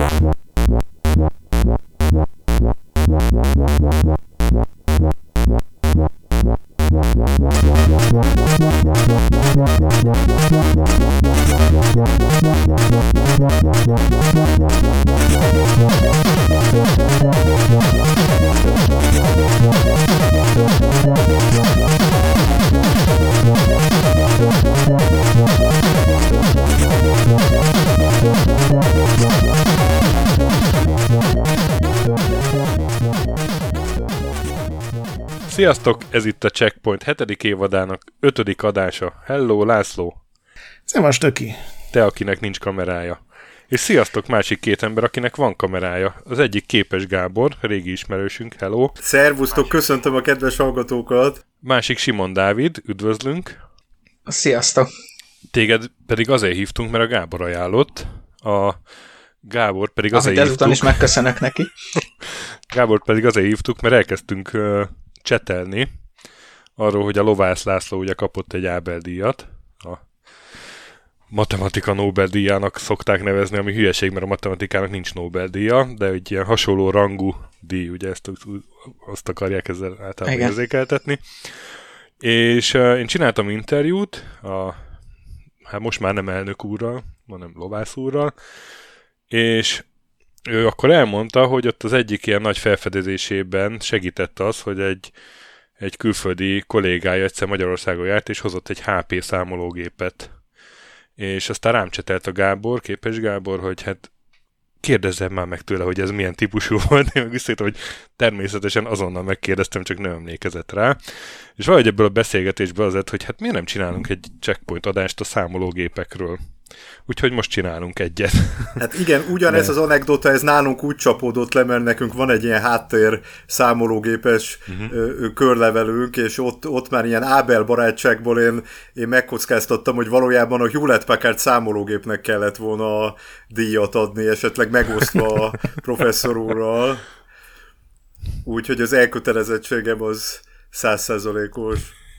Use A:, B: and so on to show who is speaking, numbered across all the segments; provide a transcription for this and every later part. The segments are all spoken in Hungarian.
A: Sziasztok! Ez itt a Checkpoint 7. évadának 5. adása. Hello, László!
B: Szevasz, Töki!
A: Te, akinek nincs kamerája. És sziasztok másik két ember, akinek van kamerája. Az egyik Képes Gábor, régi ismerősünk, hello!
C: Szervusztok, köszöntöm a kedves hallgatókat!
A: Másik Simon Dávid, üdvözlünk!
D: Sziasztok!
A: Téged pedig azért hívtunk, mert a Gábor ajánlott. A Gábor pedig azért
D: hívtuk... ezután is megköszönök neki.
A: Gábor pedig azért hívtuk, mert elkezdtünk csetelni arról, hogy a Lovász László ugye kapott egy Ábel-díjat. A matematika Nobel-díjának szokták nevezni, ami hülyeség, mert a matematikának nincs Nobel-díja, de egy ilyen hasonló rangú díj, ugye azt akarják ezzel általában érzékeltetni. És én csináltam interjút, hát most már nem elnök úrral, hanem Lovász úrral, és ő akkor elmondta, hogy ott az egyik ilyen nagy felfedezésében segített az, hogy egy külföldi kollégája egyszer Magyarországon járt, és hozott egy HP számológépet. És aztán rám csetelt a Gábor, Képes Gábor, hogy hát kérdezzem már meg tőle, hogy ez milyen típusú volt. Én meg visszajöttem, hogy természetesen azonnal megkérdeztem, csak nem emlékezett rá. És valahogy ebből a beszélgetésből az lett, hogy hát miért nem csinálunk egy Checkpoint adást a számológépekről. Úgyhogy most csinálunk egyet.
C: Hát igen, ugyanez az anekdota, ez nálunk úgy csapódott le, mert nekünk van egy ilyen háttér számológépes körlevelünk, és ott már ilyen Ábel barátságból én megkockáztattam, hogy valójában a Hewlett-Packard számológépnek kellett volna a díjat adni, esetleg megosztva a professzor úrral. Úgyhogy az elkötelezettségem az 100%-os.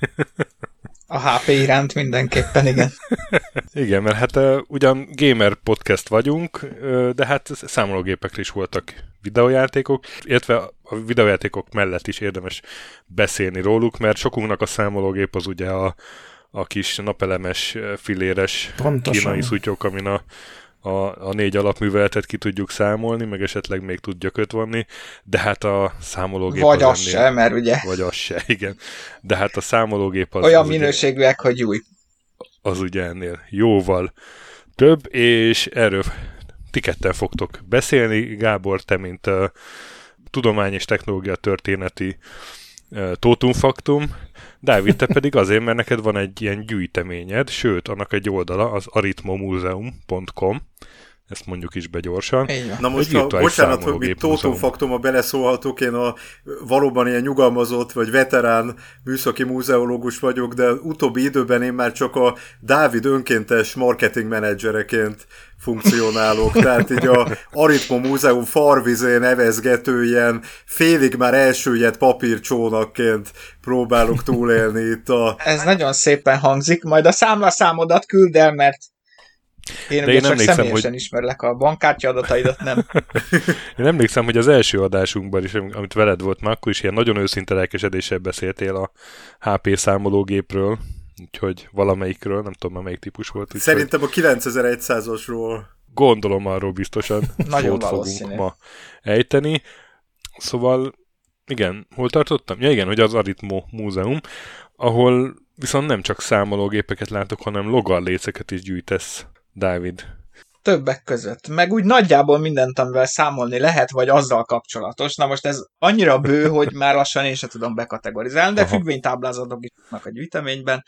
D: A HP iránt mindenképpen, igen.
A: Igen, mert hát ugyan gamer podcast vagyunk, de hát számológépekre is voltak videójátékok, illetve a videójátékok mellett is érdemes beszélni róluk, mert sokunknak a számológép az ugye a kis napelemes, filéres kínai szutyok, amin a 4 alapműveletet ki tudjuk számolni, meg esetleg még tud gyököt vonni, de hát a számológép
D: vagy az se, mert ugye...
A: Vagy az se, igen. De hát a számológép az...
D: olyan minőségűek, hogy új.
A: Az ugye ennél jóval több, és erről ti ketten fogtok beszélni. Gábor, te, mint tudomány és technológia történeti tótumfaktum, Dávid, te pedig azért, mert neked van egy ilyen gyűjteményed, sőt, annak egy oldala, az arithmomuseum.com, ezt mondjuk is be gyorsan.
C: Na most, bocsánat, hogy mit tótumfaktumba beleszólhatok, én valóban ilyen nyugalmazott, vagy veterán műszaki múzeológus vagyok, de utóbbi időben én már csak a Dávid önkéntes marketing menedzsereként funkcionálok, tehát így a Arithmo Múzeum farvizén evezgető ilyen félig már elsüllyedt papírcsónakként próbálok túlélni itt
D: Ez nagyon szépen hangzik, majd a számlaszámodat küld el, mert én ugye csak személyesen ismerlek, a bankkártya adataidat nem.
A: Én emlékszem, hogy az első adásunkban is, amit veled volt már, akkor is ilyen nagyon őszinte lelkesedéssel beszéltél a HP számológépről, úgyhogy valamelyikről, nem tudom már melyik típus volt.
C: Szerintem a 9100-asról.
A: Gondolom, arról biztosan
D: nagyon
A: fogunk ma ejteni. Szóval, igen, hol tartottam? Ja igen, hogy az Arithmo Múzeum, ahol viszont nem csak számológépeket látok, hanem logarléceket is gyűjtesz, Dávid.
D: Többek között. Meg úgy nagyjából mindent, amivel számolni lehet, vagy azzal kapcsolatos. Na most ez annyira bő, hogy már lassan én sem tudom bekategorizálni, de függvénytáblázatok is vannak a gyűjteményben.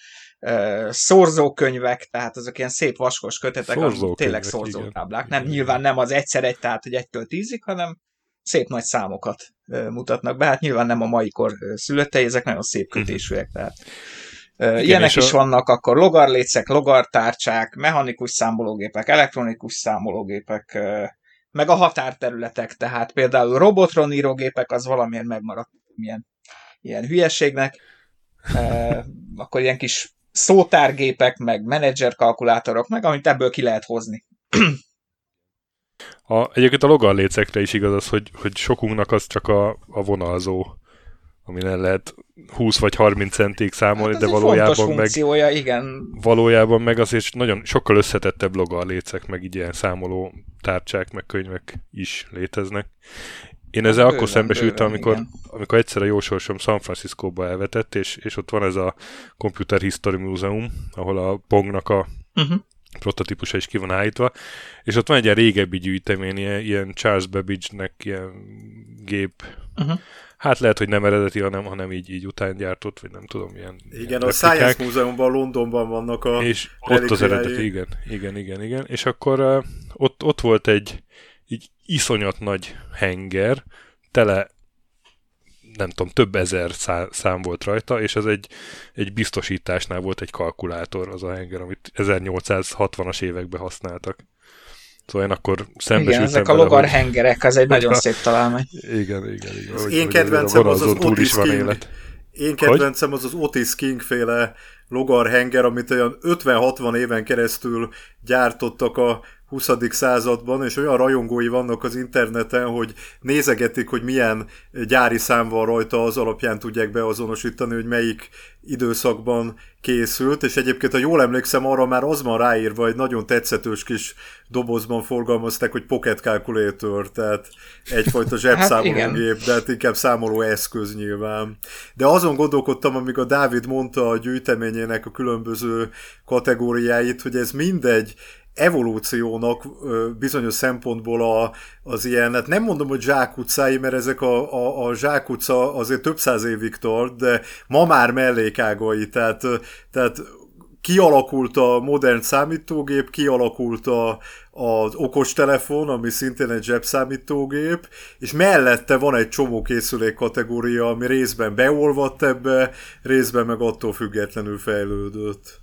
D: Szorzókönyvek, tehát azok ilyen szép vaskos kötetek, amik tényleg szorzótáblák. Nem, nyilván nem az 1x1, tehát hogy 1-től 10-ig, hanem szép nagy számokat mutatnak be. Hát nyilván nem a mai kor szülöttei, ezek nagyon szép kötésűek, tehát ilyenek is vannak, akkor logarlécek, logartárcsák, mechanikus számológépek, elektronikus számológépek, meg a határterületek, tehát például Robotron írógépek, az valamilyen megmaradt ilyen hülyeségnek, akkor ilyen kis szótárgépek, meg menedzser kalkulátorok, meg amit ebből ki lehet hozni.
A: Egyébként a logarlécekre is igaz az, hogy sokunknak az csak a vonalzó, amin el lehet 20 vagy 30 centig számolni,
D: hát
A: de
D: valójában
A: meg azért nagyon sokkal összetettebb logarlécek, meg így ilyen számoló tárcsák, meg könyvek is léteznek. Én ezzel akkor szembesültem, amikor egyszer a jó sorsom San Franciscóba elvetett, és ott van ez a Computer History Museum, ahol a Pongnak a prototípusa is ki van állítva, és ott van egy ilyen régebbi gyűjtemény, ilyen Charles Babbage-nek ilyen gép. Hát lehet, hogy nem eredeti, hanem így utángyártott, vagy nem tudom, ilyen
C: igen, a Science Museumban, Londonban vannak a
A: és ott az eredeti, igen. És akkor ott volt egy így iszonyat nagy henger, tele, nem tudom, több ezer szám volt rajta, és ez egy biztosításnál volt egy kalkulátor, az a henger, amit 1860-as években használtak. Szóval én akkor szembesültem.
D: Igen, ezek a logar hengerek, az egy nagyon szép találmány.
A: Igen.
C: Az én kedvencem az Otis King. Én kedvencem az Otis King féle logar henger, amit olyan 50-60 éven keresztül gyártottak a 20. században, és olyan rajongói vannak az interneten, hogy nézegetik, hogy milyen gyári szám van rajta, az alapján tudják beazonosítani, hogy melyik időszakban készült, és egyébként, ha jól emlékszem, arra már az van ráírva, egy nagyon tetszetős kis dobozban forgalmazták, hogy pocket calculator, tehát egyfajta zsebszámológép, de hát inkább számoló eszköz nyilván. De azon gondolkodtam, amíg a Dávid mondta a gyűjteményének a különböző kategóriáit, hogy ez mindegy evolúciónak bizonyos szempontból az ilyen, hát nem mondom, hogy zsákutcái, mert ezek a zsákutca azért több száz évig tart, de ma már mellékágai, tehát kialakult a modern számítógép, kialakult az okostelefon, ami szintén egy zsebszámítógép, és mellette van egy csomó készülék kategória, ami részben beolvadt ebbe, részben meg attól függetlenül fejlődött.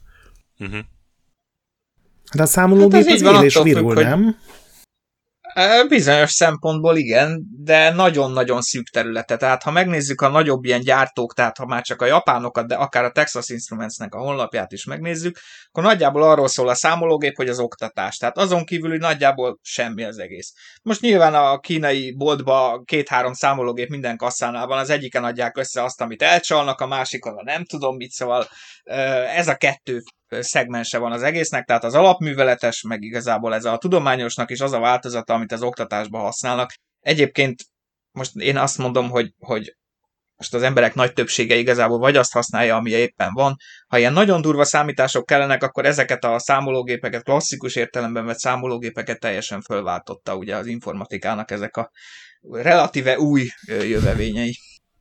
B: De a számológép az él és virul, nem?
D: Bizonyos szempontból igen, de nagyon-nagyon szűk területe. Tehát ha megnézzük a nagyobb ilyen gyártók, tehát ha már csak a japánokat, de akár a Texas Instruments-nek a honlapját is megnézzük, akkor nagyjából arról szól a számológép, hogy az oktatás. Tehát azon kívül, hogy nagyjából semmi az egész. Most nyilván a kínai boltban 2-3 számológép minden kasszánál van, az egyiken adják össze azt, amit elcsalnak, a másikon a nem tudom mit, szóval ez a kettő szegmense van az egésznek, tehát az alapműveletes, meg igazából ez a tudományosnak is az a változata, amit az oktatásban használnak. Egyébként most én azt mondom, hogy most az emberek nagy többsége igazából vagy azt használja, ami éppen van. Ha ilyen nagyon durva számítások kellenek, akkor ezeket a számológépeket, klasszikus értelemben vett számológépeket teljesen fölváltotta ugye az informatikának ezek a relatíve új jövevényei.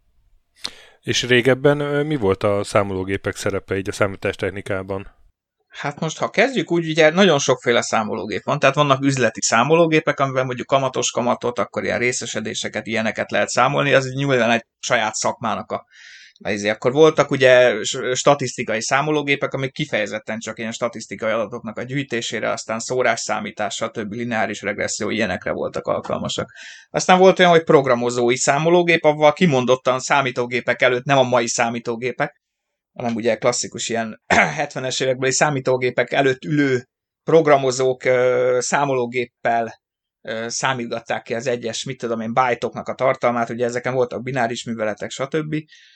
A: És régebben mi volt a számológépek szerepe így a számítástechnikában?
D: Hát most, ha kezdjük úgy, ugye nagyon sokféle számológép van, tehát vannak üzleti számológépek, amiben mondjuk kamatos kamatot, akkor ilyen részesedéseket, ilyeneket lehet számolni, az nyilván egy saját szakmának akkor voltak ugye statisztikai számológépek, amik kifejezetten csak ilyen statisztikai adatoknak a gyűjtésére, aztán szórásszámítás, stb. Lineáris regresszió, ilyenekre voltak alkalmasak. Aztán volt olyan, hogy programozói számológép, avval kimondottan számítógépek előtt, nem a mai számítógépek, hanem ugye klasszikus ilyen 70-es évekbeli számítógépek előtt ülő programozók számológéppel számítgatták ki az egyes, bájtoknak a tartalmát, ugye ezeken voltak bináris műveletek, stb.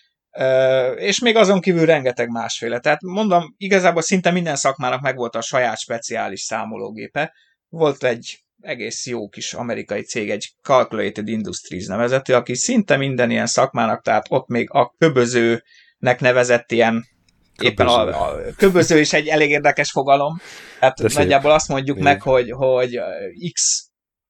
D: És még azon kívül rengeteg másféle. Tehát mondom, igazából szinte minden szakmának megvolt a saját speciális számológépe. Volt egy egész jó kis amerikai cég, egy Calculated Industries nevezetű, aki szinte minden ilyen szakmának, tehát ott még a köbözőnek nevezett ilyen, éppen a köböző is egy elég érdekes fogalom. Tehát nagyjából azt mondjuk meg, hogy X,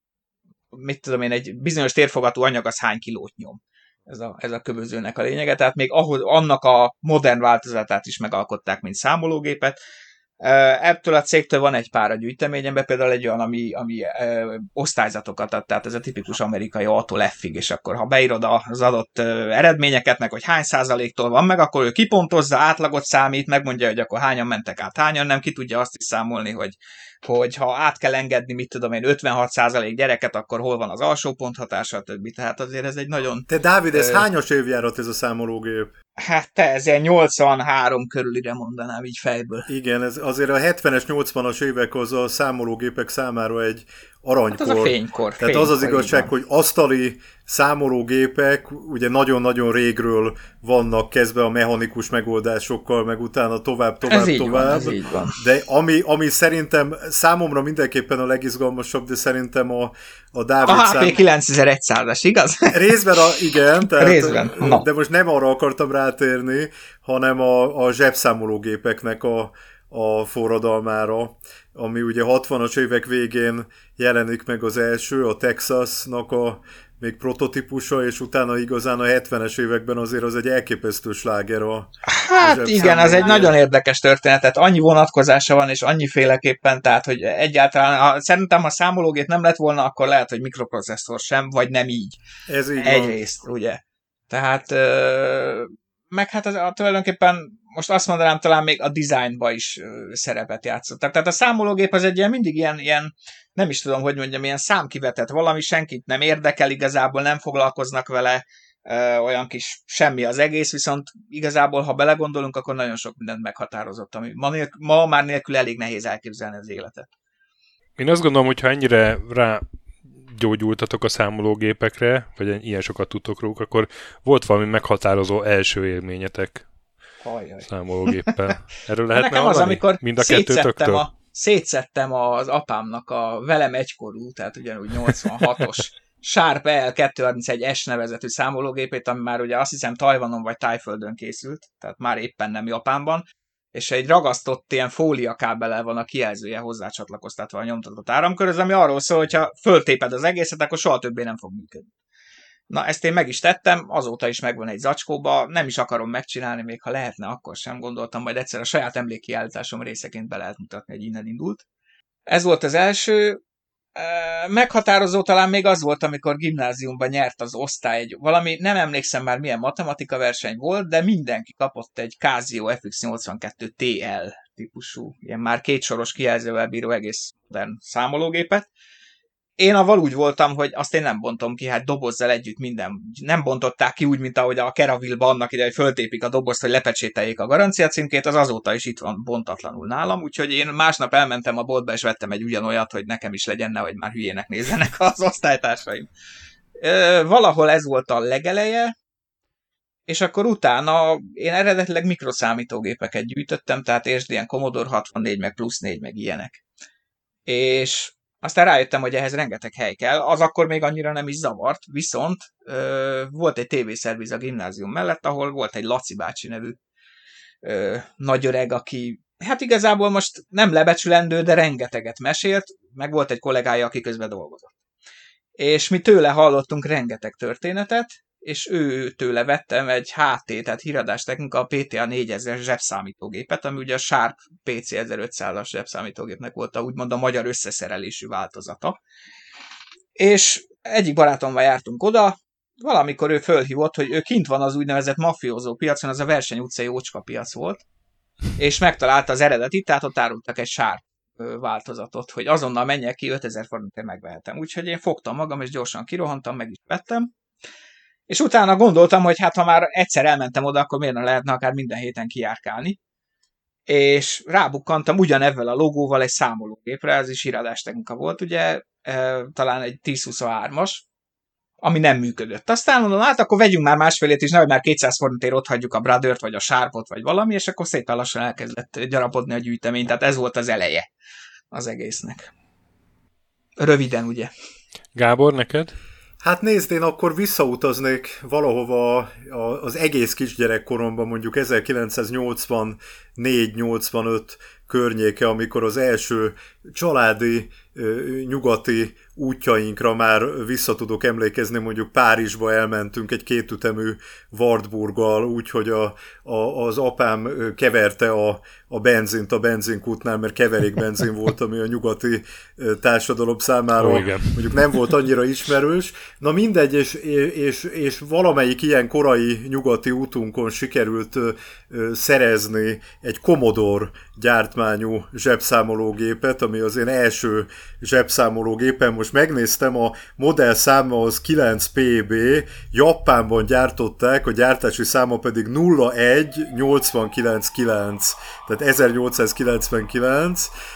D: egy bizonyos térfogatú anyag az hány kilót nyom. Ez a köbözőnek a lényege, tehát még annak a modern változatát is megalkották, mint számológépet. Ettől a cégtől van egy pár a gyűjteményemben, például egy olyan, ami osztályzatokat ad, tehát ez a tipikus amerikai A-tól F-ig, és akkor ha beírod az adott eredményeket, meg hogy hány százaléktól van meg, akkor ő kipontozza, átlagot számít, megmondja, hogy akkor hányan mentek át, hányan nem, ki tudja azt is számolni, hogy ha át kell engedni, 56% gyereket, akkor hol van az alsó ponthatása, többi. Tehát azért ez egy nagyon...
C: Te Dávid, ez hányas évjárat ez a számológép?
D: Hát te ezért 83 körülire mondanám így fejből.
C: Igen, ez azért a 70-es, 80-as évek az a számológépek számára egy aranykor.
D: Hát az a fénykor.
C: Tehát az az igazság, hogy asztali számológépek ugye nagyon-nagyon régről vannak kezdve a mechanikus megoldásokkal, meg utána tovább.
D: Ez így van.
C: De ami szerintem számomra mindenképpen a legizgalmasabb, de szerintem a Dávid
D: a HP 9100-as, igaz?
C: Részben igen, tehát,
D: részben.
C: De most nem arra akartam rátérni, hanem a zsebszámológépeknek a forradalmára, ami ugye 60-as évek végén jelenik meg az első, a Texasnak a még prototípusa, és utána igazán a 70-es években azért az egy elképesztő sláger
D: Hát igen, ez egy nagyon érdekes történet, tehát annyi vonatkozása van, és annyiféleképpen, tehát hogy egyáltalán, szerintem ha számológép nem lett volna, akkor lehet, hogy mikroprocesszor sem, vagy nem így.
C: Ez így
D: egyrészt, van. Ugye. Tehát meg hát tulajdonképpen most azt mondanám, talán még a designba is szerepet játszottak. Tehát a számológép az egy mindig ilyen nem is tudom, hogy mondjam, ilyen számkivetett valami, senkit nem érdekel igazából, nem foglalkoznak vele, olyan kis semmi az egész, viszont igazából, ha belegondolunk, akkor nagyon sok mindent meghatározott, ami ma már nélkül elég nehéz elképzelni az életet.
A: Én azt gondolom, hogy ha ennyire gyógyultatok a számológépekre, vagy ilyen sokat tudtok róluk, akkor volt valami meghatározó első élményetek számológéppel. Erről lehetne
D: nekem az, amikor
A: mind a kettőtöktől?
D: Szétszettem az apámnak a velem egykorú, tehát ugyanúgy 86-os Sharp EL231S nevezetű számológépét, ami már ugye azt hiszem Tajvanon vagy Tájföldön készült, tehát már éppen nem Japánban, és egy ragasztott ilyen fóliakábellel van a kijelzője hozzácsatlakoztatva a nyomtatott áramkörhöz, ami arról szól, hogy ha föltéped az egészet, akkor soha többé nem fog működni. Na, ezt én meg is tettem, azóta is megvan egy zacskóba, nem is akarom megcsinálni, még ha lehetne, akkor sem gondoltam, majd egyszer a saját emlékkiállításom részeként be lehet mutatni, hogy innen indult. Ez volt az első. Meghatározó talán még az volt, amikor gimnáziumban nyert az osztály valami, nem emlékszem már milyen matematika verseny volt, de mindenki kapott egy Casio FX82 TL típusú, ilyen már kétsoros kijelzővel bíró egész modern számológépet. Én avval úgy voltam, hogy azt én nem bontom ki, hát dobozzal együtt minden. Nem bontották ki úgy, mint ahogy a Caraville-ban annak ide, hogy föltépik a dobozt, hogy lepecsételjék a garancia címkét, az azóta is itt van bontatlanul nálam, úgyhogy én másnap elmentem a boltba, és vettem egy ugyanolyat, hogy nekem is legyen, nehogy már hülyének nézzenek az osztálytársaim. Valahol ez volt a legeleje, és akkor utána én eredetileg mikroszámítógépeket gyűjtöttem, tehát és ilyen Commodore 64, meg plusz 4, meg ilyenek. És aztán rájöttem, hogy ehhez rengeteg hely kell, az akkor még annyira nem is zavart, viszont volt egy tévészerviz a gimnázium mellett, ahol volt egy Laci bácsi nevű nagyöreg, aki hát igazából most nem lebecsülendő, de rengeteget mesélt, meg volt egy kollégája, aki közben dolgozott. És mi tőle hallottunk rengeteg történetet, és tőle vettem egy HT, tehát híradástechnika, a PTA 4000 zsebszámítógépet, ami ugye a Sharp PC 1500-as zsebszámítógépnek volt úgymond a magyar összeszerelésű változata. És egyik barátommal jártunk oda, valamikor ő fölhívott, hogy ő kint van az úgynevezett mafiózó piacon, az a Verseny utcai ócska piac volt, és megtalálta az eredetit, tehát ott árultak egy Sharp változatot, hogy azonnal menjek ki, 5000 forintért megvehetem. Úgyhogy én fogtam magam, és gyorsan kirohantam, meg is vettem. És utána gondoltam, hogy hát ha már egyszer elmentem oda, akkor miért ne lehetne akár minden héten kijárkálni. És rábukkantam ugyanezzel a logóval egy számológépre, ez is híradástechnika volt, ugye, talán egy 1023-as, ami nem működött. Aztán mondom, hát akkor vegyünk már másfélét is, nehogy már 200 forintért ott hagyjuk a Brothert, vagy a Sharpot, vagy valami, és akkor szépen lassan elkezdett gyarapodni a gyűjtemény, tehát ez volt az eleje az egésznek. Röviden, ugye.
A: Gábor, neked?
C: Hát nézd, én akkor visszautaznék valahova az egész kisgyerekkoromban, mondjuk 1984-85 környéke, amikor az első családi, nyugati útjainkra már vissza tudok emlékezni, mondjuk Párizsba elmentünk egy kétütemű Wartburggal, úgyhogy az apám keverte a benzint a benzinkútnál, mert keverékbenzin volt, ami a nyugati társadalom számára mondjuk nem volt annyira ismerős. Na mindegy, és valamelyik ilyen korai nyugati útunkon sikerült szerezni egy Commodore gyártmányú zsebszámológépet, ami az én első zsebszámológépen. Most megnéztem, a modellszáma az 9PB, Japánban gyártották, a gyártási száma pedig 01899, tehát 1899,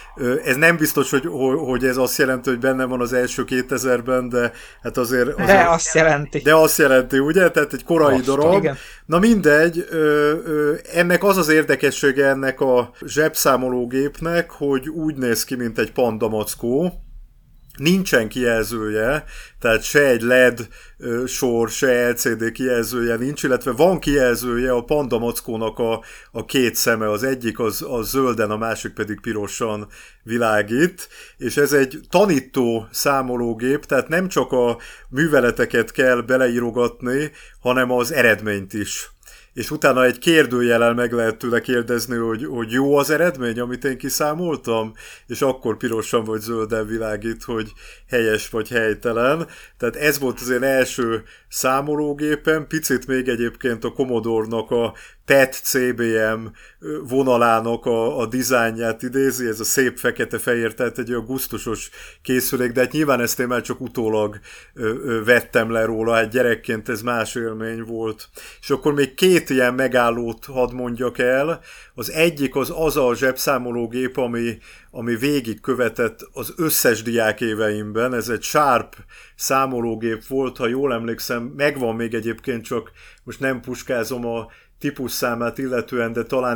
C: Ez nem biztos, hogy ez azt jelenti, hogy benne van az első 2000-ben, de hát azért
D: de azt jelenti.
C: De azt jelenti, ugye? Tehát egy korai darab. Igen. Na mindegy, ennek az érdekessége ennek a zsebszámológépnek, hogy úgy néz ki, mint egy pandamackó. Nincsen kijelzője, tehát se egy LED sor, se LCD kijelzője nincs, illetve van kijelzője a pandamackónak a két szeme, az egyik az zölden, a másik pedig pirosan világít, és ez egy tanító számológép, tehát nem csak a műveleteket kell beleírogatni, hanem az eredményt is. És utána egy kérdőjellel meg lehet tőle kérdezni, hogy jó az eredmény, amit én kiszámoltam, és akkor pirosan vagy zölden világít, hogy helyes vagy helytelen. Tehát ez volt az én első számológépem, picit még egyébként a Commodore-nak a PET-CBM vonalának a dizájnját idézi, ez a szép fekete-fehér, tehát egy olyan gusztusos készülék, de hát nyilván ezt én már csak utólag vettem le róla, hát gyerekként ez más élmény volt. És akkor még két ilyen megállót hadd mondjak el. Az egyik az a zsebszámológép, ami végigkövetett az összes diák éveimben. Ez egy Sharp számológép volt, ha jól emlékszem, megvan még egyébként, csak most nem puskázom a típusszámát illetően, de talán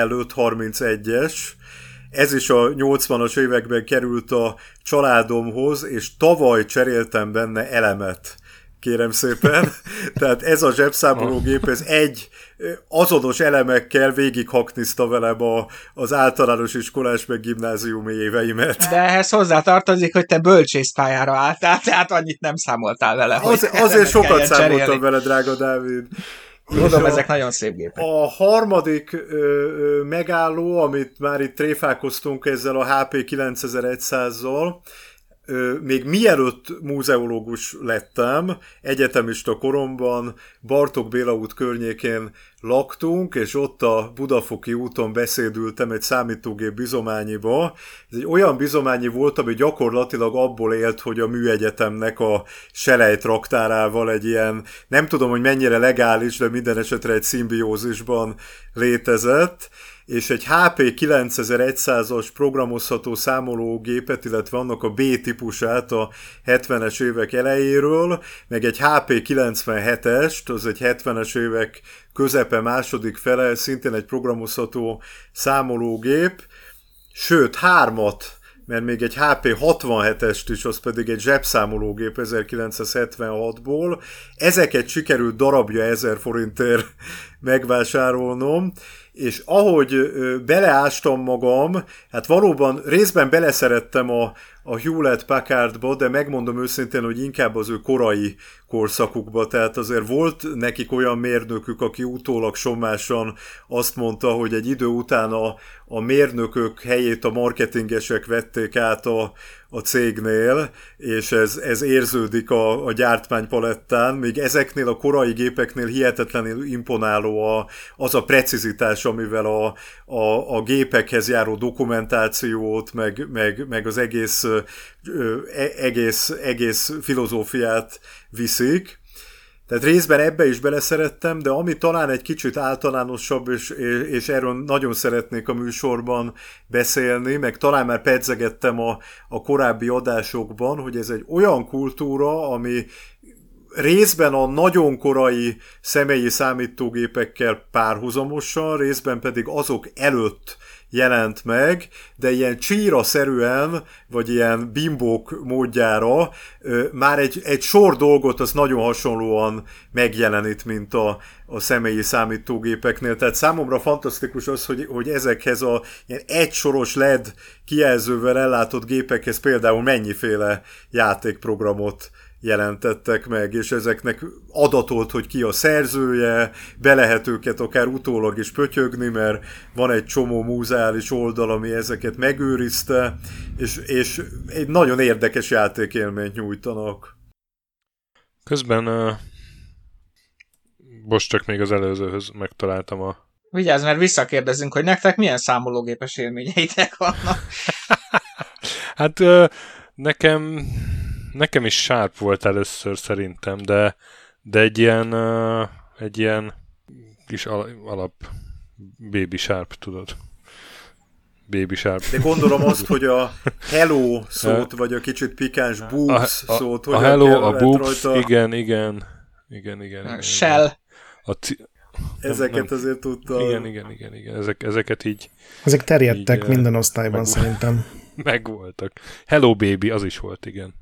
C: EL531-es. Ez is a 80-as években került a családomhoz, és tavaly cseréltem benne elemet. Kérem szépen. Tehát ez a zsebszámológép, ez egy azonos elemekkel végighakniszta velem az általános iskolás meg gimnáziumi éveimet.
D: De ehhez hozzátartozik, hogy te bölcsészpályára álltál, tehát annyit nem számoltál vele.
C: Azért sokat számoltam vele, drága Dávid.
D: Tudom, ezek nagyon szép gépek.
C: A harmadik megálló, amit már itt tréfálkoztunk ezzel a HP 9100-zal, még mielőtt múzeológus lettem, egyetemista koromban Bartók Béla út környékén laktunk, és ott a Budafoki úton beszédültem egy számítógép bizományiba. Ez egy olyan bizományi volt, ami gyakorlatilag abból élt, hogy a műegyetemnek a selejtraktárával egy ilyen, nem tudom, hogy mennyire legális, de minden esetre egy szimbiózisban létezett, és egy HP 9100-as programozható számológépet, illetve annak a B-típusát a 70-es évek elejéről, meg egy HP 97-est, az egy 70-es évek közepe második fele, szintén egy programozható számológép, sőt, hármat, mert még egy HP 67-est is, az pedig egy zsebszámológép 1976-ból. Ezeket sikerült darabja 1000 forintért megvásárolnom, és ahogy beleástam magam, hát valóban részben beleszerettem a Hewlett-Packardba, de megmondom őszintén, hogy inkább az ő korai korszakukba, tehát azért volt nekik olyan mérnökük, aki utólag sommásan azt mondta, hogy egy idő után a mérnökök helyét a marketingesek vették át a cégnél, és ez érződik a gyártmánypalettán, még ezeknél a korai gépeknél hihetetlenül imponáló az a precizitás, amivel a gépekhez járó dokumentációt, meg az egész filozófiát viszik. Tehát részben ebbe is beleszerettem, de ami talán egy kicsit általánosabb, és erről nagyon szeretnék a műsorban beszélni, meg talán már pedzegettem a korábbi adásokban, hogy ez egy olyan kultúra, ami részben a nagyon korai személyi számítógépekkel párhuzamosan, részben pedig azok előtt jelent meg, de ilyen csíra-szerűen, vagy ilyen bimbók módjára már egy sor dolgot az nagyon hasonlóan megjelenít, mint a személyi számítógépeknél. Tehát számomra fantasztikus az, hogy ezekhez a ilyen egysoros LED kijelzővel ellátott gépekhez például mennyiféle játékprogramot jelentettek meg, és ezeknek adatolt, hogy ki a szerzője, be lehet őket akár utólag is pötyögni, mert van egy csomó múzeális oldal, ami ezeket megőrizte, és egy nagyon érdekes játékélményt nyújtanak.
A: Közben most csak még az előzőhöz megtaláltam a...
D: Vigyázz, mert visszakérdezünk, hogy nektek milyen számológépes élményeitek vannak.
A: Hát nekem is Sharp volt először szerintem, de egy ilyen kis alap Baby Sharp, tudod. Baby Sharp.
C: De gondolom azt, hogy a hello szót, vagy a kicsit pikáns boobs szót,
A: hogy a hello, a boobs, rajta... igen.
D: Shell.
C: Ezeket azért tudtam.
A: Igen. Ezeket így...
B: Ezek terjedtek így, minden osztályban szerintem.
A: Megvoltak. Hello Baby, az is volt, igen.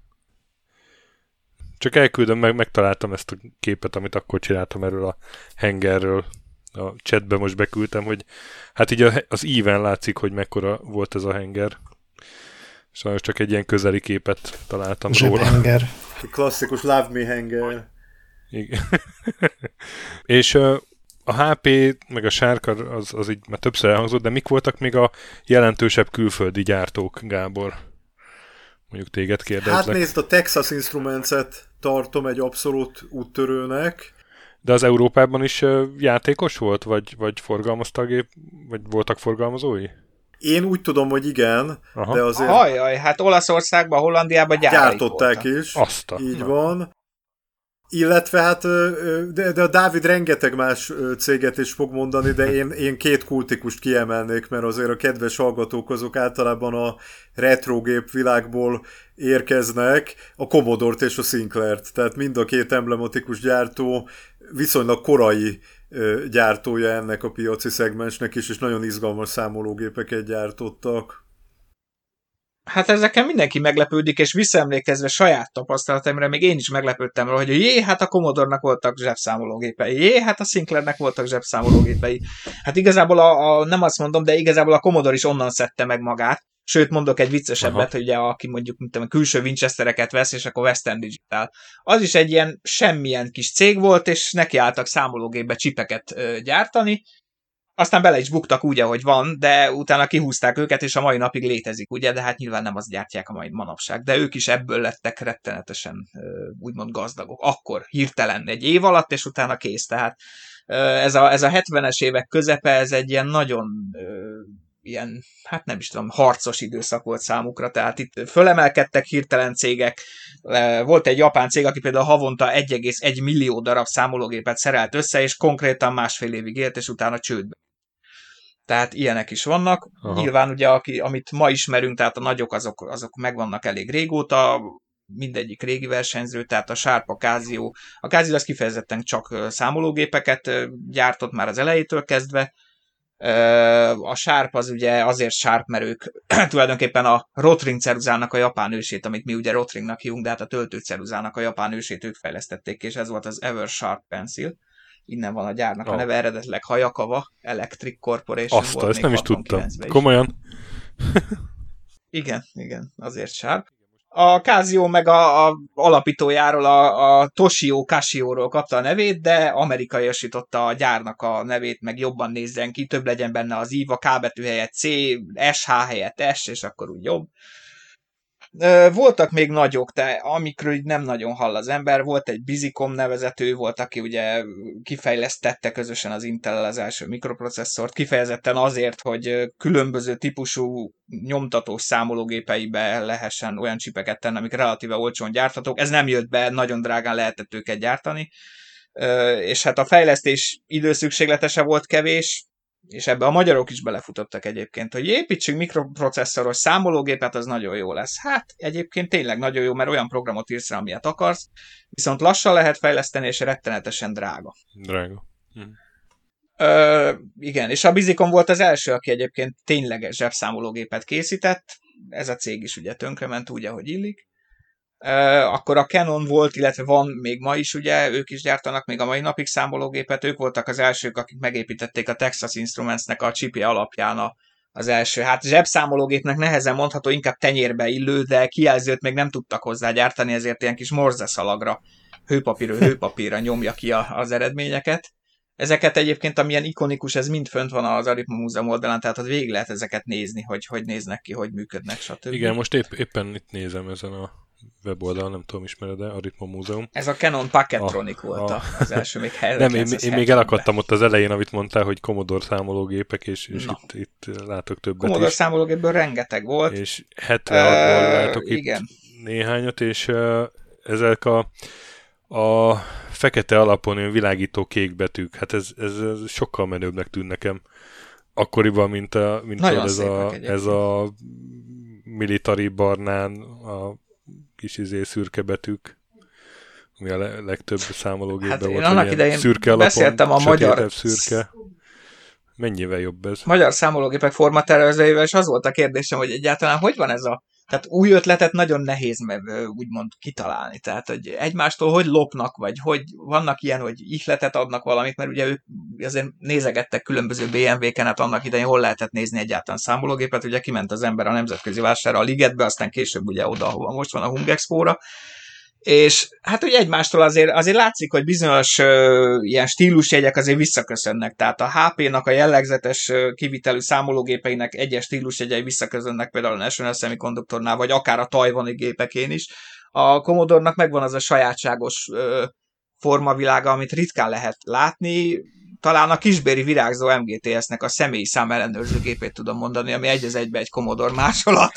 A: Csak elküldöm, megtaláltam ezt a képet, amit akkor csináltam erről a hengerről. A chatbe most beküldtem, hogy hát így az íven látszik, hogy mekkora volt ez a henger. Sajnos csak egy ilyen közeli képet találtam róla.
B: Henger.
C: Klasszikus Love Me henger.
A: Igen. És a HP meg a Shark az így már többször elhangzott, de mik voltak még a jelentősebb külföldi gyártók, Gábor? Mondjuk téged kérdezlek.
C: Hát nézd, a Texas Instruments-et tartom egy abszolút úttörőnek.
A: De az Európában is játékos volt? Vagy forgalmazta a gép? Vagy voltak forgalmazói?
C: Én úgy tudom, hogy igen,
D: aha.
C: De azért...
D: Ajaj, hát Olaszországban, Hollandiában
C: gyártották is. Így van. Illetve hát, de a Dávid rengeteg más céget is fog mondani, de én két kultikust kiemelnék, mert azért a kedves hallgatók azok általában a retrogép világból érkeznek, a Commodore-t és a Sinclair-t, tehát mind a két emblematikus gyártó viszonylag korai gyártója ennek a piaci szegmensnek is, és nagyon izgalmas számológépeket gyártottak.
D: Hát ezeken mindenki meglepődik, és visszaemlékezve saját tapasztalatomra, még én is meglepődtem róla, hogy hát a Commodore-nak voltak zsebszámológépei, hát a Sinclairnek voltak zsebszámológépei. Hát igazából nem azt mondom, de igazából a Commodore is onnan szedte meg magát. Sőt, mondok egy viccesebbet, hogy ugye, aki mondjuk külső Winchestereket vesz, és akkor Western Digital. Az is egy ilyen semmilyen kis cég volt, és nekiálltak számológépbe csipeket gyártani. Aztán bele is buktak úgy, ahogy van, de utána kihúzták őket, és a mai napig létezik, ugye, de hát nyilván nem azt gyártják a mai manapság. De ők is ebből lettek rettenetesen úgymond gazdagok. Akkor hirtelen egy év alatt, és utána kész. Tehát ez a 70-es évek közepe, ez egy ilyen nagyon ilyen, hát nem is tudom, harcos időszak volt számukra, tehát itt fölemelkedtek hirtelen cégek, volt egy japán cég, aki például havonta 1,1 millió darab számológépet szerelt össze, és konkrétan másfél évig élt, és utána csődbe. Tehát ilyenek is vannak. Aha. Nyilván ugye, amit ma ismerünk, tehát a nagyok, azok megvannak elég régóta, mindegyik régi versenyző, tehát a Sharp, a Casio. A Casio az kifejezetten csak számológépeket gyártott már az elejétől kezdve. A Sharp az ugye azért Sharp, mert ők tulajdonképpen a Rotring ceruzának a japán ősét, amit mi ugye Rotringnak hívunk, de hát a töltő ceruzának a japán ősét ők fejlesztették, és ez volt az Ever Sharp Pencil. Innen van a gyárnak a neve, eredetileg Hayakawa Electric Corporation
A: azt,
D: volt.
A: Ezt nem is tudtam. Komolyan?
D: Igen, azért Sharp. A Casio meg a alapítójáról, a Toshio Casio-ról kapta a nevét, de amerikaiasította a gyárnak a nevét, meg jobban nézzen ki, több legyen benne az ív, a K betű helyett C, SH helyett S, és akkor úgy jobb. Voltak még nagyok, de amikről így nem nagyon hall az ember. Volt egy Bizicom nevezető, volt, aki ugye kifejlesztette közösen az Intel-el az első mikroprocesszort, kifejezetten azért, hogy különböző típusú nyomtatós számológépeibe lehessen olyan csipeket tenni, amik relatíve olcsón gyárthatók. Ez nem jött be, nagyon drágán lehetett őket gyártani, és hát a fejlesztés időszükségletese volt kevés, és ebbe a magyarok is belefutottak egyébként, hogy építsünk mikroprocesszoros számológépet, az nagyon jó lesz. Hát egyébként tényleg nagyon jó, mert olyan programot írsz rá, amilyet akarsz, viszont lassan lehet fejleszteni, és rettenetesen drága.
A: Drága.
D: Igen, és a Bizicom volt az első, aki egyébként tényleges zsebszámológépet készített, ez a cég is ugye tönkrement úgy, ahogy illik. Akkor a Canon volt, illetve van még ma is, ugye, ők is gyártanak még a mai napig számológépet, ők voltak az elsők, akik megépítették a Texas Instruments-nek a csipje alapján az első. Hát zsebszámológépnek nehezen mondható, inkább tenyérbe illő, de kijelzőt még nem tudtak hozzá gyártani, ezért ilyen kis morzeszalagra, hőpapírra nyomja ki az eredményeket. Ezeket egyébként, amilyen ikonikus, ez mind fönt van az Aritma Múzeum oldalán, tehát ott végig lehet ezeket nézni, hogy néznek ki, hogy működnek, stb.
A: Igen, most éppen itt nézem ezen a weboldal, nem tudom, ismered-e, Aritma Múzeum.
D: Ez a Canon Packetronic volt az első, még
A: nem, én még elakadtam ott az elején, amit mondtál, hogy Commodore számológépek, és itt látok többet
D: Commodore
A: is.
D: számológépből rengeteg volt.
A: És 76-ból látok
D: igen.
A: Itt néhányat, és ezek a fekete alapon olyan világító kék betűk, hát ez sokkal menőbbnek tűn nekem. akkoriban, mint ez a military barnán a kis szürke betűk, ami a legtöbb számológépben volt.
D: Én annak idején
A: szürke
D: beszéltem a magyar...
A: szürke. Mennyivel jobb ez?
D: Magyar számológépek formatervezőjével, és az volt a kérdésem, hogy egyáltalán hogy van ez a... Tehát új ötletet nagyon nehéz úgymond kitalálni. Tehát, hogy egymástól hogy lopnak, vagy hogy vannak ilyen, hogy ihletet adnak valamit, mert ugye ők azért nézegettek különböző BMW-ken, hát annak idején hol lehetett nézni egyáltalán számológépet, ugye kiment az ember a nemzetközi vásárra a Ligetbe, aztán később ugye oda, ahova most van a Hung Expo-ra, és hát ugye egymástól azért látszik, hogy bizonyos ilyen stílusjegyek azért visszaköszönnek, tehát a HP-nak a jellegzetes kivitelű számológépeinek egyes stílusjegyei visszaköszönnek, például a National Semiconductornál, vagy akár a tajvani gépekén is. A Commodore-nak megvan az a sajátságos formavilága, amit ritkán lehet látni, talán a kisbéri virágzó MGTS-nek a személyi szám ellenőrző gépét tudom mondani, ami egy az egybe egy Commodore másolat,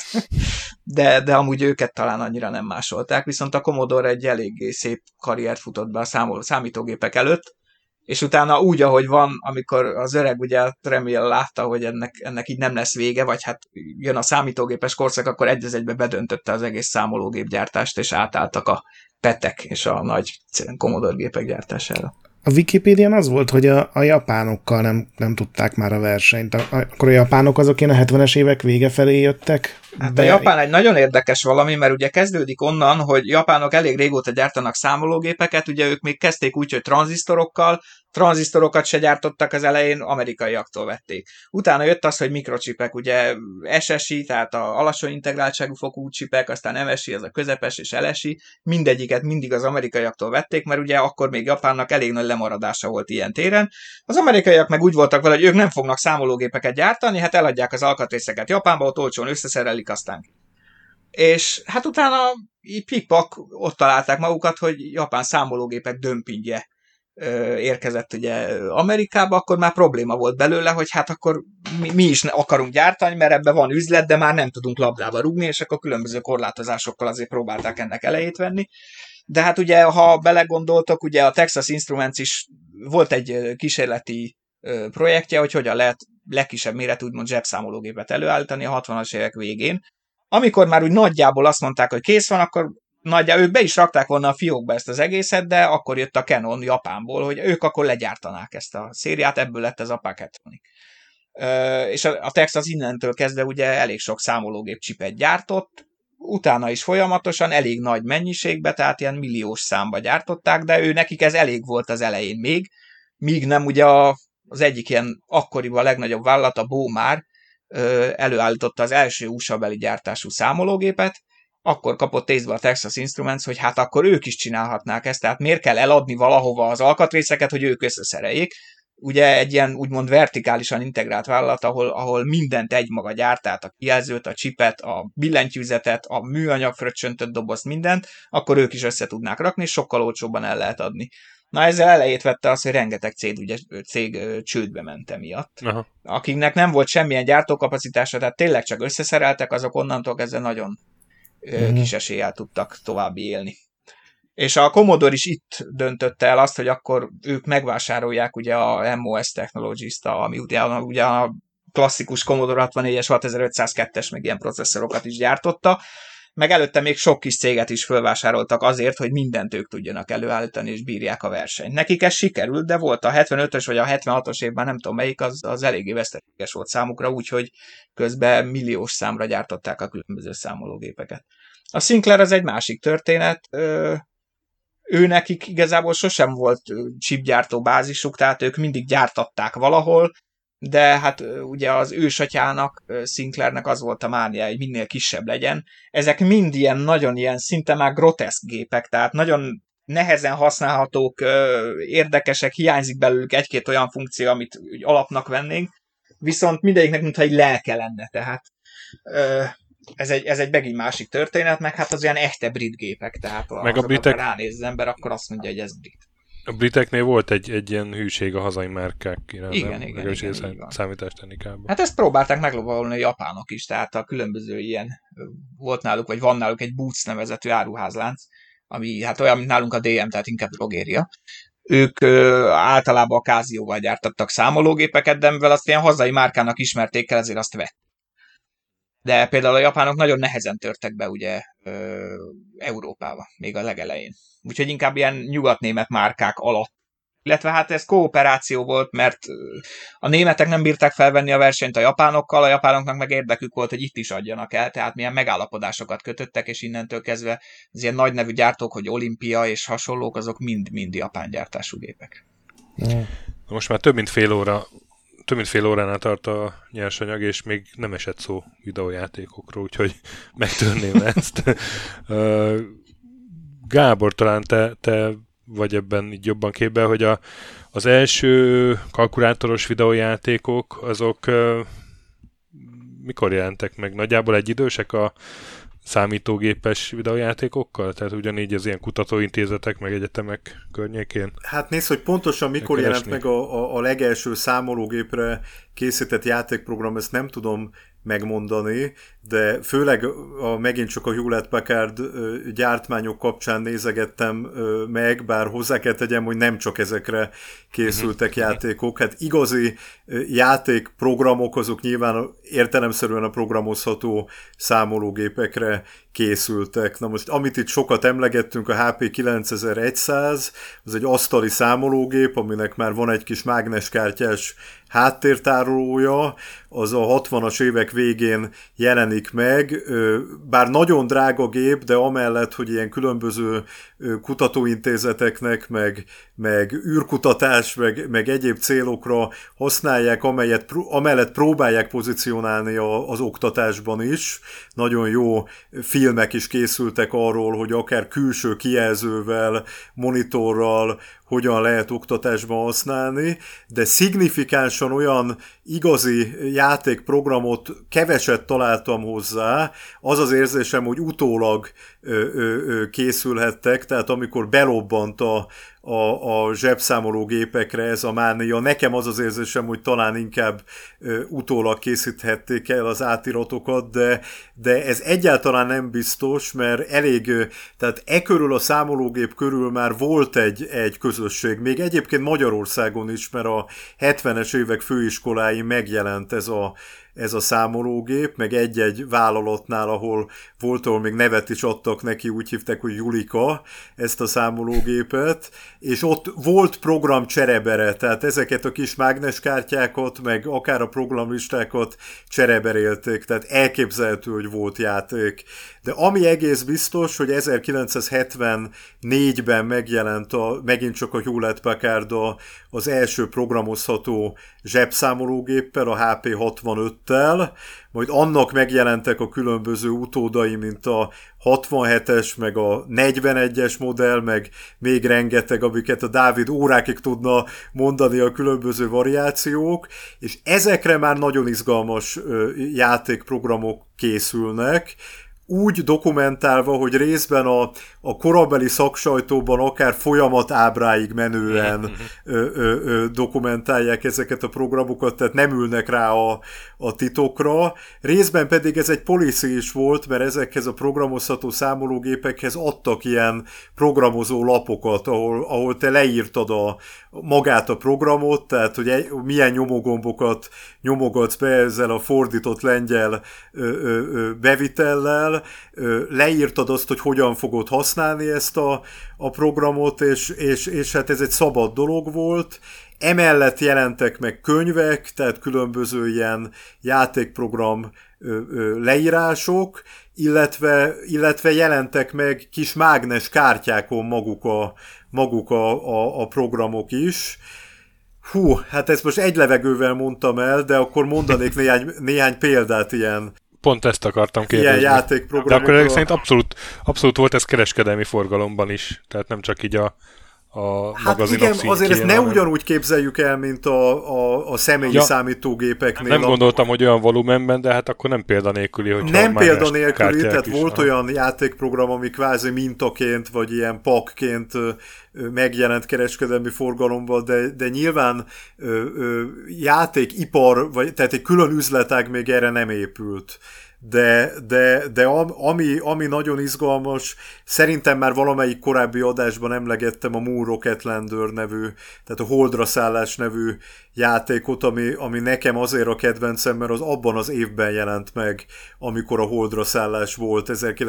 D: de amúgy őket talán annyira nem másolták, viszont a Commodore egy eléggé szép karriert futott be a számítógépek előtt, és utána úgy, ahogy van, amikor az öreg ugye remél látta, hogy ennek így nem lesz vége, vagy hát jön a számítógépes korszak, akkor egy az egybe bedöntötte az egész számológépgyártást, és átálltak a petek és a nagy Commodore gépek gyártására.
B: A Wikipédián az volt, hogy a japánokkal nem tudták már a versenyt. Akkor a japánok azok ilyen a 70-es évek vége felé jöttek?
D: Hát a japán egy nagyon érdekes valami, mert ugye kezdődik onnan, hogy japánok elég régóta gyártanak számológépeket, ugye ők még kezdték úgy, hogy tranzisztorokat se gyártottak az elején, amerikaiaktól vették. Utána jött az, hogy mikrocsipek, ugye SSI, tehát a alacsony integráltságú fokú csipek, aztán MSI, az a közepes és LSI, mindegyiket mindig az amerikaiaktól vették, mert ugye akkor még Japánnak elég nagy lemaradása volt ilyen téren. Az amerikaiak meg úgy voltak vele, hogy ők nem fognak számológépeket gyártani, hát eladják az alkatrészeket Japánba, ott olcsón összeszerelik, aztán. És hát utána pikpak ott találták magukat, hogy japán számológépek dömpingje érkezett ugye Amerikába, akkor már probléma volt belőle, hogy hát akkor mi is akarunk gyártani, mert ebben van üzlet, de már nem tudunk labdába rúgni, és akkor különböző korlátozásokkal azért próbálták ennek elejét venni. De hát ugye, ha belegondoltok, ugye a Texas Instruments is volt egy kísérleti projektje, hogy hogyan lehet legkisebb méretű úgymond zsebszámológépet előállítani a 60-as évek végén. Amikor már úgy nagyjából azt mondták, hogy kész van, akkor nagyjából ők be is rakták volna a fiókba ezt az egészet, de akkor jött a Canon Japánból, hogy ők akkor legyártanák ezt a szériát, ebből lett az APA Catronic. És a Texas innentől kezdve ugye elég sok számológép csipet gyártott, utána is folyamatosan, elég nagy mennyiségbe, tehát ilyen milliós számba gyártották, de nekik ez elég volt az elején míg nem ugye az egyik ilyen akkoriban a legnagyobb vállalat, a Bowmar előállította az első USA-beli gyártású számológépet, akkor kapott észbe a Texas Instruments, hogy hát akkor ők is csinálhatnák ezt, tehát miért kell eladni valahova az alkatrészeket, hogy ők összeszereljék. Ugye egy ilyen úgymond vertikálisan integrált vállalat, ahol mindent egymaga gyárt, tehát a kijelzőt, a csipet, a billentyűzetet, a műanyag fröccsöntött dobozt, mindent, akkor ők is össze tudnák rakni, és sokkal olcsóbban el lehet adni. Na ezzel elejét vette az, hogy rengeteg cég csődbe ment emiatt. Aha. Akiknek nem volt semmilyen gyártókapacitása, tehát tényleg csak összeszereltek, azok onnantól kezdve nagyon kis eséllyel tudtak tovább élni. És a Commodore is itt döntötte el azt, hogy akkor ők megvásárolják ugye a MOS Technologies-t, ami ugye a klasszikus Commodore 64-es 6502-es meg ilyen processzorokat is gyártotta, meg előtte még sok kis céget is fölvásároltak azért, hogy mindent ők tudjanak előállítani, és bírják a versenyt. Nekik ez sikerült, de volt a 75-ös vagy a 76-os évben, nem tudom melyik, az eléggé veszteséges volt számukra, úgyhogy közben milliós számra gyártották a különböző számológépeket. A Sinclair az egy másik történet, ő nekik igazából sosem volt chipgyártó bázisuk, tehát ők mindig gyártatták valahol, de hát ugye az ősatyának, Sinclairnek az volt a mániája, hogy minél kisebb legyen. Ezek mind ilyen nagyon ilyen szinte már groteszk gépek, tehát nagyon nehezen használhatók, érdekesek, hiányzik belőlük egy-két olyan funkció, amit alapnak vennénk, viszont mindegyiknek mintha egy lelke lenne, tehát ez egy megint másik történet, meg hát az olyan echte brit gépek, tehát
A: meg a britek...
D: ha ránéz az ember, akkor azt mondja, hogy ez brit.
A: A briteknél volt egy ilyen hűség a hazai márkák iránt,
D: igen,
A: számítástechnikában.
D: Hát ezt próbálták meglovalni a japánok is, tehát a különböző ilyen, volt náluk, vagy van náluk egy Boots nevezetű áruházlánc, ami hát olyan, mint nálunk a DM, tehát inkább drogéria. ők általában a Casio-val gyártattak számológépeket, de mivel azt ilyen hazai márkának ismerték el, ezért azt vett. De például a japánok nagyon nehezen törtek be ugye Európába, még a legelején. Úgyhogy inkább ilyen nyugatnémet márkák alatt. Illetve hát ez kooperáció volt, mert a németek nem bírták felvenni a versenyt a japánoknak meg érdekük volt, hogy itt is adjanak el, tehát milyen megállapodásokat kötöttek, és innentől kezdve az ilyen nagy nevű gyártók, hogy Olimpia és hasonlók, azok mind japán gyártású gépek.
A: Most már több mint fél óránál tart a nyersanyag, és még nem esett szó videójátékokról, úgyhogy megtörném ezt. Gábor, talán te vagy ebben így jobban képben, hogy az első kalkulátoros videójátékok, azok mikor jelentek meg? Nagyjából egyidősek a számítógépes videójátékokkal? Tehát ugyanígy az ilyen kutatóintézetek, meg egyetemek környékén?
C: Hát nézd, hogy pontosan mikor jelent meg a legelső számológépre készített játékprogram, ezt nem tudom megmondani, de főleg megint csak a Hewlett-Packard gyártmányok kapcsán nézegettem meg, bár hozzá kell tegyem, hogy nem csak ezekre készültek játékok. Hát igazi játékprogramok azok nyilván értelemszerűen a programozható számológépekre készültek. Na most, amit itt sokat emlegettünk, a HP 9100, az egy asztali számológép, aminek már van egy kis mágneskártyás háttértárolója, az a 60-as évek végén jelenik meg, bár nagyon drága gép, de amellett, hogy ilyen különböző kutatóintézeteknek, meg űrkutatás, meg egyéb célokra használják, amellett próbálják pozícionálni az oktatásban is. Nagyon jó filmek is készültek arról, hogy akár külső kijelzővel, monitorral, hogyan lehet oktatásban használni, de szignifikánsan olyan igazi játékprogramot keveset találtam hozzá, az az érzésem, hogy utólag készülhettek, tehát amikor belobbant a zsebszámológépekre ez a mánia, nekem az az érzésem, hogy talán inkább utólag készíthették el az átiratokat, de ez egyáltalán nem biztos, mert tehát körül a számológép körül már volt egy közösség, még egyébként Magyarországon is, mert a 70-es évek főiskoláin megjelent ez a számológép, meg egy-egy vállalatnál, ahol még nevet is adtak neki, úgy hívták, hogy Julika, ezt a számológépet, és ott volt program cserebere, tehát ezeket a kis mágneskártyákat, meg akár a programlistákat csereberélték, tehát elképzelhető, hogy volt játék. De ami egész biztos, hogy 1974-ben megjelent megint csak a Hewlett-Packard az első programozható zsebszámológéppel, a HP65-tel, majd annak megjelentek a különböző utódai, mint a 67-es, meg a 41-es modell, meg még rengeteg, amiket a Dávid órákig tudna mondani a különböző variációk, és ezekre már nagyon izgalmas játékprogramok készülnek, úgy dokumentálva, hogy részben a korabeli szaksajtóban akár folyamatábráig menően dokumentálják ezeket a programokat, tehát nem ülnek rá a titokra. Részben pedig ez egy policy is volt, mert ezekhez a programozható számológépekhez adtak ilyen programozó lapokat, ahol te leírtad magát a programot, tehát hogy milyen nyomógombokat nyomogatsz be ezzel a fordított lengyel bevitellel, leírtad azt, hogy hogyan fogod használni ezt a programot, és hát ez egy szabad dolog volt. Emellett jelentek meg könyvek, tehát különböző ilyen játékprogram leírások, illetve jelentek meg kis mágnes kártyákon maguk a programok is. Hú, hát ezt most egy levegővel mondtam el, de akkor mondanék néhány példát ilyen.
A: Pont ezt akartam kérdezni.
C: Ilyen játékprogramokról.
A: De akkor szerint abszolút volt ez kereskedelmi forgalomban is, tehát nem csak így a magazinok
C: igen, azért ezt ne ugyanúgy képzeljük el, mint a személyi számítógépeknél.
A: Nem gondoltam, hogy olyan volumenben, de hát akkor nem példanélküli, hogy
C: nem példanélküli, tehát volt olyan játékprogram, ami kvázi mintaként, vagy ilyen pakként megjelent kereskedelmi forgalomban, de nyilván játékipar, tehát egy külön üzletág még erre nem épült. de ami nagyon izgalmas, szerintem már valamelyik korábbi adásban emlegettem a Moon Rocket Lander nevű, tehát a Holdra szállás nevű játékot, ami nekem azért a kedvencem, mert az abban az évben jelent meg, amikor a Holdra szállás volt,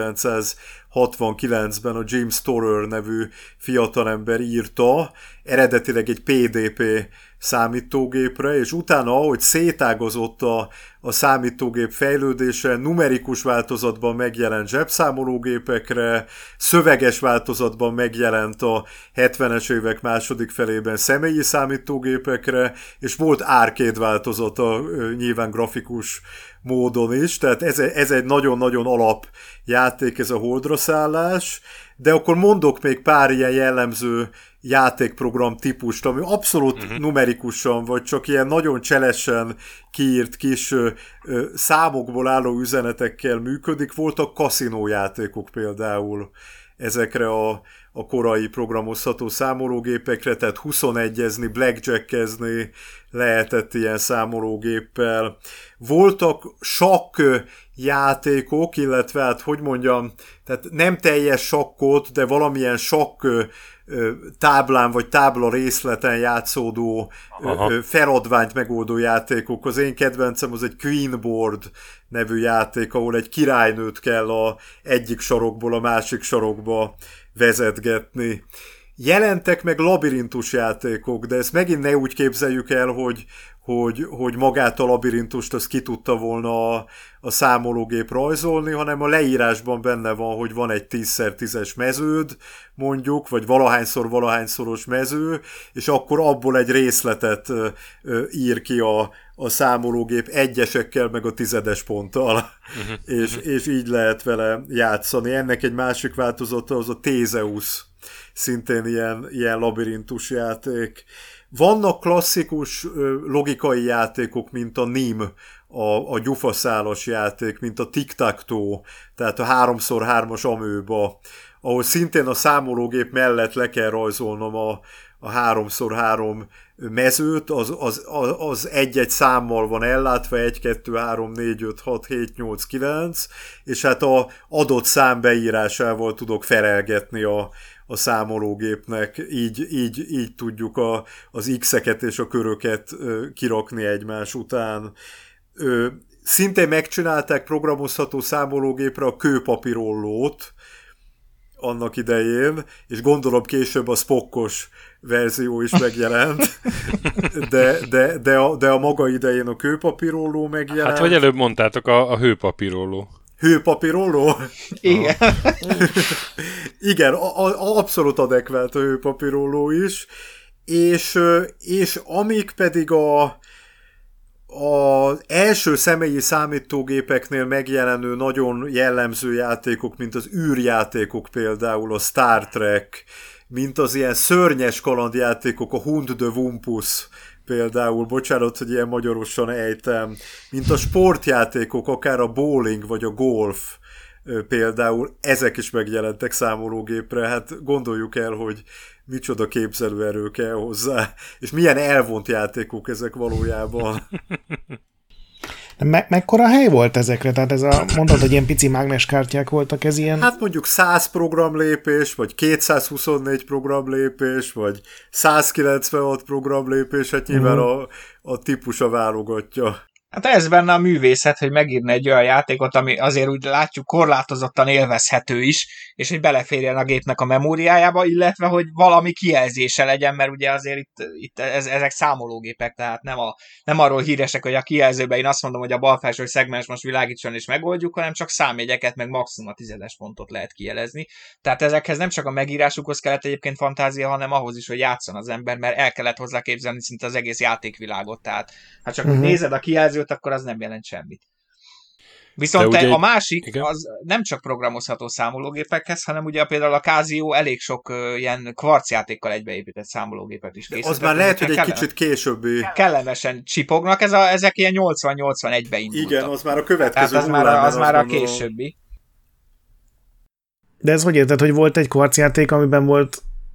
C: 1969-ben a James Storer nevű fiatalember írta, eredetileg egy PDP számítógépre, és utána, ahogy szétágazott a számítógép fejlődése, numerikus változatban megjelent zsebszámológépekre, szöveges változatban megjelent a 70-es évek második felében személyi számítógépekre, és volt arcade változata nyilván grafikus módon is, tehát ez egy nagyon-nagyon alap játék, ez a Holdra szállás, de akkor mondok még pár ilyen jellemző játékprogram típust, ami abszolút numerikusan, vagy csak ilyen nagyon cselesen kiírt kis számokból álló üzenetekkel működik. Voltak kaszinójátékok például ezekre a korai programozható számológépekre, tehát 21-ezni, blackjackezni lehetett ilyen számológéppel. Voltak sakk játékok, illetve hát hogy mondjam, tehát nem teljes sakkot, de valamilyen sakk táblán vagy tábla részleten játszódó feladványt megoldó játékok. Az én kedvencem az egy Queen Board nevű játék, ahol egy királynőt kell egyik sarokból a másik sarokba vezetgetni. Jelentek meg labirintus játékok, de ezt megint ne úgy képzeljük el, hogy magát a labirintust azt ki tudta volna a számológép rajzolni, hanem a leírásban benne van, hogy van egy 10x10-es meződ, mondjuk, vagy valahányszoros mező, és akkor abból egy részletet ír ki a számológép egyesekkel, meg a tizedes ponttal, és így lehet vele játszani. Ennek egy másik változata az a Theseus, szintén ilyen labirintus játék. Vannak klasszikus logikai játékok, mint a NIM, a gyufaszálas játék, mint a Tic-Tac-Toe, tehát a 3x3-as amőba, ahol szintén a számológép mellett le kell rajzolnom a 3x3 mezőt, az egy-egy számmal van ellátva, 1, 2, 3, 4, 5, 6, 7, 8, 9, és hát a adott szám beírásával tudok felelgetni a számológépnek, így tudjuk az x-eket és a köröket kirakni egymás után. Szintén megcsinálták programozható számológépre a kőpapírollót annak idején, és gondolom később a Spockos verzió is megjelent, de a maga idején a kőpapírolló megjelent.
A: Hát vagy előbb mondtátok a hőpapírolló.
C: Hőpapírolló?
D: Igen.
C: Igen, abszolút adekvált a hőpapírolló is, és amik pedig az első személyi számítógépeknél megjelenő nagyon jellemző játékok, mint az űrjátékok például, a Star Trek, mint az ilyen szörnyes kalandjátékok, a Hund de Wumpus például, bocsánat, hogy ilyen magyarosan ejtem, mint a sportjátékok, akár a bowling vagy a golf például, ezek is megjelentek számológépre, hát gondoljuk el, hogy micsoda képzelőerő kell hozzá, és milyen elvont játékok ezek valójában.
B: Mekkora hely volt ezekre? Tehát mondtad, hogy ilyen pici mágneskártyák voltak, ez ilyen...
C: Hát mondjuk 100 programlépés, vagy 224 programlépés, vagy 196 programlépés, hát nyilván a típusa válogatja.
D: Hát ez benne a művészet, hogy megírni egy olyan játékot, ami azért úgy látjuk korlátozottan élvezhető is, és hogy beleférjen a gépnek a memóriájába, illetve hogy valami kijelzése legyen, mert ugye azért itt ezek számológépek, tehát nem arról híresek, hogy a kijelzőben én azt mondom, hogy a bal felső szegmens most világítson és megoldjuk, hanem csak számjegyeket, meg maximum a tizedes pontot lehet kijelezni. Tehát ezekhez nem csak a megírásukhoz kellett egyébként fantázia, hanem ahhoz is, hogy játszon az ember, mert el kellett hozzá képzelni szinte az egész játékvilágot. Tehát ha csak nézed a kijelzőt, akkor az nem jelent semmit. Viszont a másik, igen, az nem csak programozható számológépekhez, hanem ugye például a Casio elég sok ilyen kvarcjátékkal egybeépített számológépet is készített.
C: Az már lehet, hogy egy kicsit későbbi.
D: Kellemesen csipognak, ezek ilyen 80-81-ben indultak.
C: Igen, az már a következő
D: hullám. Az már a későbbi.
B: De ez hogy érted, hogy volt egy kvarcjáték, amiben volt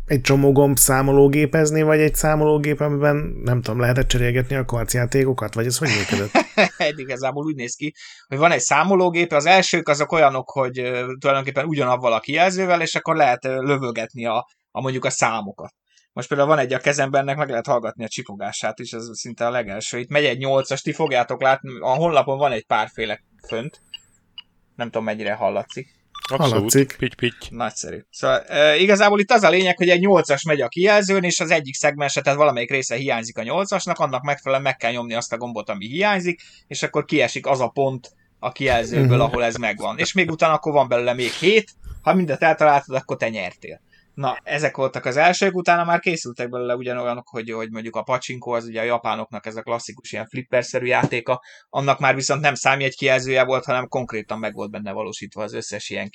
B: egy csomó gomb számológépezni, vagy egy számológép, amiben nem tudom, lehetett cserélgetni a kartjátékokat, vagy ez hogy működött?
D: Igazából úgy néz ki, hogy van egy számológép, az elsők azok olyanok, hogy tulajdonképpen ugyanavval a kijelzővel, és akkor lehet lövögetni mondjuk a számokat. Most például van egy a kezemben, ennek meg lehet hallgatni a csipogását is, ez szinte a legelső. Itt megy egy 8-as, ti fogjátok látni, a honlapon van egy párféle fönt. Nem tudom, mennyire hallatszik.
A: Abszolút, pitty.
D: Nagyszerű. Szóval igazából itt az a lényeg, hogy egy 8-as megy a kijelzőn, és az egyik szegmense, tehát valamelyik része hiányzik a 8-asnak, annak megfelelően meg kell nyomni azt a gombot, ami hiányzik, és akkor kiesik az a pont a kijelzőből, ahol ez megvan. És még utána akkor van belőle még 7, ha mindet eltaláltad, akkor te nyertél. Na, ezek voltak az elsők, utána már készültek belőle ugyanolyanok, hogy mondjuk a pacsinko, az ugye a japánoknak ez a klasszikus ilyen flipperszerű játéka, annak már viszont nem számjegy kijelzője volt, hanem konkrétan meg volt benne valósítva az összes ilyen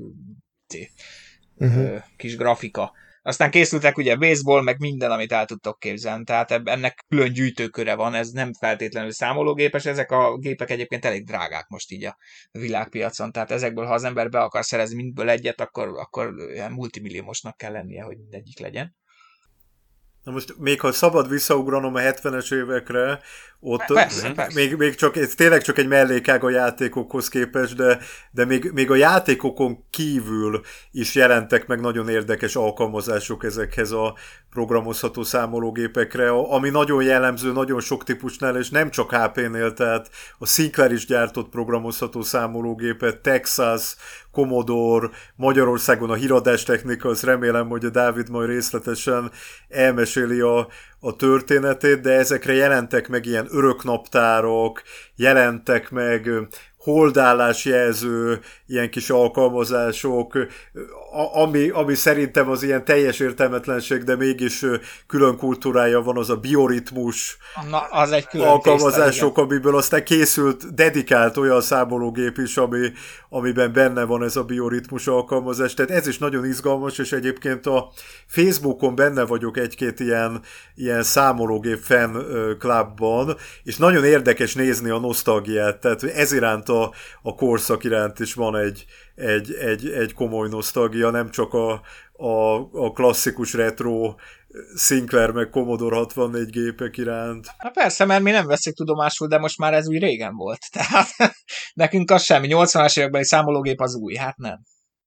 D: kis grafika. Aztán készültek ugye baseball, meg minden, amit el tudtok képzelni, tehát ennek külön gyűjtőköre van, ez nem feltétlenül számológépes, ezek a gépek egyébként elég drágák most így a világpiacon, tehát ezekből, ha az ember be akar szerezni mindből egyet, akkor multimilliómosnak kell lennie, hogy mindegyik legyen.
C: Na most még ha szabad visszaugranom a 70-es évekre, ott
D: persze.
C: Még csak, ez tényleg csak egy mellékág a játékokhoz képest, de még a játékokon kívül is jelentek meg nagyon érdekes alkalmazások ezekhez a programozható számológépekre, ami nagyon jellemző, nagyon sok típusnál, és nem csak HP-nél, tehát a Sinclair is gyártott programozható számológépet, Texas, Commodore, Magyarországon a híradás technika, azt remélem, hogy a Dávid majd részletesen elmeséli a történetét, de ezekre jelentek meg ilyen öröknaptárok, jelentek meg holdálásjelző, ilyen kis alkalmazások, ami szerintem az ilyen teljes értelmetlenség, de mégis külön kultúrája van, az a bioritmus.
D: Na, az egy külön
C: alkalmazások, tészta, amiből aztán készült dedikált olyan számológép is, amiben benne van ez a bioritmus alkalmazás. Tehát ez is nagyon izgalmas, és egyébként a Facebookon benne vagyok egy-két ilyen számológép fan clubban, és nagyon érdekes nézni a nosztalgiát, tehát ez iránt a korszak iránt is van egy komoly nosztalgia, nem csak a klasszikus retro Sinclair meg Commodore 64 gépek iránt.
D: Na persze, mert mi nem veszik tudomásul, de most már ez úgy régen volt. Tehát nekünk az semmi. 80-as évekbeli számológép az új, hát nem.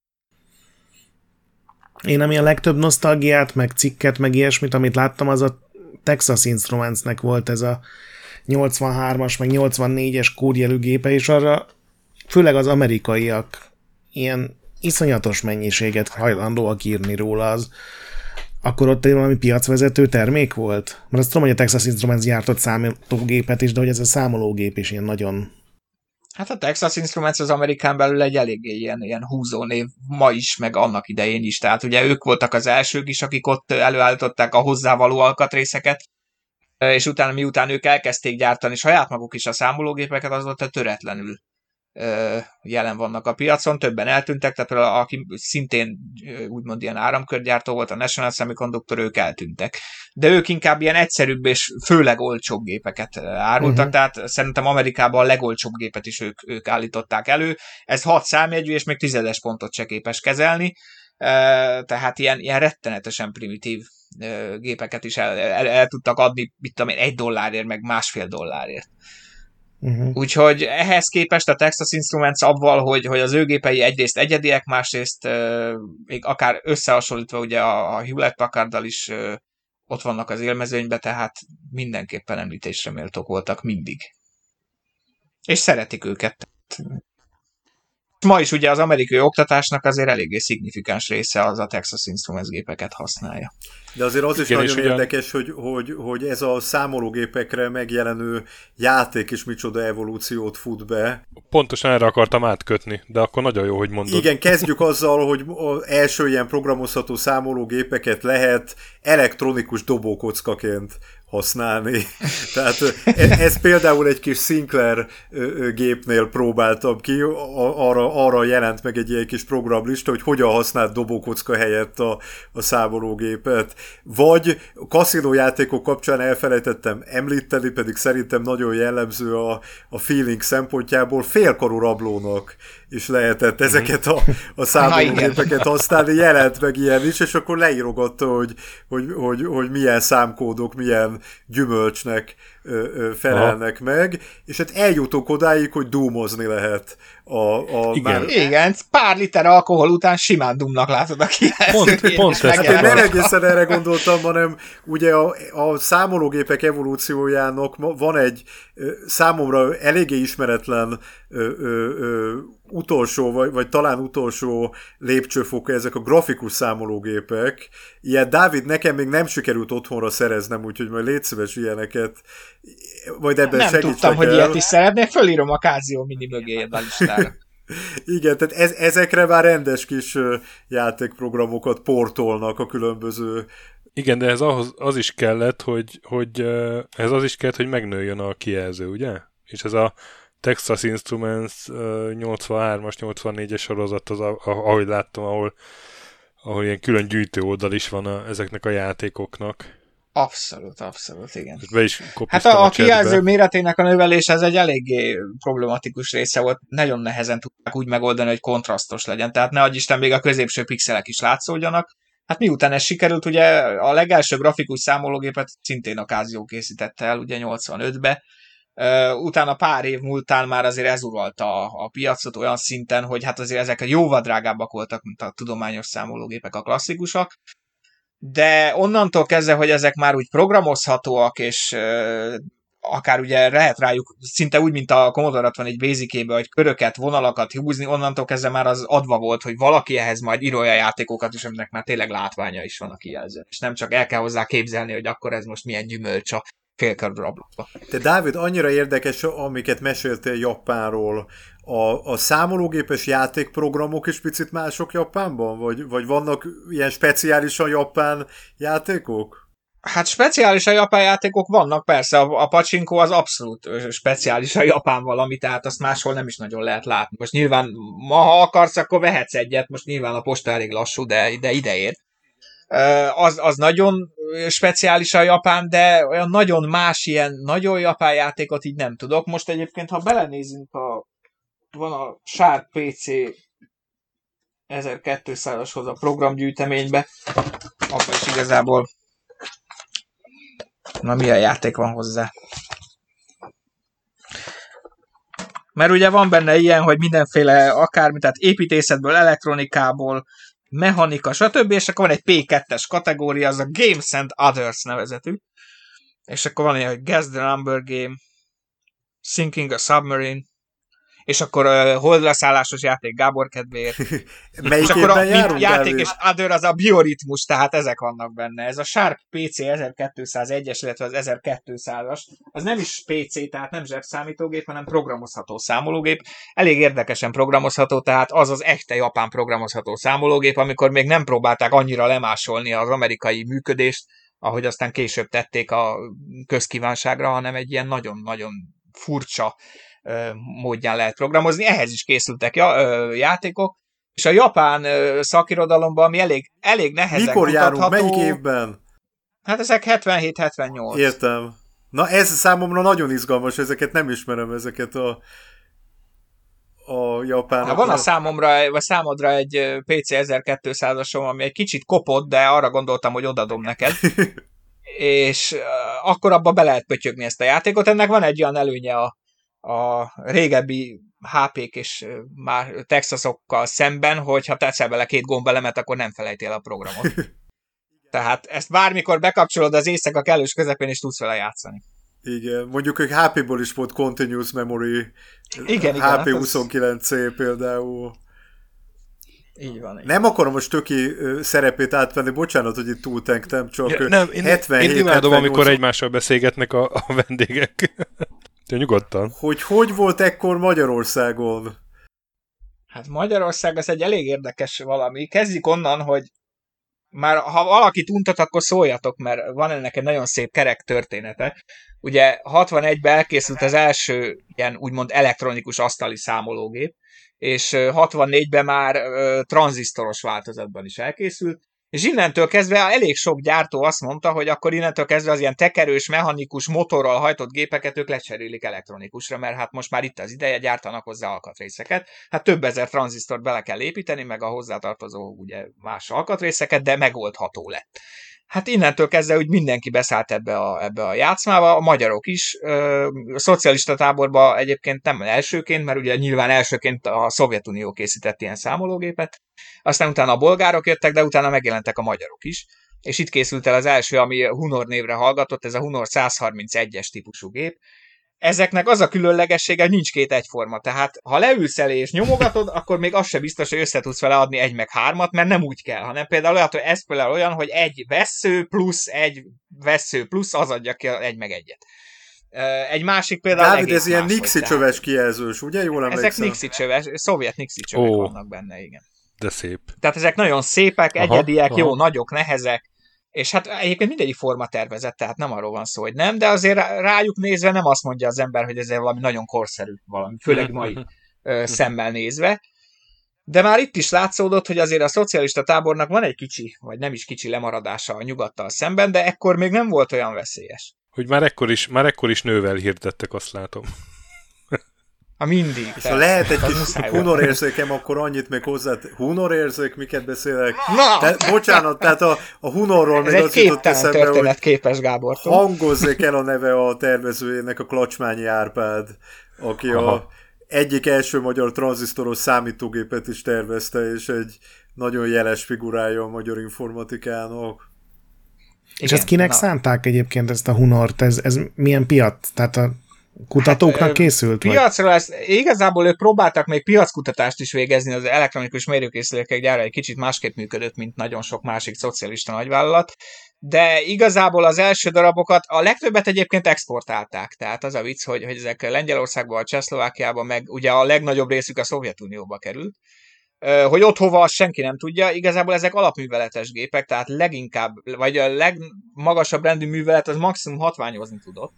B: Én ami a legtöbb nosztalgiát, meg cikket, meg ilyesmit, amit láttam, az a Texas Instrumentsnek volt ez a 83-as, meg 84-es kódjelű gépe, és arra főleg az amerikaiak ilyen iszonyatos mennyiséget hajlandóak írni róla, akkor ott egy valami piacvezető termék volt? Mert azt tudom, hogy a Texas Instruments gyártott számítógépet is, de hogy ez a számológép is ilyen nagyon...
D: Hát a Texas Instruments az Amerikán belül egy eléggé ilyen húzónév ma is, meg annak idején is. Tehát ugye ők voltak az elsők is, akik ott előállították a hozzávaló alkatrészeket, és utána miután ők elkezdték gyártani saját maguk is a számológépeket, azóta töretlenül jelen vannak a piacon, többen eltűntek, tehát például aki szintén úgymond ilyen áramkörgyártó volt, a National Semiconductor, ők eltűntek. De ők inkább ilyen egyszerűbb és főleg olcsóbb gépeket árultak, tehát szerintem Amerikában a legolcsóbb gépet is ők állították elő. Ez 6 számjegyű, és még 10-es pontot se képes kezelni, tehát ilyen rettenetesen primitív gépeket is el tudtak adni, mit tudom én, $1, meg $1,5. Úgyhogy ehhez képest a Texas Instruments avval, hogy az ő gépei egyrészt egyediek, másrészt még akár összehasonlítva ugye a Hewlett-Packarddal is ott vannak az élmezőnyben, tehát mindenképpen említésre méltók voltak mindig. És szeretik őket. Ma is ugye az amerikai oktatásnak azért eléggé szignifikáns része az a Texas Instruments gépeket használja.
C: De azért az is nagyon érdekes, hogy ez a számológépekre megjelenő játék is micsoda evolúciót fut be.
A: Pontosan erre akartam átkötni, de akkor nagyon jó, hogy mondod.
C: Igen, kezdjük azzal, hogy az első ilyen programozható számológépeket lehet elektronikus dobókockaként használni. Tehát ez például egy kis Sinclair gépnél próbáltam ki, arra jelent meg egy ilyen kis programlista, hogy hogyan használt dobókocka helyett a számológépet. Vagy kaszinójátékok kapcsán elfelejtettem említeni, pedig szerintem nagyon jellemző a feeling szempontjából, félkarú rablónak is lehetett ezeket a számológépeket használni, jelent meg ilyen is, és akkor leírogatta, hogy milyen számkódok, milyen gyümölcsnek felelnek meg, és hát eljutok odáig, hogy dúmozni lehet.
D: Igen, pár liter alkohol után simán dumnak látod a kijelzőt.
A: Pont
C: hát én nem egészen erre gondoltam, hanem ugye a számológépek evolúciójának van egy számomra eléggé ismeretlen utolsó, vagy talán utolsó lépcsőfok, ezek a grafikus számológépek. Ilyen, Dávid, nekem még nem sikerült otthonra szereznem, úgyhogy majd légy szíves ilyeneket, majd ebben
D: nem
C: segítsek
D: tudtam,
C: el.
D: hogy ilyet is szeretnék, fölírom a Casio Mini mögé a listára.
C: Igen, tehát ezekre már rendes kis játékprogramokat portolnak a különböző.
A: Igen, de ez az is kellett, hogy megnőjön a kijelző, ugye? És ez a Texas Instruments 83-as, 84-es sorozat az, ahogy láttam, ahol ilyen külön gyűjtő oldal is van ezeknek a játékoknak.
D: Abszolút, igen.
A: Be is
D: hát a kijelző méretének a növelése ez egy eléggé problematikus része volt. Nagyon nehezen tudták úgy megoldani, hogy kontrasztos legyen. Tehát ne adj Isten, még a középső pixelek is látszódjanak. Hát miután ez sikerült, ugye a legelső grafikus számológépet szintén a Casio készítette el, ugye 85-be. Utána pár év múltán már azért ez uralta a piacot olyan szinten, hogy hát azért ezek jóval drágábbak voltak, mint a tudományos számológépek, a klasszikusak. De onnantól kezdve, hogy ezek már úgy programozhatóak, és akár ugye lehet rájuk, szinte úgy, mint a Commodore 64 Basic-ébe, hogy köröket, vonalakat húzni, onnantól kezdve már az adva volt, hogy valaki ehhez majd ír olyan játékokat is, aminek már tényleg látványa is van a kijelzőn. És nem csak el kell hozzá képzelni, hogy akkor ez most milyen gyümölcs a félkör rablóba.
C: Te, Dávid, annyira érdekes, amiket meséltél Japánról. A számológépes játékprogramok is picit mások Japánban? Vagy vannak ilyen speciálisan japán játékok?
D: Hát speciálisan japán játékok vannak, persze, a pacsinko az abszolút speciálisan japán valami, tehát azt máshol nem is nagyon lehet látni. Most nyilván, ha akarsz, akkor vehetsz egyet, most nyilván a posta elég lassú, de ide ér. Az nagyon speciálisan japán, de olyan nagyon más ilyen nagyon japán játékot így nem tudok. Most egyébként, ha belenézünk van a Sharp PC 1200-ashoz a programgyűjteménybe, abban is igazából milyen játék van hozzá. Mert ugye van benne ilyen, hogy mindenféle akármi, tehát építészetből, elektronikából, mechanika, stb. És akkor van egy P2-es kategória, az a Games and Others nevezetű. És akkor van ilyen, hogy Guess the Number Game, Sinking a Submarine, és akkor holdra szállásos játék Gábor kedvéért. És akkor a játék és Other az a bioritmus, tehát ezek vannak benne. Ez a Sharp PC 1201-es, illetve az 1200-as, az nem is PC, tehát nem zsebszámítógép, hanem programozható számológép. Elég érdekesen programozható, tehát az echte japán programozható számológép, amikor még nem próbálták annyira lemásolni az amerikai működést, ahogy aztán később tették a közkívánságra, hanem egy ilyen nagyon-nagyon furcsa módján lehet programozni. Ehhez is készültek játékok, és a japán szakirodalomban, ami elég nehezen
C: mikor
D: kutatható.
C: Járunk? Melyik évben?
D: Hát ezek 77-78.
C: Értem. Na ez számomra nagyon izgalmas, ezeket nem ismerem, ezeket a japánok.
D: Hát van a számodra egy PC 1200-asom, ami egy kicsit kopott, de arra gondoltam, hogy odadom neked. És akkor abba be lehet pötyögni ezt a játékot. Ennek van egy olyan előnye a régebbi HP-k és már Texasokkal szemben, hogyha teszel bele 2 gombelemet, akkor nem felejtél a programot. Tehát ezt bármikor bekapcsolod az éjszaka kellős közepén, és tudsz vele játszani.
C: Igen, mondjuk, hogy HP-ból is volt Continuous Memory,
D: igen,
C: HP 29C például.
D: Így van.
C: Nem akarom most Töki szerepét átvenni, bocsánat, hogy itt túltenktem, csak
A: nem, én imádom, amikor egymással beszélgetnek a vendégek. Nyugodtan.
C: Hogy volt ekkor Magyarországon?
D: Hát Magyarország az egy elég érdekes valami. Kezdjük onnan, hogy már ha valakit untat, akkor szóljatok, mert van ennek egy nagyon szép kerek története. Ugye 61-ben elkészült az első ilyen úgymond elektronikus asztali számológép, és 64-ben már tranzisztoros változatban is elkészült, És innentől kezdve elég sok gyártó azt mondta, hogy akkor innentől kezdve az ilyen tekerős, mechanikus, motorral hajtott gépeket ők lecserélik elektronikusra, mert hát most már itt az ideje, gyártanak hozzá alkatrészeket. Hát több ezer tranzisztort bele kell építeni, meg a hozzátartozó ugye más alkatrészeket, de megoldható lett. Hát innentől kezdve úgy mindenki beszállt ebbe a játszmába, a magyarok is. A szocialista táborban egyébként nem elsőként, mert ugye nyilván elsőként a Szovjetunió készített ilyen számológépet, aztán utána a bolgárok jöttek, de utána megjelentek a magyarok is, és itt készült el az első, ami Hunor névre hallgatott, ez a Hunor 131-es típusú gép. Ezeknek az a különlegessége, hogy nincs két egyforma, tehát ha leülsz elé és nyomogatod, akkor még az se biztos, hogy össze tudsz vele adni 1 meg 3-at, mert nem úgy kell, hanem például olyan, hogy ez például olyan, hogy egy vessző plusz az adja ki 1 meg 1-et. Egy másik például
C: Dávid, ez ilyen Nixi csöves kijelzős, ugye? Jól emlékszem?
D: Ezek Nixi csöves, szovjet Nixi csövek vannak benne, igen.
A: De szép.
D: Tehát ezek nagyon szépek, egyediek, jó, nagyok, nehezek, és hát egyébként mindegyik forma tervezett, tehát nem arról van szó, hogy nem, de azért rájuk nézve nem azt mondja az ember, hogy ez valami nagyon korszerű valami, főleg mai szemmel nézve. De már itt is látszódott, hogy azért a szocialista tábornak van egy kicsi, vagy nem is kicsi lemaradása a nyugattal szemben, de ekkor még nem volt olyan veszélyes.
A: Hogy már ekkor is nővel hirdettek, azt látom.
D: Mindig.
C: És ha lehet egy kis hunorérzékem, akkor annyit még hozzá... Hunorérzék, miket beszélek? Bocsánat, tehát a hunorról még az jutott eszembe, hogy
D: képes Gábortól.
C: Hangozzék el a neve a tervezőjének, a Klacsmányi Árpád, aki a egyik első magyar tranzisztoros számítógépet is tervezte, és egy nagyon jeles figurája a magyar informatikának.
B: És ezt kinek szánták egyébként ezt a Hunort? Ez milyen piac? Tehát a kutatóknak készült?
D: Piacra igazából ők próbáltak még piackutatást is végezni, az elektronikus mérőkészülékek gyára egy kicsit másképp működött, mint nagyon sok másik szocialista nagyvállalat, de igazából az első darabokat, a legtöbbet egyébként exportálták, tehát az a vicc, hogy ezek Lengyelországban, a Csehszlovákiában, meg ugye a legnagyobb részük a Szovjetunióba került. Hogy ott hova, azt senki nem tudja, igazából ezek alapműveletes gépek, tehát leginkább, vagy a legmagasabb rendű művelet az maximum hatványozni tudott.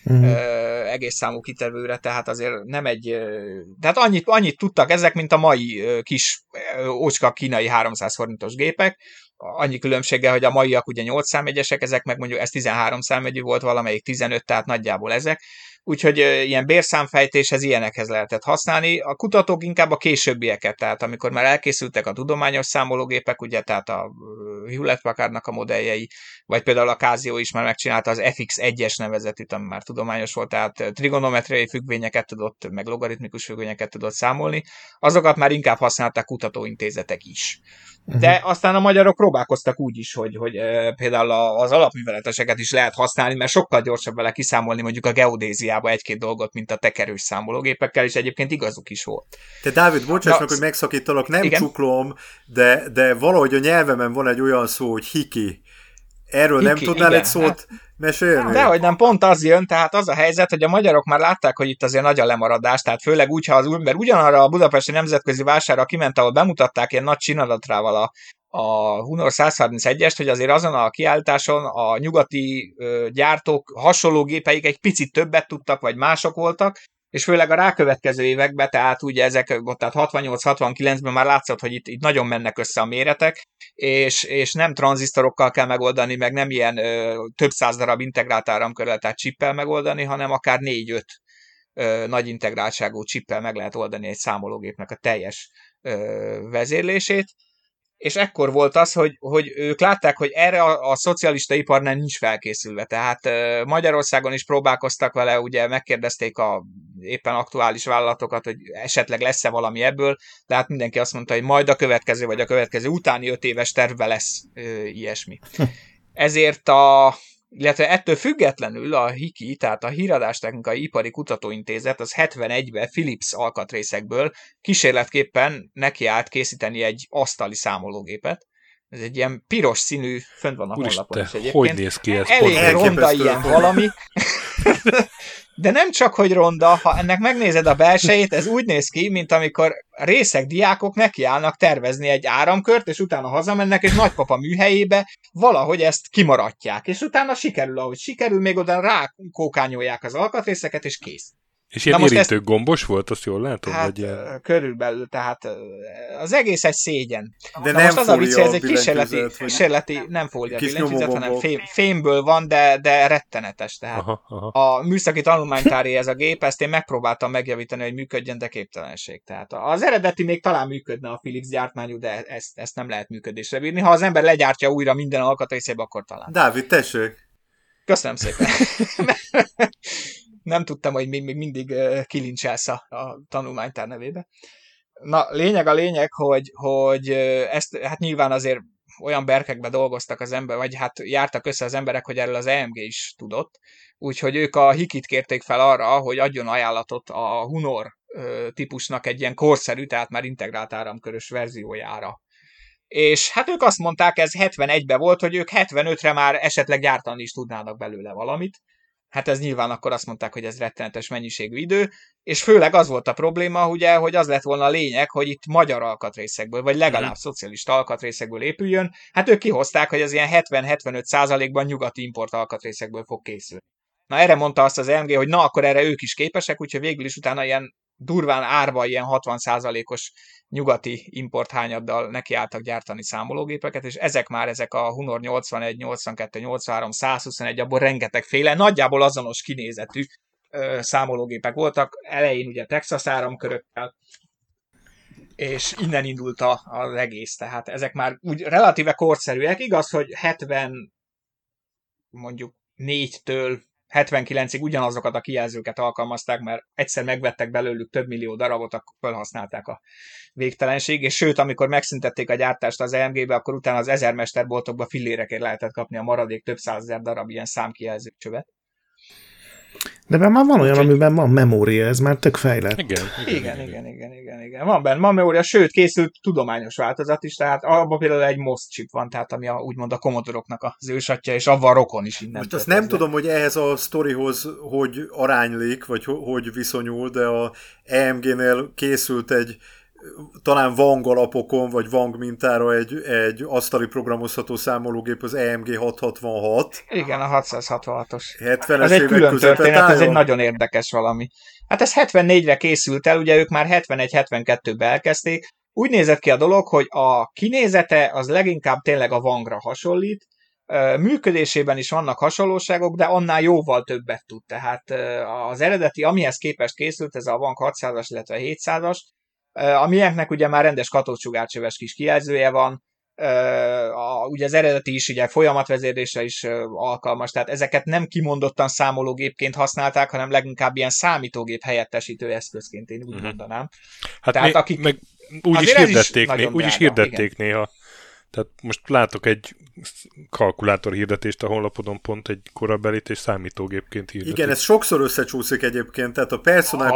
D: Egész számú kitevőre, tehát azért nem egy... Tehát annyit tudtak ezek, mint a mai kis ócska kínai 300 forintos gépek, annyi különbséggel, hogy a maiak ugye 8 számjegyesek, ezek meg mondjuk ez 13 számjegyű volt, valamelyik 15, tehát nagyjából ezek. Úgyhogy ilyen bérszámfejtéshez ilyenekhez lehetett használni. A kutatók inkább a későbbieket, tehát amikor már elkészültek a tudományos számológépek, ugye, tehát a Hewlett-Packardnak a modelljei, vagy például a Casio is már megcsinálta az FX1-es nevezetűt, ami már tudományos volt, tehát trigonometriai függvényeket tudott, meg logaritmikus függvényeket tudott számolni, azokat már inkább használták kutatóintézetek is. De aztán a magyarok próbálkoztak úgy is, hogy például az alapműveleteseket is lehet használni, mert sokkal gyorsabb vele kiszámolni mondjuk a geodéziába egy-két dolgot, mint a tekerős számológépekkel, és egyébként igazuk is volt.
C: Te Dávid, bocsáss meg, hogy megszakítalak, nem igen? Csuklom, de valahogy a nyelvemen van egy olyan szó, hogy hiki. Erről nem tudnál igen, egy szót mesélni?
D: Dehogy nem, pont az jön, tehát az a helyzet, hogy a magyarok már látták, hogy itt azért nagy a lemaradás, tehát főleg úgy, ha az ember ugyanarra a budapesti nemzetközi vásárra kiment, ahol bemutatták ilyen nagy csinadatrával a Hunor 131-est, hogy azért azon a kiállításon a nyugati gyártók hasonló gépeik egy picit többet tudtak, vagy mások voltak, és főleg a rákövetkező években, tehát ugye ezek, tehát 68-69-ben már látszott, hogy itt nagyon mennek össze a méretek, és nem tranzisztorokkal kell megoldani, meg nem ilyen több száz darab integrált áramkörrel, tehát csippel megoldani, hanem akár 4-5 nagy integráltságú csippel meg lehet oldani egy számológépnek a teljes vezérlését. És ekkor volt az, hogy ők látták, hogy erre a szocialista iparnál nincs felkészülve. Tehát Magyarországon is próbálkoztak vele, ugye megkérdezték a éppen aktuális vállalatokat, hogy esetleg lesz-e valami ebből, de hát mindenki azt mondta, hogy majd a következő, vagy a következő utáni 5 éves tervbe lesz ilyesmi. Ezért illetve ettől függetlenül a HIKI, tehát a Híradástechnikai Ipari Kutatóintézet az 71-ben Philips alkatrészekből kísérletképpen nekiállt készíteni egy asztali számológépet. Ez egy ilyen piros színű, fönt van a honlapon is egyébként.
A: Hogy néz ki ez?
D: Elég ronda ilyen valami. De nem csak, hogy ronda, ha ennek megnézed a belsejét, ez úgy néz ki, mint amikor részeg diákok nekiállnak tervezni egy áramkört, és utána hazamennek, és nagypapa műhelyébe valahogy ezt kimaradják. És utána sikerül, ahogy sikerül, még oda rákókányolják az alkatrészeket, és kész.
A: És ilyen érintő gombos volt, azt jól látom?
D: Hát
A: vagy
D: körülbelül, tehát az egész egy szégyen.
C: De
D: na
C: nem
D: most az a vicc, ez egy
C: kísérleti
D: nem fólia billentyűzet, hanem fémből van, de rettenetes. Tehát a műszaki tanulmánytári ez a gép, ezt én megpróbáltam megjavítani, hogy működjön, de képtelenség. Tehát az eredeti még talán működne a Philips gyártmányú, de ezt nem lehet működésre bírni. Ha az ember legyártja újra minden alkatrészébe, akkor talán.
C: Dávid, tessék! Köszönöm
D: szépen! Nem tudtam, hogy még mindig kilincselsz a tanulmánytár nevébe. Na, lényeg, hogy ezt, hát nyilván azért olyan berkekbe dolgoztak az ember, vagy hát jártak össze az emberek, hogy erről az EMG is tudott, úgyhogy ők a Hikit kérték fel arra, hogy adjon ajánlatot a Hunor típusnak egy ilyen korszerű, tehát már integrált áramkörös verziójára. És hát ők azt mondták, ez 71-ben volt, hogy ők 75-re már esetleg gyártani is tudnának belőle valamit. Hát ez nyilván akkor azt mondták, hogy ez rettenetes mennyiségű idő, és főleg az volt a probléma, ugye, hogy az lett volna a lényeg, hogy itt magyar alkatrészekből, vagy legalább szocialista alkatrészekből épüljön. Hát ők kihozták, hogy ez ilyen 70-75%-ban nyugati import alkatrészekből fog készülni. Na erre mondta azt az EMG, hogy na akkor erre ők is képesek, úgyhogy végül is utána ilyen durván árva ilyen 60%-os nyugati importhányaddal nekiálltak gyártani számológépeket, és ezek a Hunor 81, 82, 83, 121, abból rengetegféle, nagyjából azonos kinézetű számológépek voltak, elején ugye Texas áramkörökkel, és innen indult az egész, tehát ezek már úgy relatíve korszerűek, igaz, hogy 70 mondjuk 4-től 79-ig ugyanazokat a kijelzőket alkalmazták, mert egyszer megvettek belőlük több millió darabot, akkor felhasználták a végtelenség, és sőt, amikor megszüntették a gyártást az EMG-be, akkor utána az 1000 mesterboltokba fillérekért lehetett kapni a maradék több százezer darab ilyen számkijelzőcsövet.
B: De már van olyan, amiben van memória, ez már tök fejlett.
D: Igen. Van benne memória, sőt, készült tudományos változat is, tehát abban például egy MOS chip van, tehát ami úgymond a Commodore-oknak az ősatja, és avval rokon is innen.
C: Most azt nem tudom, hogy ehhez a sztorihoz hogy aránylik, vagy hogy viszonyul, de a EMG-nél készült egy talán Wang alapokon, vagy Wang mintára egy asztali programozható számológép, az EMG 666.
D: Igen, a 666-os.
C: 70-es
D: ez egy külön történet, ez egy nagyon érdekes valami. Hát ez 74-re készült el, ugye ők már 71-72-ben elkezdték. Úgy nézett ki a dolog, hogy a kinézete az leginkább tényleg a Wangra hasonlít, működésében is vannak hasonlóságok, de annál jóval többet tud. Tehát az eredeti, amihez képest készült, ez a Wang 600-as, illetve 700-as, a miénknek ugye már rendes katódsugárcsöves kis kijelzője van, ugye az eredeti is ugye folyamatvezérlésre is alkalmas, tehát ezeket nem kimondottan számológépként használták, hanem leginkább ilyen számítógép helyettesítő eszközként, én úgy mondanám.
A: Hát tehát akik meg úgy is hirdették néha. Tehát most látok egy kalkulátor hirdetést a honlapodon, pont egy korabelit és számítógépként hirdetik.
C: Igen, ez sokszor összecsúszik egyébként, tehát a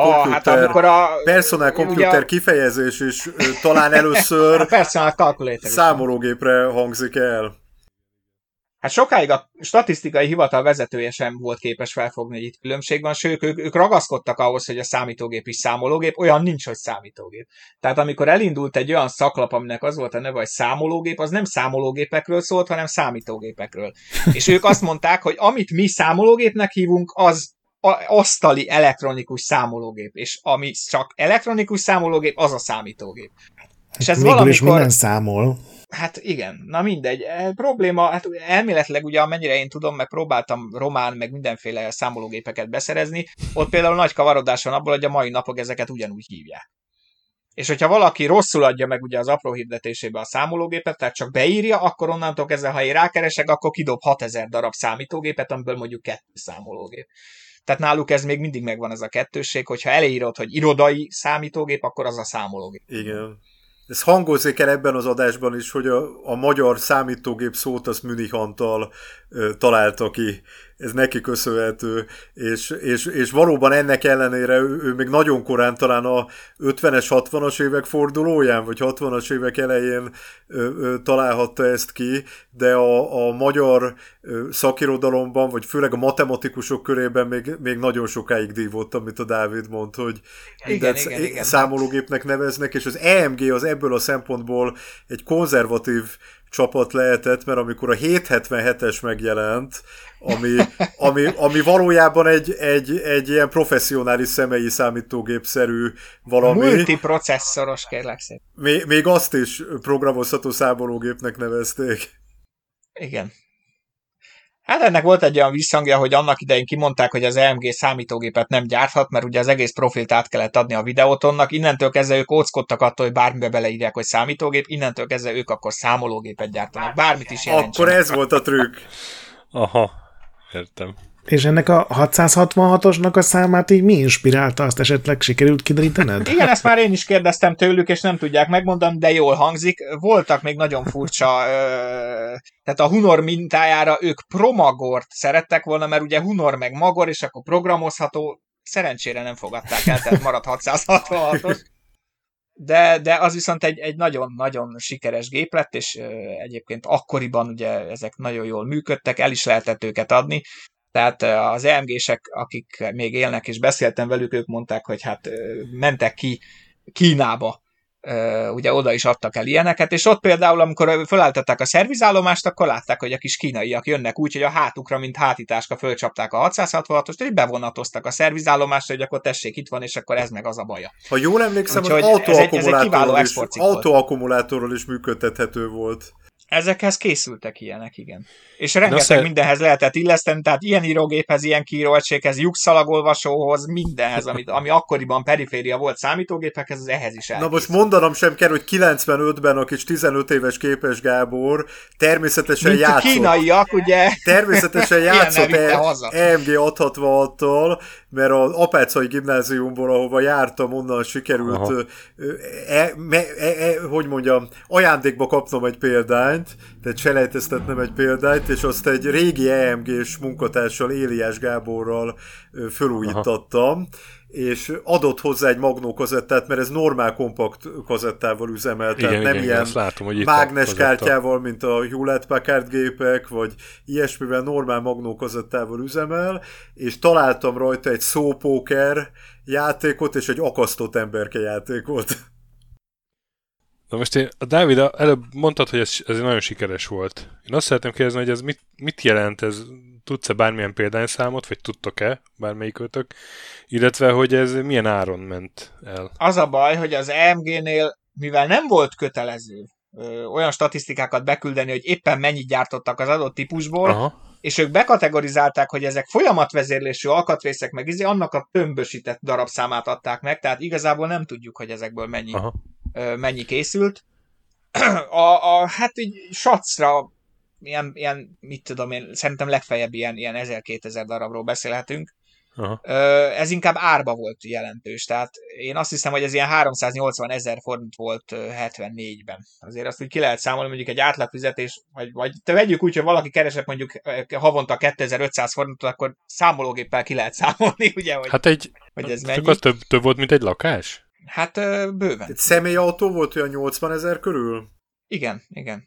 C: personal computer kifejezés is talán először számológépre hangzik el.
D: Hát sokáig a statisztikai hivatal vezetője sem volt képes felfogni, hogy itt különbség van, sőt, ők ragaszkodtak ahhoz, hogy a számítógép is számológép, olyan nincs, hogy számítógép. Tehát amikor elindult egy olyan szaklap, aminek az volt a neve, hogy számológép, az nem számológépekről szólt, hanem számítógépekről. És ők azt mondták, hogy amit mi számológépnek hívunk, az asztali elektronikus számológép, és ami csak elektronikus számológép, az a számítógép.
B: És ez valamikor... minden számol.
D: Hát igen, na mindegy. Probléma, hát elméletileg ugye amennyire én tudom, meg próbáltam román, meg mindenféle számológépeket beszerezni, ott például nagy kavarodás van abból, hogy a mai napok ezeket ugyanúgy hívják. És hogyha valaki rosszul adja meg ugye az apró hirdetésébe a számológépet, tehát csak beírja, akkor onnantól kezdve, ha én rákeresek, akkor kidob 6000 darab számítógépet, amiből mondjuk 2 számológép. Tehát náluk ez még mindig megvan ez a kettősség, hogyha elírod, hogy irodai számítógép, akkor az a számológép.
C: Igen. Ez hangozik el ebben az adásban is, hogy a magyar számítógép szót az Münich Antal találta ki. Ez neki köszönhető, és valóban ennek ellenére ő még nagyon korán, talán a 50-es, 60-as évek fordulóján, vagy 60-as évek elején találhatta ezt ki, de a magyar szakirodalomban, vagy főleg a matematikusok körében még nagyon sokáig dívott, amit a Dávid mond, hogy
D: igen.
C: számológépnek neveznek, és az EMG az ebből a szempontból egy konzervatív csapat lehetett, mert amikor a 777-es megjelent, ami valójában egy ilyen professzionális személyi számítógépszerű valami.
D: Multiprocesszoros, kérlek szépen.
C: Még azt is programozható számológépnek nevezték.
D: Igen. Hát ennek volt egy olyan visszhangja, hogy annak idején kimondták, hogy az AMG számítógépet nem gyárthat, mert ugye az egész profilt át kellett adni a videótonnak, innentől kezdve ők óckodtak attól, hogy bármibe beleírják, hogy számítógép, innentől kezdve ők akkor számológépet gyártanak, bármit is jelentsenek.
C: Akkor ez volt a trükk.
A: Aha, értem.
B: És ennek a 666-osnak a számát így mi inspirálta? Azt esetleg sikerült kiderítened?
D: Igen, ezt már én is kérdeztem tőlük, és nem tudják megmondani, de jól hangzik. Voltak még nagyon furcsa, tehát a Hunor mintájára ők Promagort szerettek volna, mert ugye Hunor meg Magor, és akkor programozható. Szerencsére nem fogadták el, tehát maradt 666-os. De az viszont egy nagyon-nagyon sikeres gép lett, és egyébként akkoriban ugye ezek nagyon jól működtek, el is lehetett őket adni. Tehát az EMG-sek, akik még élnek, és beszéltem velük, ők mondták, hogy hát mentek ki Kínába, ugye oda is adtak el ilyeneket, és ott például, amikor felálltatták a szervizállomást, akkor látták, hogy a kis kínaiak jönnek úgy, hogy a hátukra, mint hátításka fölcsapták a 666-ost, és bevonatoztak a szervizállomást, hogy akkor tessék, itt van, és akkor ez meg az a baja.
C: Ha jól emlékszem,
D: úgyhogy
C: az autóakkumulátorral is működtethető volt.
D: Ezekhez készültek ilyenek, igen. És rengeteg mindenhez lehetett illeszteni, tehát ilyen írógéphez, ilyen kiíróegységhez, lyukszalagolvasóhoz, mindenhez, ami akkoriban periféria volt számítógépekhez, az ehhez is elkészült.
C: Na most mondanom sem kell, hogy 95-ben a kis 15 éves Képes Gábor természetesen
D: mint
C: játszott.
D: Kínaiak, ugye?
C: Természetesen játszott EMG 666-tal, mert az Apácai gimnáziumból, ahova jártam, onnan sikerült, hogy mondjam, ajándékba kapnom egy példányt, tehát selejteztetnem egy példányt, és azt egy régi EMG-s munkatársal, Éliás Gáborral fölújítottam, és adott hozzá egy magnó kazettát, mert ez normál kompakt kazettával üzemel, tehát nem ilyen mágneskártyával, mint a Hewlett-Packard gépek, vagy ilyesmivel, normál magnó kazettával üzemel, és találtam rajta egy szópóker játékot, és egy akasztott emberke játékot.
A: Na most Dávid, előbb mondtad, hogy ez nagyon sikeres volt. Én azt szeretném kérdezni, hogy ez mit jelent, tudsz-e bármilyen példányszámot, vagy tudtok-e bármelyikőtök, illetve hogy ez milyen áron ment el?
D: Az a baj, hogy az EMG-nél, mivel nem volt kötelező olyan statisztikákat beküldeni, hogy éppen mennyit gyártottak az adott típusból, aha, és ők bekategorizálták, hogy ezek folyamatvezérlésű alkatrészek meg annak a tömbösített darabszámát adták meg, tehát igazából nem tudjuk, hogy ezekből mennyi készült. Hát így sacra ilyen, mit tudom én, szerintem legfeljebb ilyen 1000-2000 darabról beszélhetünk. Aha. Ez inkább árba volt jelentős, tehát én azt hiszem, hogy ez ilyen 380 000 forint volt 74-ben. Azért azt úgy ki lehet számolni, mondjuk egy átlagfizetés, vagy te vegyük úgy, hogy valaki keresett mondjuk havonta 2500 forintot, akkor számológéppel ki lehet számolni, ugye?
A: Hát
D: hogy ez mennyi.
A: Az több volt, mint egy lakás?
D: Hát bőven.
C: Egy személyautó volt olyan 80 000 körül?
D: Igen.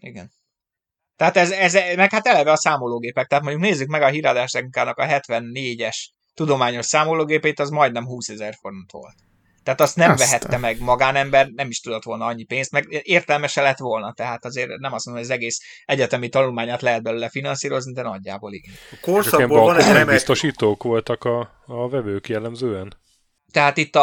D: Tehát ez meg hát eleve a számológépek, tehát mondjuk nézzük meg a híradásnak a 74-es tudományos számológépét, az majdnem 20 000 forint volt. Tehát azt nem vehette meg magánember, nem is tudott volna annyi pénzt, meg értelme se lett volna, tehát azért nem azt mondom, hogy az egész egyetemi tanulmányát lehet belőle finanszírozni, de nagyjából igen.
C: A korszakból van egy remek...
A: biztosítók voltak a vevők jellemzően?
D: Tehát itt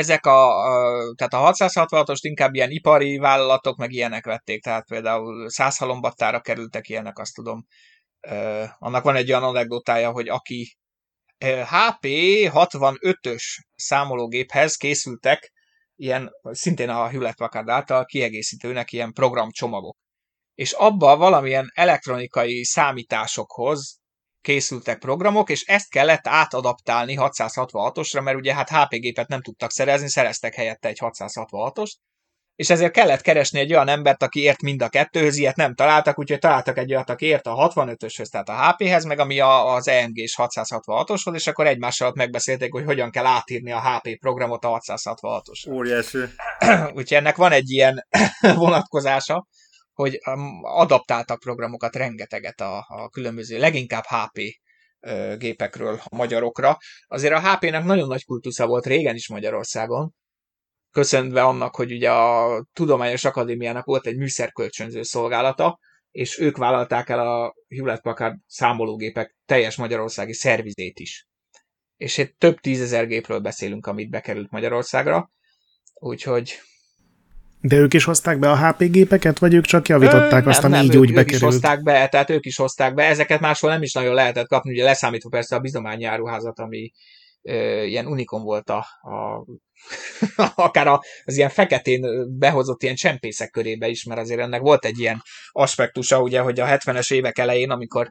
D: tehát a 666-ost inkább ilyen ipari vállalatok, meg ilyenek vették, tehát például Százhalombattára kerültek ilyenek, azt tudom. Annak van egy olyan anekdotája, hogy aki HP 65-ös számológéphez készültek ilyen, szintén a Hewlett-Packard által kiegészítőnek ilyen programcsomagok. És abba valamilyen elektronikai számításokhoz készültek programok, és ezt kellett átadaptálni 666-osra, mert ugye hát HP gépet nem tudtak szerezni, szereztek helyette egy 666-ost, és ezért kellett keresni egy olyan embert, aki ért mind a kettőhöz, ilyet nem találtak, úgyhogy találtak egy olyat, aki ért a 65-öshöz, tehát a HP-hez, meg ami az EMG-s 666-oshoz, és akkor egymással ott megbeszélték, hogy hogyan kell átírni a HP programot a 666-osra.
C: Óriási.
D: Úgyhogy ennek van egy ilyen vonatkozása, hogy adaptáltak programokat rengeteget a különböző, leginkább HP gépekről a magyarokra. Azért a HP-nek nagyon nagy kultusza volt régen is Magyarországon, köszönve annak, hogy ugye a Tudományos Akadémiának volt egy műszerkölcsönző szolgálata, és ők vállalták el a Hewlett-Packard számológépek teljes magyarországi szervizét is. És itt több 10 000 gépről beszélünk, amit bekerült Magyarországra, úgyhogy...
B: De ők is hozták be a HP gépeket, vagy ők csak javították azt, ami így úgy bekerült?
D: Ők is hozták be, tehát ők is hozták be. Ezeket máshol nem is nagyon lehetett kapni, ugye leszámítva persze a bizományi áruházat, ami ilyen unikon volt akár az ilyen feketén behozott ilyen csempészek körébe is, mert azért ennek volt egy ilyen aspektusa, ugye, hogy a 70-es évek elején,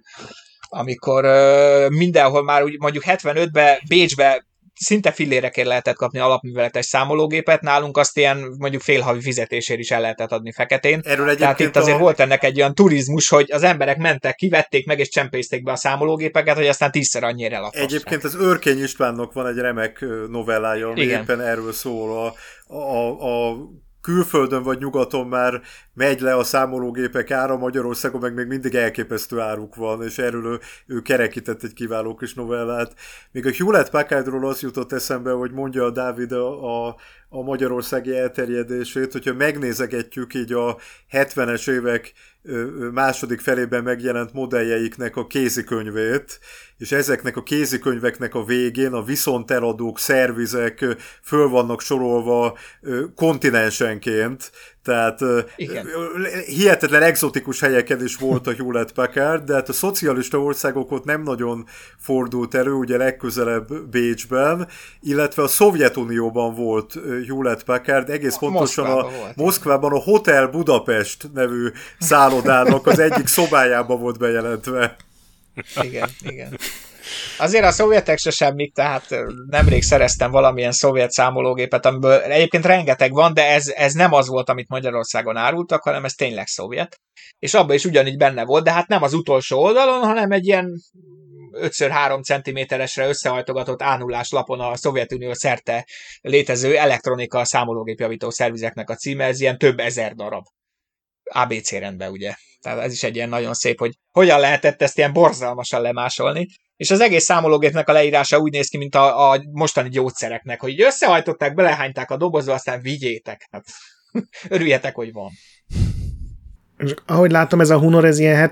D: amikor mindenhol már úgy, mondjuk 75-ben Bécsbe szinte fillérekért lehetett kapni alapműveletes számológépet, nálunk azt ilyen mondjuk félhavi fizetésért is el lehetett adni feketén. Tehát itt azért volt ennek egy olyan turizmus, hogy az emberek mentek, kivették meg és csempészték be a számológépeket, hogy aztán 10-szer annyira eladhassák.
C: Egyébként az Örkény Istvánnak van egy remek novellája, ami éppen erről szól. A külföldön vagy nyugaton már megy le a számológépek ára, Magyarországon meg még mindig elképesztő áruk van, és erről ő kerekített egy kiváló kis novellát. Még a Hewlett-Packardról az jutott eszembe, hogy mondja a Dávid a magyarországi elterjedését, hogyha megnézegetjük így a 70-es évek második felében megjelent modelljeiknek a kézikönyvét, és ezeknek a kézikönyveknek a végén a viszonteladók, szervizek föl vannak sorolva kontinensenként, tehát hihetetlen egzotikus helyeken is volt a Hewlett-Packard, de hát a szocialista országok ott nem nagyon fordult elő, ugye legközelebb Bécsben, illetve a Szovjetunióban volt Hewlett-Packard, egész pontosan Moszkvában a Hotel Budapest nevű szállodának az egyik szobájába volt bejelentve.
D: Igen. Azért a szovjetek se semmik, tehát nemrég szereztem valamilyen szovjet számológépet, amiből egyébként rengeteg van, de ez nem az volt, amit Magyarországon árultak, hanem ez tényleg szovjet. És abban is ugyanígy benne volt, de hát nem az utolsó oldalon, hanem egy ilyen 5x3 cm-esre összehajtogatott A0-ás lapon a Szovjetunió szerte létező elektronika számológépjavító szervizeknek a címe, ez ilyen több ezer darab. ABC rendben, ugye. Tehát ez is egy ilyen nagyon szép, hogy hogyan lehetett ezt ilyen borzalmasan lemásolni. És az egész számológépnek a leírása úgy néz ki, mint a mostani gyógyszereknek, hogy így összehajtották, belehányták a dobozba, aztán vigyétek. Hát, örüljetek, hogy van.
B: És ahogy látom, ez a Hunor, ez ilyen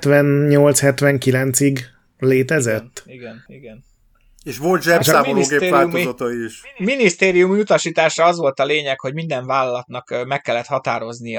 B: 78-79-ig létezett?
D: Igen.
C: És volt zsebszámológép változata is.
D: Minisztériumi utasításra az volt a lényeg, hogy minden vállalatnak meg kellett határozni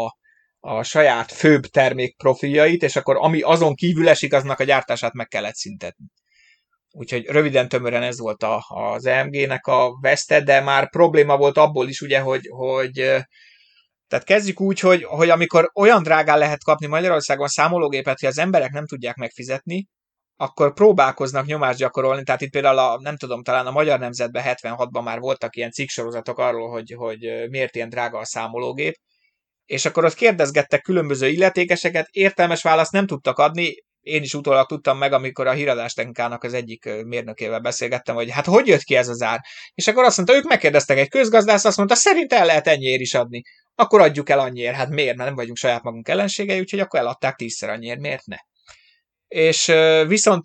D: a saját főbb termék profiljait, és akkor ami azon kívül esik, aznak a gyártását meg kellett szüntetni. Úgyhogy röviden tömören ez volt az EMG-nek a veszte, de már probléma volt abból is, ugye, hogy tehát kezdjük úgy, hogy amikor olyan drágán lehet kapni Magyarországon számológépet, hogy az emberek nem tudják megfizetni, akkor próbálkoznak nyomást gyakorolni, tehát itt például nem tudom, talán a Magyar Nemzetben 76-ban már voltak ilyen cikksorozatok arról, hogy miért ilyen drága a számológép, és akkor ott kérdezgettek különböző illetékeseket, értelmes választ nem tudtak adni, én is utólag tudtam meg, amikor a híradástechnikának az egyik mérnökével beszélgettem, hogy hát hogy jött ki ez az ár? És akkor azt mondta, ők megkérdeztek egy közgazdász, azt mondta, szerint el lehet ennyiért is adni. Akkor adjuk el annyiért, hát miért? Mert nem vagyunk saját magunk ellenségei, úgyhogy akkor eladták 10-szer annyiért, miért ne? És viszont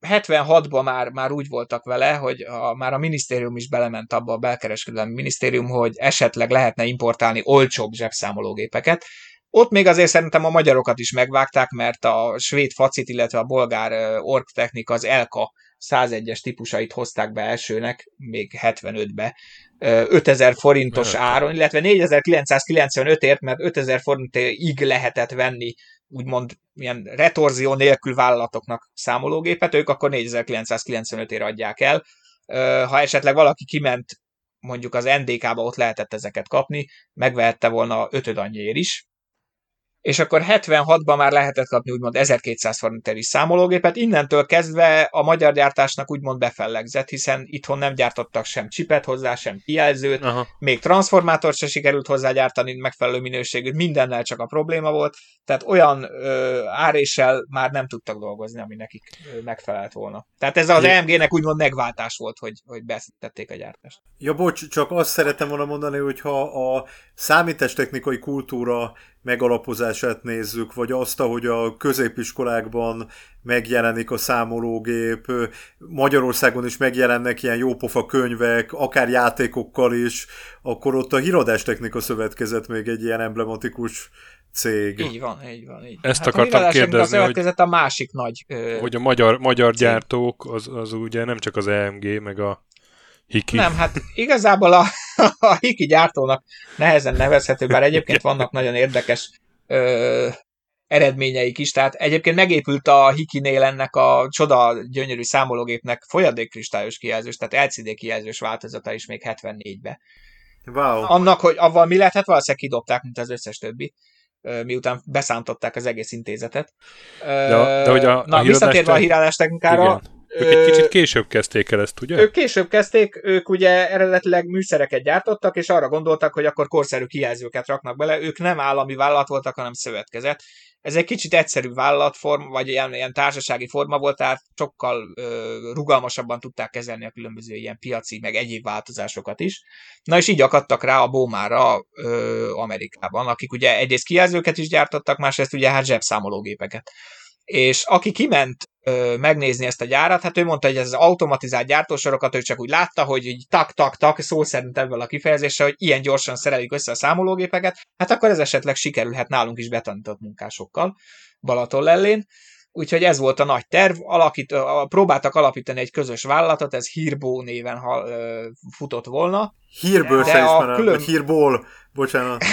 D: 76-ban már úgy voltak vele, hogy már a minisztérium is belement abba, a belkereskedelmi minisztérium, hogy esetleg lehetne importálni olcsóbb zsebszámológépeket. Ott még azért szerintem a magyarokat is megvágták, mert a svéd Facit, illetve a bolgár Orgtechnik az Elka 101-es típusait hozták be elsőnek, még 75-be, 5000 forintos áron, illetve 4995-ért, mert 5000 forintig lehetett venni úgymond ilyen retorzió nélkül vállalatoknak számológépet, ők akkor 4995-ért adják el. Ha esetleg valaki kiment mondjuk az NDK-ba, ott lehetett ezeket kapni, megvehette volna 5 annyiért is. És akkor 76-ban már lehetett kapni úgymond 1200 forintért is számológépet, innentől kezdve a magyar gyártásnak úgymond befellegzett, hiszen itthon nem gyártottak sem csipet hozzá, sem kijelzőt, még transformátort se sikerült hozzágyártani megfelelő minőségűt, mindennel csak a probléma volt, tehát olyan áréssel már nem tudtak dolgozni, ami nekik megfelelt volna. Tehát ez az EMG-nek úgymond megváltás volt, hogy beszítették a gyártást.
C: Ja, bocs, csak azt szeretem volna mondani, hogy ha a számítástechnikai kultúra megalapozását nézzük, vagy azt, ahogy a középiskolákban megjelenik a számológép, Magyarországon is megjelennek ilyen jópofa könyvek, akár játékokkal is, akkor ott a Híradástechnika Szövetkezet még egy ilyen emblematikus cég.
D: Így van.
A: Ezt akartam kérdezni,
D: hogy a másik nagy...
A: hogy a magyar gyártók, az ugye nem csak az EMG, meg a Hiki.
D: Nem, hát igazából a Hiki gyártónak nehezen nevezhető, bár egyébként vannak nagyon érdekes eredményeik is, tehát egyébként megépült a Hikinél ennek a csoda gyönyörű számológépnek folyadékkristályos kijelzős, tehát LCD kijelzős változata is még 74-ben.
C: Wow.
D: Annak, hogy avval mi lehet, hát valószínűleg kidobták, mint az összes többi, miután beszántották az egész intézetet.
A: De hogy
D: visszatérve a híradástechnikára,
A: ők egy kicsit később kezdték el ezt, ugye?
D: Ők később kezdték, ők ugye eredetileg műszereket gyártottak, és arra gondoltak, hogy akkor korszerű kijelzőket raknak bele. Ők nem állami vállalat voltak, hanem szövetkezet. Ez egy kicsit egyszerű vállalatforma, vagy ilyen társasági forma volt, tehát sokkal rugalmasabban tudták kezelni a különböző ilyen piaci, meg egyéb változásokat is. Na és így akadtak rá a Bowmára Amerikában, akik ugye egyrészt kijelzőket is gyártottak, másrészt ugye hát zsebszámológépeket. És aki kiment megnézni ezt a gyárat, hát ő mondta, hogy ez az automatizált gyártósorokat ő csak úgy látta, hogy így tak, szó szerint ebből a kifejezéssel, hogy ilyen gyorsan szerelik össze a számológépeket, hát akkor ez esetleg sikerülhet nálunk is betanított munkásokkal Balatonlellén. Úgyhogy ez volt a nagy terv, próbáltak alapítani egy közös vállalatot, ez Hírbó néven futott volna.
C: Hírből se ismerem, vagy Hírból, bocsánat.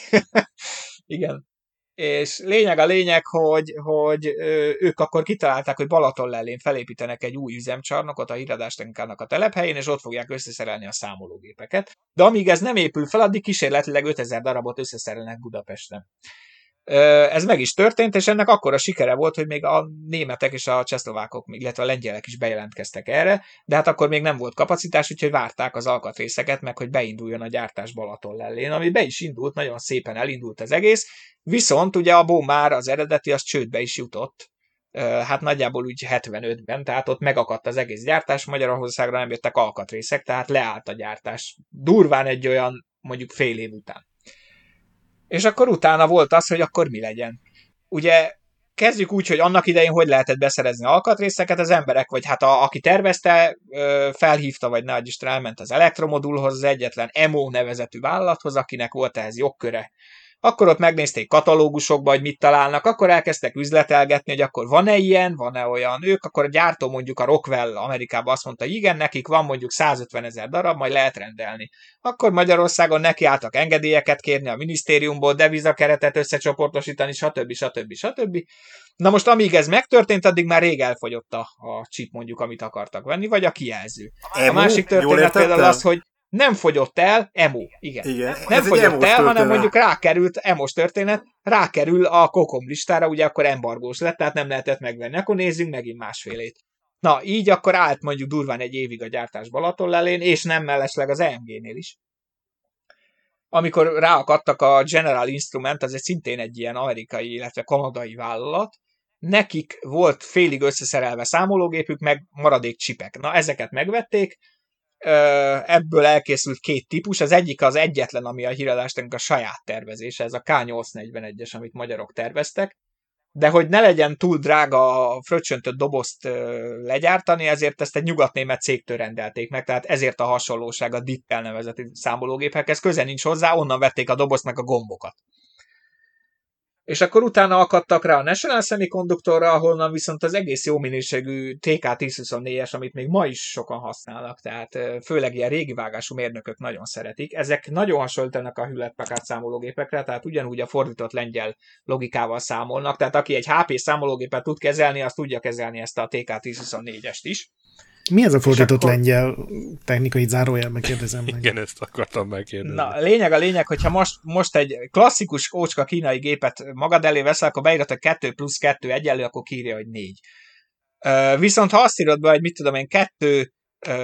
D: Igen. És lényeg, hogy ők akkor kitalálták, hogy Balatonlellén felépítenek egy új üzemcsarnokot a híradástechnikának a telephelyén, és ott fogják összeszerelni a számológépeket. De amíg ez nem épül fel, addig kísérletileg 5000 darabot összeszerelnek Budapesten. Ez meg is történt, és ennek akkora sikere volt, hogy még a németek és a csehszlovákok, illetve a lengyelek is bejelentkeztek erre, de hát akkor még nem volt kapacitás, úgyhogy várták az alkatrészeket, meg hogy beinduljon a gyártás Balatonlellén, ami be is indult, nagyon szépen elindult az egész, viszont ugye a Bowmár az eredeti, az csődbe is jutott, hát nagyjából úgy 75-ben, tehát ott megakadt az egész gyártás, Magyarországra nem jöttek alkatrészek, tehát leállt a gyártás durván egy olyan mondjuk fél év után. És akkor utána volt az, hogy akkor mi legyen. Ugye kezdjük úgy, hogy annak idején hogy lehetett beszerezni alkatrészeket, az emberek, vagy hát aki tervezte, felhívta, vagy ne adj Isten, elment az elektromodulhoz, az egyetlen EMO nevezetű vállalathoz, akinek volt ehhez jogköre. Akkor ott megnézték katalógusokba, hogy mit találnak, akkor elkezdtek üzletelgetni, hogy akkor van-e ilyen, van-e olyan. Ők, akkor a gyártó mondjuk a Rockwell Amerikában azt mondta, hogy igen, nekik van mondjuk 150 000 darab, majd lehet rendelni. Akkor Magyarországon nekiálltak engedélyeket kérni a minisztériumból, devizakeretet összecsoportosítani, stb. Na most amíg ez megtörtént, addig már rég elfogyott a chip mondjuk, amit akartak venni, vagy a kijelző. A másik történet például az, hogy nem fogyott el, EMO, igen. Nem fogyott el, hanem mondjuk rákerült, EMO-s történet, rákerül a Kokom listára, ugye akkor embargós lett, tehát nem lehetett megvenni. Akkor nézzünk megint másfélét. Na, így akkor állt mondjuk durván egy évig a gyártás Balatonlellén, és nem mellesleg az EMG-nél is. Amikor ráakadtak a General Instrument, az egy szintén egy ilyen amerikai, illetve kanadai vállalat, nekik volt félig összeszerelve számológépük, meg maradék csipek. Na, ezeket megvették, ebből elkészült két típus, az egyik az egyetlen, ami a híradástechnika a saját tervezése, ez a K841-es, amit magyarok terveztek, de hogy ne legyen túl drága a fröccsöntött dobozt legyártani, ezért ezt egy nyugatnémet cégtől rendelték meg, tehát ezért a hasonlóság a Dittel nevezetű számológépekhez, köze nincs hozzá, onnan vették a dobozt meg a gombokat. És akkor utána akadtak rá a National Semiconductorra, ahonnan viszont az egész jó minőségű TK-1024-es, amit még ma is sokan használnak, tehát főleg ilyen régi vágású mérnökök nagyon szeretik. Ezek nagyon hasonlítanak a Hewlett-Packard számológépekre, tehát ugyanúgy a fordított lengyel logikával számolnak, tehát aki egy HP számológépet tud kezelni, azt tudja kezelni ezt a TK-1024-est is.
B: Mi ez a fordított lengyel technikai zárójelben kérdezem meg?
A: Igen, ezt akartam megkérdezni.
D: Na, a lényeg, hogyha most egy klasszikus ócska kínai gépet magad elé veszel, akkor beírod, hogy 2 + 2 egyenlő, akkor kiírja, hogy 4. Viszont ha azt írod be, hogy mit tudom én, 2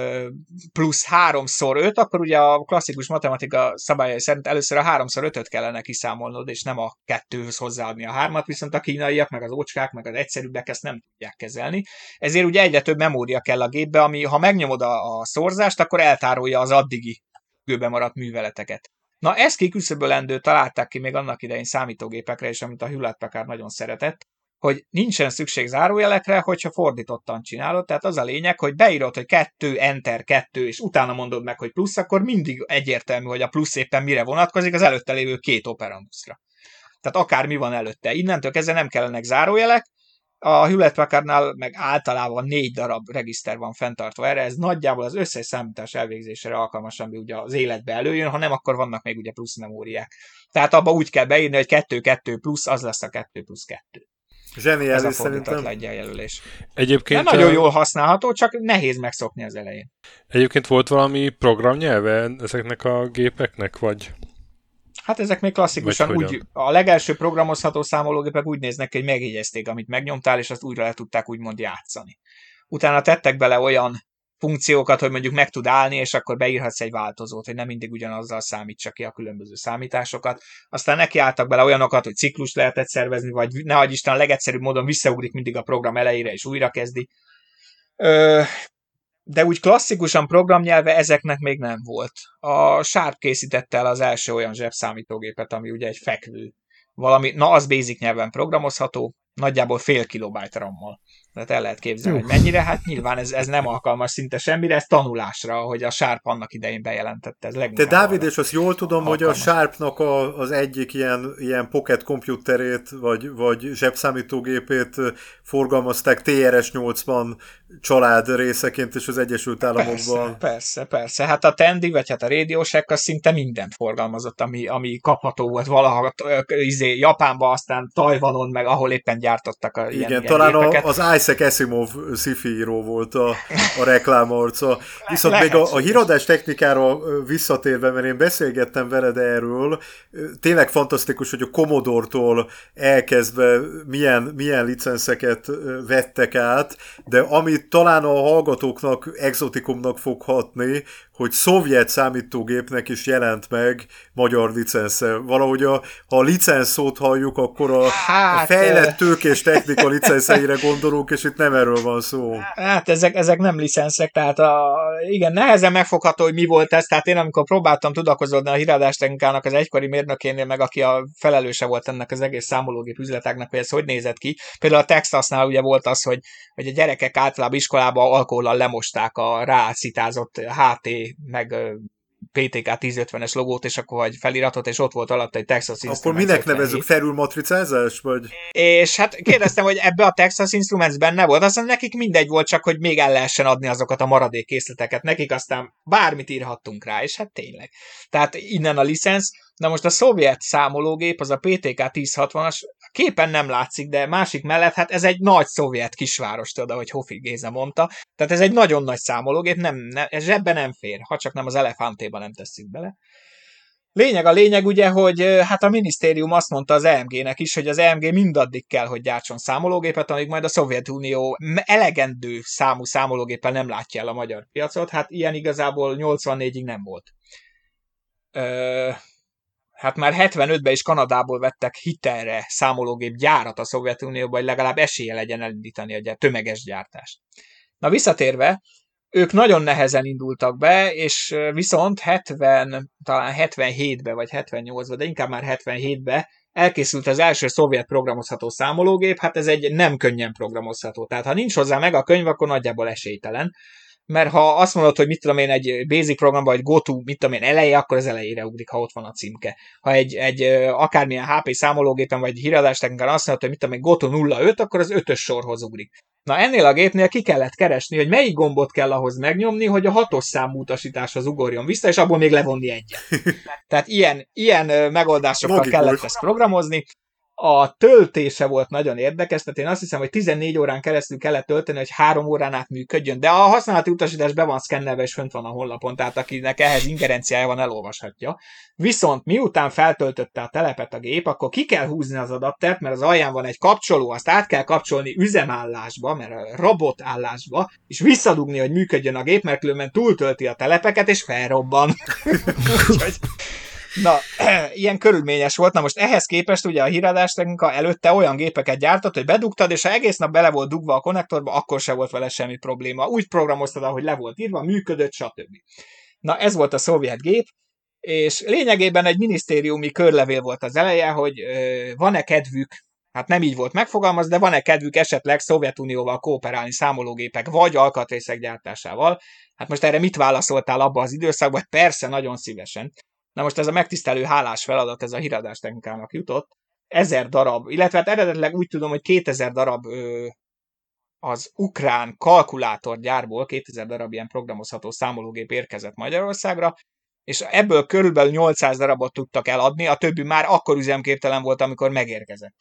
D: + 3 × 5, akkor ugye a klasszikus matematika szabályai szerint először a 3 × 5-öt kellene kiszámolnod, és nem a 2-höz hozzáadni a 3-at, viszont a kínaiak, meg az ócskák, meg az egyszerűbbek ezt nem tudják kezelni. Ezért ugye egyre több memória kell a gépbe, ami ha megnyomod a szorzást, akkor eltárolja az addigi függőbe maradt műveleteket. Na, ez kiküszöbölendő, találták ki még annak idején számítógépekre is, amit a Hewlett-Packard nagyon szeretett, hogy nincsen szükség zárójelekre, hogyha fordítottan csinálod, tehát az a lényeg, hogy beírod, hogy 2, enter 2, és utána mondod meg, hogy plusz, akkor mindig egyértelmű, hogy a plusz éppen mire vonatkozik, az előtte lévő 2 operanduszra. Tehát akármi van előtte. Innentől kezdve nem kellenek zárójelek, a Hewlett-Packardnál meg általában 4 darab regiszter van fenntartva erre, ez nagyjából az összes számítás elvégzésére alkalmas, ami ugye az életbe előjön, ha nem, akkor vannak még ugye plusz memóriák. Tehát abba úgy kell beírni, hogy 2-2 plusz, az lesz a 2 plusz 2.
C: Zseniális,
D: ez a fordított legyenjelölés.
A: Egyébként
D: de nagyon jól használható, csak nehéz megszokni az elején.
A: Egyébként volt valami programnyelve ezeknek a gépeknek, vagy?
D: Hát ezek még klasszikusan úgy, a legelső programozható számológépek úgy néznek ki, hogy megjegyezték, amit megnyomtál, és azt újra le tudták úgymond játszani. Utána tettek bele olyan funkciókat, hogy mondjuk meg tud állni, és akkor beírhatsz egy változót, hogy nem mindig ugyanazzal számítsa ki a különböző számításokat. Aztán nekiálltak bele olyanokat, hogy ciklust lehetett szervezni, vagy nehogy Isten a legegyszerűbb módon visszaugrik mindig a program elejére, és újra kezdi. De úgy klasszikusan programnyelve ezeknek még nem volt. A Sharp készítette el az első olyan zsebszámítógépet, ami ugye egy fekvő valami, na az basic nyelven programozható, nagyjából fél kilobájt RAM-mal. Tehát el lehet képzelni, hogy mennyire, hát nyilván ez nem alkalmas szinte semmire, ez tanulásra, hogy a Sharp annak idején bejelentette. Ez
C: de Dávid, és azt jól tudom, alkalmas. Hogy a Sharpnak az egyik ilyen pocket komputerét, vagy zsebszámítógépét forgalmazták TRS-80 család részeként is az Egyesült Államokban.
D: Persze. Hát a Tandy, vagy hát a Radio Shack az szinte mindent forgalmazott, ami kapható volt valaha Japánban, aztán Tajvanon, meg ahol éppen gyártottak ilyen
C: talán
D: gépeket.
C: Az Isaac Asimov sci-fi író volt a reklámorca. Viszont még a híradás technikára visszatérve, mert én beszélgettem veled erről, tényleg fantasztikus, hogy a Commodore-tól elkezdve milyen licenszeket vettek át, de amit talán a hallgatóknak exotikumnak fog hatni, hogy szovjet számítógépnek is jelent meg magyar licensze. Valahogy ha a licensz szót halljuk, akkor a fejlett tőkés technika licenszerére gondolunk, és itt nem erről van szó.
D: Hát ezek nem licenszek, tehát igen, nehezen megfogható, hogy mi volt ez, tehát én amikor próbáltam tudakozódni a híradástechnikának az egykori mérnökénél, meg aki a felelőse volt ennek az egész számológép üzletágnak, hogy ez hogy nézett ki. Például a Texasnál ugye volt az, hogy a gyerekek általában iskolában alkohollal lemosták a rácitázott HT meg PTK 1050-es logót, és akkor vagy feliratot, és ott volt alatt egy Texas Instruments.
C: Akkor minek nevezzük, felülmatricázás? Vagy?
D: És hát kérdeztem, hogy ebbe a Texas Instruments benne volt, aztán nekik mindegy volt, csak hogy még el lehessen adni azokat a maradék készleteket. Nekik aztán bármit írhattunk rá, és hát tényleg. Tehát innen a licensz. Na most a szovjet számológép, az a PTK 1060-as, képen nem látszik, de másik mellett, hát ez egy nagy szovjet kisváros, tudod, ahogy Hofi Géza mondta. Tehát ez egy nagyon nagy számológép, ez zsebben nem fér, ha csak nem az elefántéba nem tesszük bele. A lényeg ugye, hogy hát a minisztérium azt mondta az EMG-nek is, hogy az EMG mindaddig kell, hogy gyártson számológépet, amíg majd a Szovjetunió elegendő számú számológéppel nem látja el a magyar piacot. Hát ilyen igazából 84-ig nem volt. Hát már 75-ben is Kanadából vettek hitelre számológép gyárat a Szovjetunióba, hogy legalább esélye legyen elindítani a tömeges gyártást. Na visszatérve, ők nagyon nehezen indultak be, és viszont talán 77-ben vagy 78-ban, de inkább már 77-ben elkészült az első szovjet programozható számológép, hát ez egy nem könnyen programozható. Tehát ha nincs hozzá meg a könyv, akkor nagyjából esélytelen. Mert ha azt mondod, hogy mit tudom én, egy basic programban, vagy GoTo, mit tudom én, eleje, akkor az elejére ugrik, ha ott van a címke. Ha egy akármilyen HP számológépen, vagy híradástechnikán azt mondod, hogy mit tudom én, GoTo 05, akkor az 5-ös sorhoz ugrik. Na ennél a gépnél ki kellett keresni, hogy melyik gombot kell ahhoz megnyomni, hogy a 6-os számú utasításhoz ugorjon vissza, és abból még levonni egyet. Tehát ilyen megoldásokkal kellett ezt programozni. A töltése volt nagyon érdekes, tehát én azt hiszem, hogy 14 órán keresztül kellett tölteni, hogy 3 órán át működjön, de a használati utasítás be van szkennelve, és fönt van a honlapon, tehát akinek ehhez ingerenciája van, elolvashatja. Viszont miután feltöltötte a telepet a gép, akkor ki kell húzni az adaptert, mert az alján van egy kapcsoló, azt át kell kapcsolni üzemállásba, mert robot állásba, és visszadugni, hogy működjön a gép, mert különben túltölti a telepeket, és felrobban. Na, ilyen körülményes volt. Na most ehhez képest ugye a híradástechnika előtte olyan gépeket gyártott, hogy bedugtad, és ha egész nap bele volt dugva a konnektorba, akkor se volt vele semmi probléma. Úgy programoztad, ahogy le volt írva, működött, stb. Na ez volt a szovjet gép, És lényegében egy minisztériumi körlevél volt az eleje, hogy van-e kedvük, hát nem így volt megfogalmazva, de van-e kedvük esetleg Szovjetunióval kooperálni számológépek vagy alkatrészek gyártásával. Hát most erre mit válaszoltál abba az időszakban? Persze, nagyon szívesen. Na most ez a megtisztelő hálás feladat, ez a híradástechnikának jutott. 1000 darab, illetve hát eredetileg úgy tudom, hogy 2000 darab az ukrán kalkulátorgyárból 2000 darab ilyen programozható számológép érkezett Magyarországra, és ebből körülbelül 800 darabot tudtak eladni, a többi már akkor üzemképtelen volt, amikor megérkezett.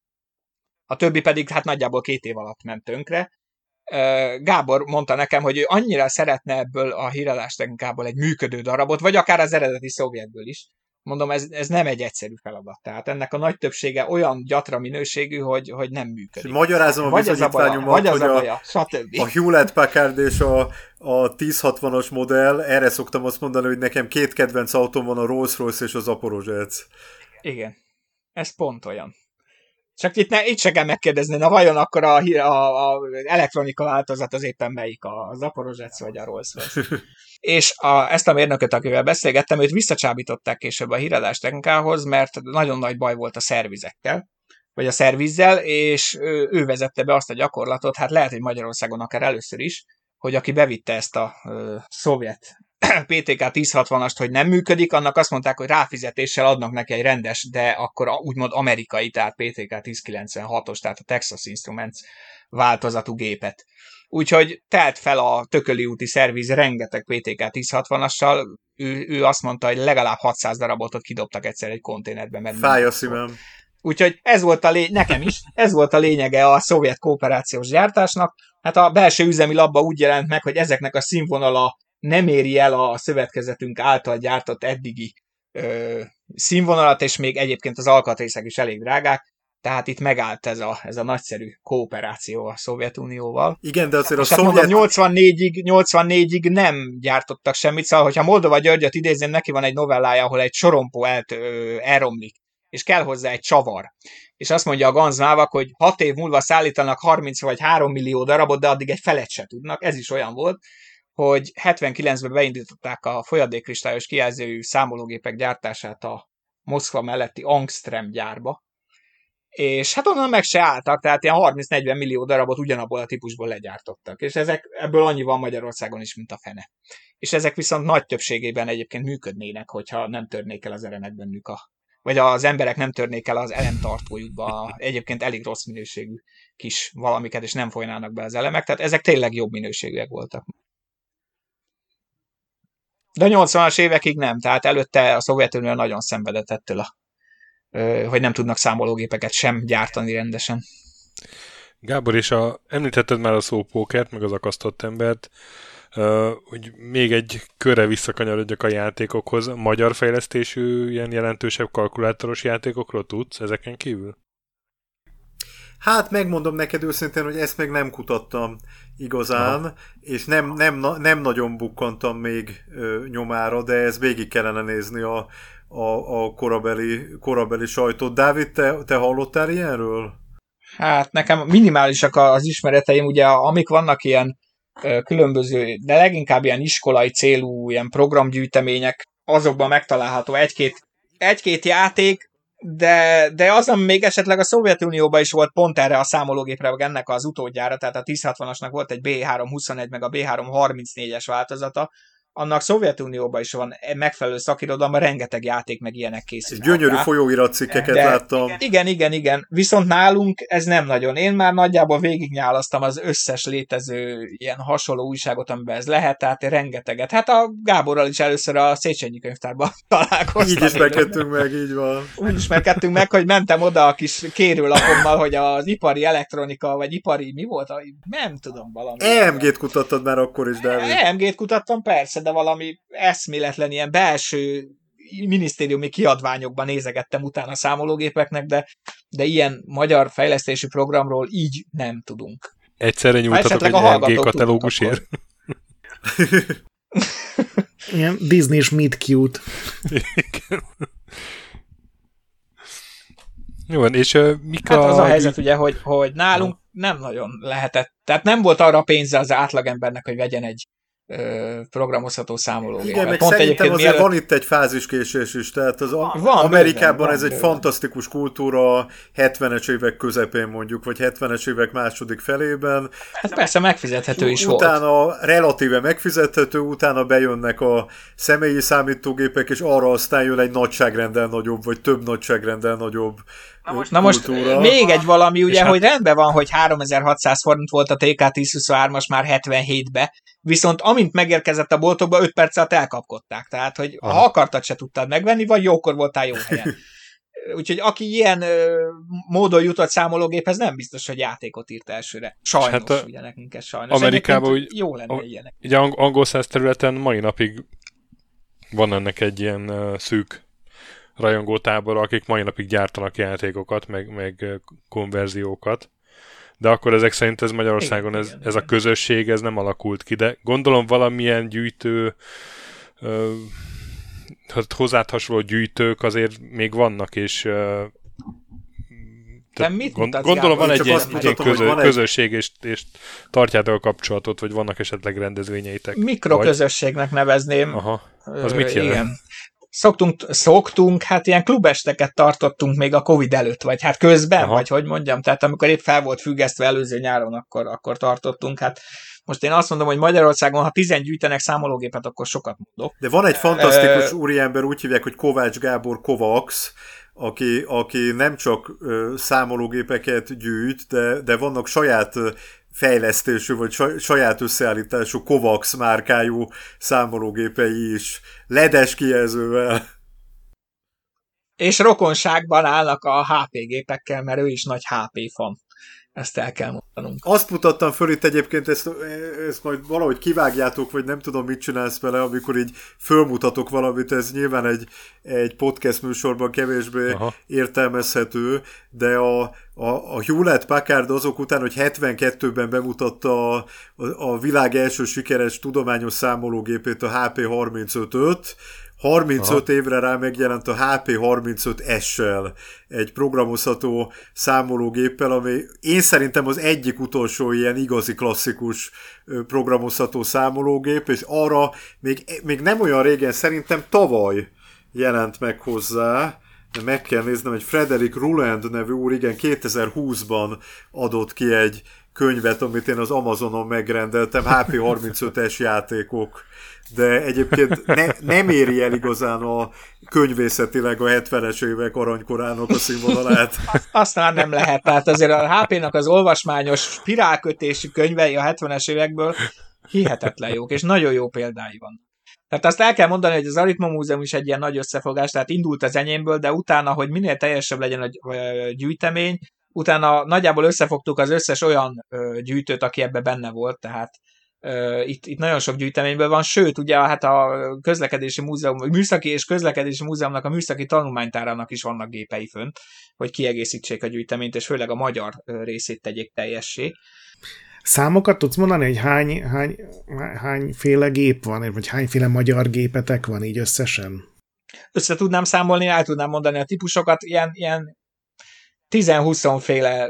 D: A többi pedig hát nagyjából 2 év alatt ment tönkre. Gábor mondta nekem, hogy ő annyira szeretne ebből a híradástechnikából egy működő darabot, vagy akár az eredeti szovjetből is. Mondom, ez nem egy egyszerű feladat. Tehát ennek a nagy többsége olyan gyatra minőségű, hogy nem működik.
C: Magyarázom a bizonyítványomat, hogy a Hewlett-Packard és a 1060-as modell, erre szoktam azt mondani, hogy nekem 2 kedvenc autóm van, a Rolls-Royce és a Zaporozsec.
D: Igen, ez pont olyan. Csak itt se kell megkérdezni, na vajon akkor a elektronika változat az éppen melyik, a Zaporozsec vagy a Rolls-Royce. És ezt a mérnököt, akivel beszélgettem, őt visszacsábították később a híradástechnikához, mert nagyon nagy baj volt a szervizekkel, vagy a szervizzel, és ő vezette be azt a gyakorlatot, hát lehet, hogy Magyarországon akár először is, hogy aki bevitte ezt a szovjet PTK 1060-ast, hogy nem működik, annak azt mondták, hogy ráfizetéssel adnak neki egy rendes, de akkor úgymond amerikai, tehát PTK 1096-os, tehát a Texas Instruments változatú gépet. Úgyhogy telt fel a Tököli úti szerviz rengeteg PTK 1060-assal, ő azt mondta, hogy legalább 600 darabot ott kidobtak egyszer egy konténerbe.
C: Fáj a szívem.
D: Úgyhogy ez volt nekem is, ez volt a lényege a szovjet kooperációs gyártásnak. Hát a belső üzemi labba úgy jelent meg, hogy ezeknek a színvonala nem éri el a szövetkezetünk által gyártott eddigi színvonalat, és még egyébként az alkatrészek is elég drágák, tehát itt megállt ez a nagyszerű kooperáció a Szovjetunióval.
C: Igen, de azért
D: és a szovjet... 84-ig nem gyártottak semmit, szóval hogyha Moldova Györgyöt idézném, neki van egy novellája, ahol egy sorompó elromlik, és kell hozzá egy csavar. És azt mondja a Ganz Mávak, hogy 6 év múlva szállítanak 30 vagy 3 millió darabot, de addig egy felet se tudnak. Ez is olyan volt, hogy 79-ben beindították a folyadékkristályos kijelzőjű számológépek gyártását a Moszkva melletti Angstrem gyárba, és hát onnan meg se álltak, tehát ilyen 30-40 millió darabot ugyanabból a típusból legyártottak, és ebből annyi van Magyarországon is, mint a fene. És ezek viszont nagy többségében egyébként működnének, hogyha nem törnék el az elemek bennük vagy az emberek nem törnék el az elemtartójukba egyébként elég rossz minőségű kis valamiket, és nem folynának be az elemek, tehát ezek tényleg jobb minőségűek voltak. De a 80-as évekig nem, tehát előtte a Szovjetunió nagyon szenvedett ettől, hogy nem tudnak számológépeket sem gyártani rendesen.
A: Gábor, és említetted már a szópókert, meg az akasztott embert, hogy még egy körre visszakanyarodjak a játékokhoz. Magyar fejlesztésű ilyen jelentősebb kalkulátoros játékokról tudsz ezeken kívül?
C: Hát megmondom neked őszintén, hogy ezt még nem kutattam igazán, és nem nagyon bukkantam még nyomára, de ez végig kellene nézni a korabeli sajtót. Dávid, te hallottál ilyenről?
D: Hát nekem minimálisak az ismereteim, ugye amik vannak ilyen különböző, de leginkább ilyen iskolai célú, ilyen programgyűjtemények, azokban megtalálható egy-két játék, de azon még esetleg a Szovjetunióban is volt pont erre a számológépre, meg ennek az utódjára, tehát a 1060-asnak volt egy B321, meg a B334-es változata, annak Szovjetunióban is van megfelelő szakirodalma, rengeteg játék meg ilyenek készülnek.
C: Gyönyörű folyóiratcikkeket láttam.
D: Igen. Viszont nálunk ez nem nagyon. Én már nagyjából végignyálasztam az összes létező ilyen hasonló újságot, amiben ez lehet, tehát rengeteget. Hát a Gáborral is először a Széchenyi könyvtárban találkoztam.
C: Így ismerkedtünk meg, így van.
D: Úgy ismerkedtünk meg, hogy mentem oda a kis kérőlapommal, hogy az ipari elektronika, vagy ipari mi volt? Nem tudom, valami.
C: EMG-t kutattad már akkor is, Dávid.
D: EMG-t kutattam, persze, de valami eszméletlen ilyen belső minisztériumi kiadványokban nézegettem utána a számológépeknek, de ilyen magyar fejlesztési programról így nem tudunk.
A: Egyszerre nyújtatok egy EMG katalógusért?
B: Ilyen Disney-s meet-cute.
A: Jó van, és mik
D: hát az a helyzet ugye, hogy nálunk nem nagyon lehetett. Tehát nem volt arra pénze az átlagembernek, hogy vegyen egy programozható számológépet.
C: Igen, meg szerintem azért van itt egy fáziskésés is, tehát Amerikában ez egy fantasztikus kultúra 70-es évek közepén mondjuk, vagy 70-es évek második felében.
D: Hát persze megfizethető is volt.
C: Utána relatíve megfizethető, utána bejönnek a személyi számítógépek, és arra aztán jön egy nagyságrendel nagyobb, vagy több nagyságrendel nagyobb
D: Na most még egy valami, ugye, hogy rendben van, hogy 3600 forint volt a TK-1023-as már 77-be, viszont amint megérkezett a boltokba, 5 perc alatt elkapkodták. Tehát, hogy ha akartad, se tudtad megvenni, vagy jókor voltál jó helyen. Úgyhogy aki ilyen módon jutott számológéphez, nem biztos, hogy játékot írt elsőre. Sajnos, hát ugye nekünk ez sajnos.
A: Amerikában úgy,
D: jó lenne ilyenek.
A: Ugye angol száz területen mai napig van ennek egy ilyen szűk rajongótábor, akik mai napig gyártanak játékokat, meg konverziókat. De akkor ezek szerint ez Magyarországon, ez a közösség, ez nem alakult ki, de gondolom valamilyen gyűjtő, hozzád hasonló gyűjtők azért még vannak, és gondolom van egy ilyen közösség, és tartjátok a kapcsolatot, vagy vannak esetleg rendezvényeitek.
D: Mikroközösségnek nevezném.
A: Aha, az mit jelent? Igen.
D: Szoktunk, hát ilyen klubesteket tartottunk még a Covid előtt, vagy hát közben, vagy hogy mondjam, tehát amikor épp fel volt függesztve előző nyáron, akkor tartottunk, hát most én azt mondom, hogy Magyarországon, ha 10 gyűjtenek számológépet, akkor sokat mondok.
C: De van egy fantasztikus úriember, úgy hívják, hogy Kovács Gábor Kovax, aki nem csak számológépeket gyűjt, de vannak saját fejlesztésű, vagy saját összeállítású Kovax márkájú számológépei is, ledes kijelzővel.
D: És rokonságban állnak a HP gépekkel, mert ő is nagy HP fan. Ezt el kell mondanunk.
C: Azt mutattam föl itt egyébként, ezt majd valahogy kivágjátok, vagy nem tudom, mit csinálsz vele, amikor így fölmutatok valamit, ez nyilván egy podcast műsorban kevésbé értelmezhető, de a Hewlett-Packard azok után, hogy 72-ben bemutatta a világ első sikeres tudományos számológépét, a HP35-öt, 35 évre rá megjelent a HP35S-sel, egy programozható számológéppel, ami én szerintem az egyik utolsó ilyen igazi klasszikus programozható számológép, és arra még nem olyan régen, szerintem tavaly jelent meg hozzá, de meg kell néznem, egy Frederick Ruland nevű úr, igen, 2020-ban adott ki egy könyvet, amit én az Amazonon megrendeltem, HP35S játékok, de egyébként nem éri el igazán a könyvészetileg a 70-es évek aranykorának a színvonalát.
D: Azt már nem lehet, tehát azért a HP-nak az olvasmányos spirálkötésű könyvei a 70-es évekből hihetetlen jók, és nagyon jó példái van. Tehát azt el kell mondani, hogy az Aritma Múzeum is egy ilyen nagy összefogás, tehát indult az enyémből, de utána, hogy minél teljesebb legyen a gyűjtemény, utána nagyjából összefogtuk az összes olyan gyűjtőt, aki ebbe benne volt, tehát itt nagyon sok gyűjteményből van, sőt, ugye hát a közlekedési múzeum, műszaki és közlekedési múzeumnak a műszaki tanulmánytárának is vannak gépei fönt, hogy kiegészítsék a gyűjteményt, és főleg a magyar részét tegyék teljessé.
B: Számokat tudsz mondani, hogy hányféle gép van, vagy hányféle magyar gépetek van így összesen?
D: Össze tudnám számolni, el tudnám mondani a típusokat, ilyen 10-20 féle,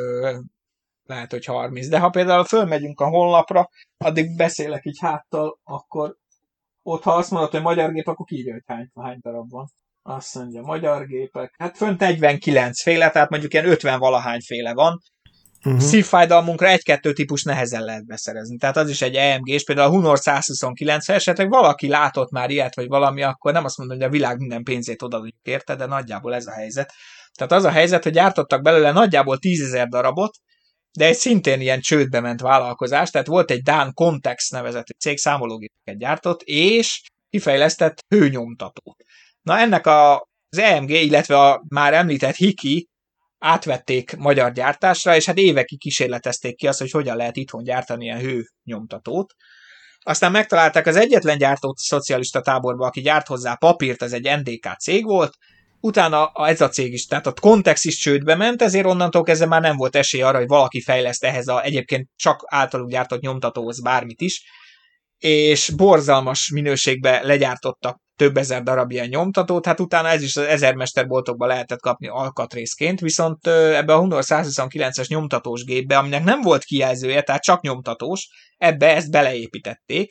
D: lehet, hogy 30, de ha például fölmegyünk a honlapra, addig beszélek így háttal, akkor ott, ha azt mondod, hogy magyar gép, akkor írja, hogy hány darab van. Azt mondja, magyar gépek, hát fönt 49 féle, tehát mondjuk ilyen 50-valahány féle van. Szívfájdalmunkra 1-2 típus nehezen lehet beszerezni. Tehát az is egy EMG, és például a Hunor 129, ha esetleg valaki látott már ilyet, vagy valami, akkor nem azt mondom, hogy a világ minden pénzét odaadjuk érte, de nagyjából ez a helyzet. Tehát az a helyzet, hogy gyártottak belőle nagyjából 10 000 darabot, de egy szintén ilyen csődbe ment vállalkozás, tehát volt egy Dán Context nevezetű cég, számológépeket gyártott, és kifejlesztett hőnyomtatót. Na ennek az EMG, illetve a már említett Hiki átvették magyar gyártásra, és hát évekig kísérletezték ki azt, hogy hogyan lehet itthon gyártani ilyen hőnyomtatót. Aztán megtalálták az egyetlen gyártót szocialista táborba, aki gyárt hozzá papírt, ez egy NDK cég volt, utána ez a cég is, tehát a Context is csődbe ment, ezért onnantól kezdve már nem volt esély arra, hogy valaki fejleszt ehhez egyébként csak általuk gyártott nyomtatóhoz bármit is, és borzalmas minőségbe legyártottak több ezer darab ilyen nyomtatót, hát utána ez is az ezermesterboltokban lehetett kapni alkatrészként, viszont ebbe a Hunor 129-es nyomtatós gépbe, aminek nem volt kijelzője, tehát csak nyomtatós, ebbe ezt beleépítették,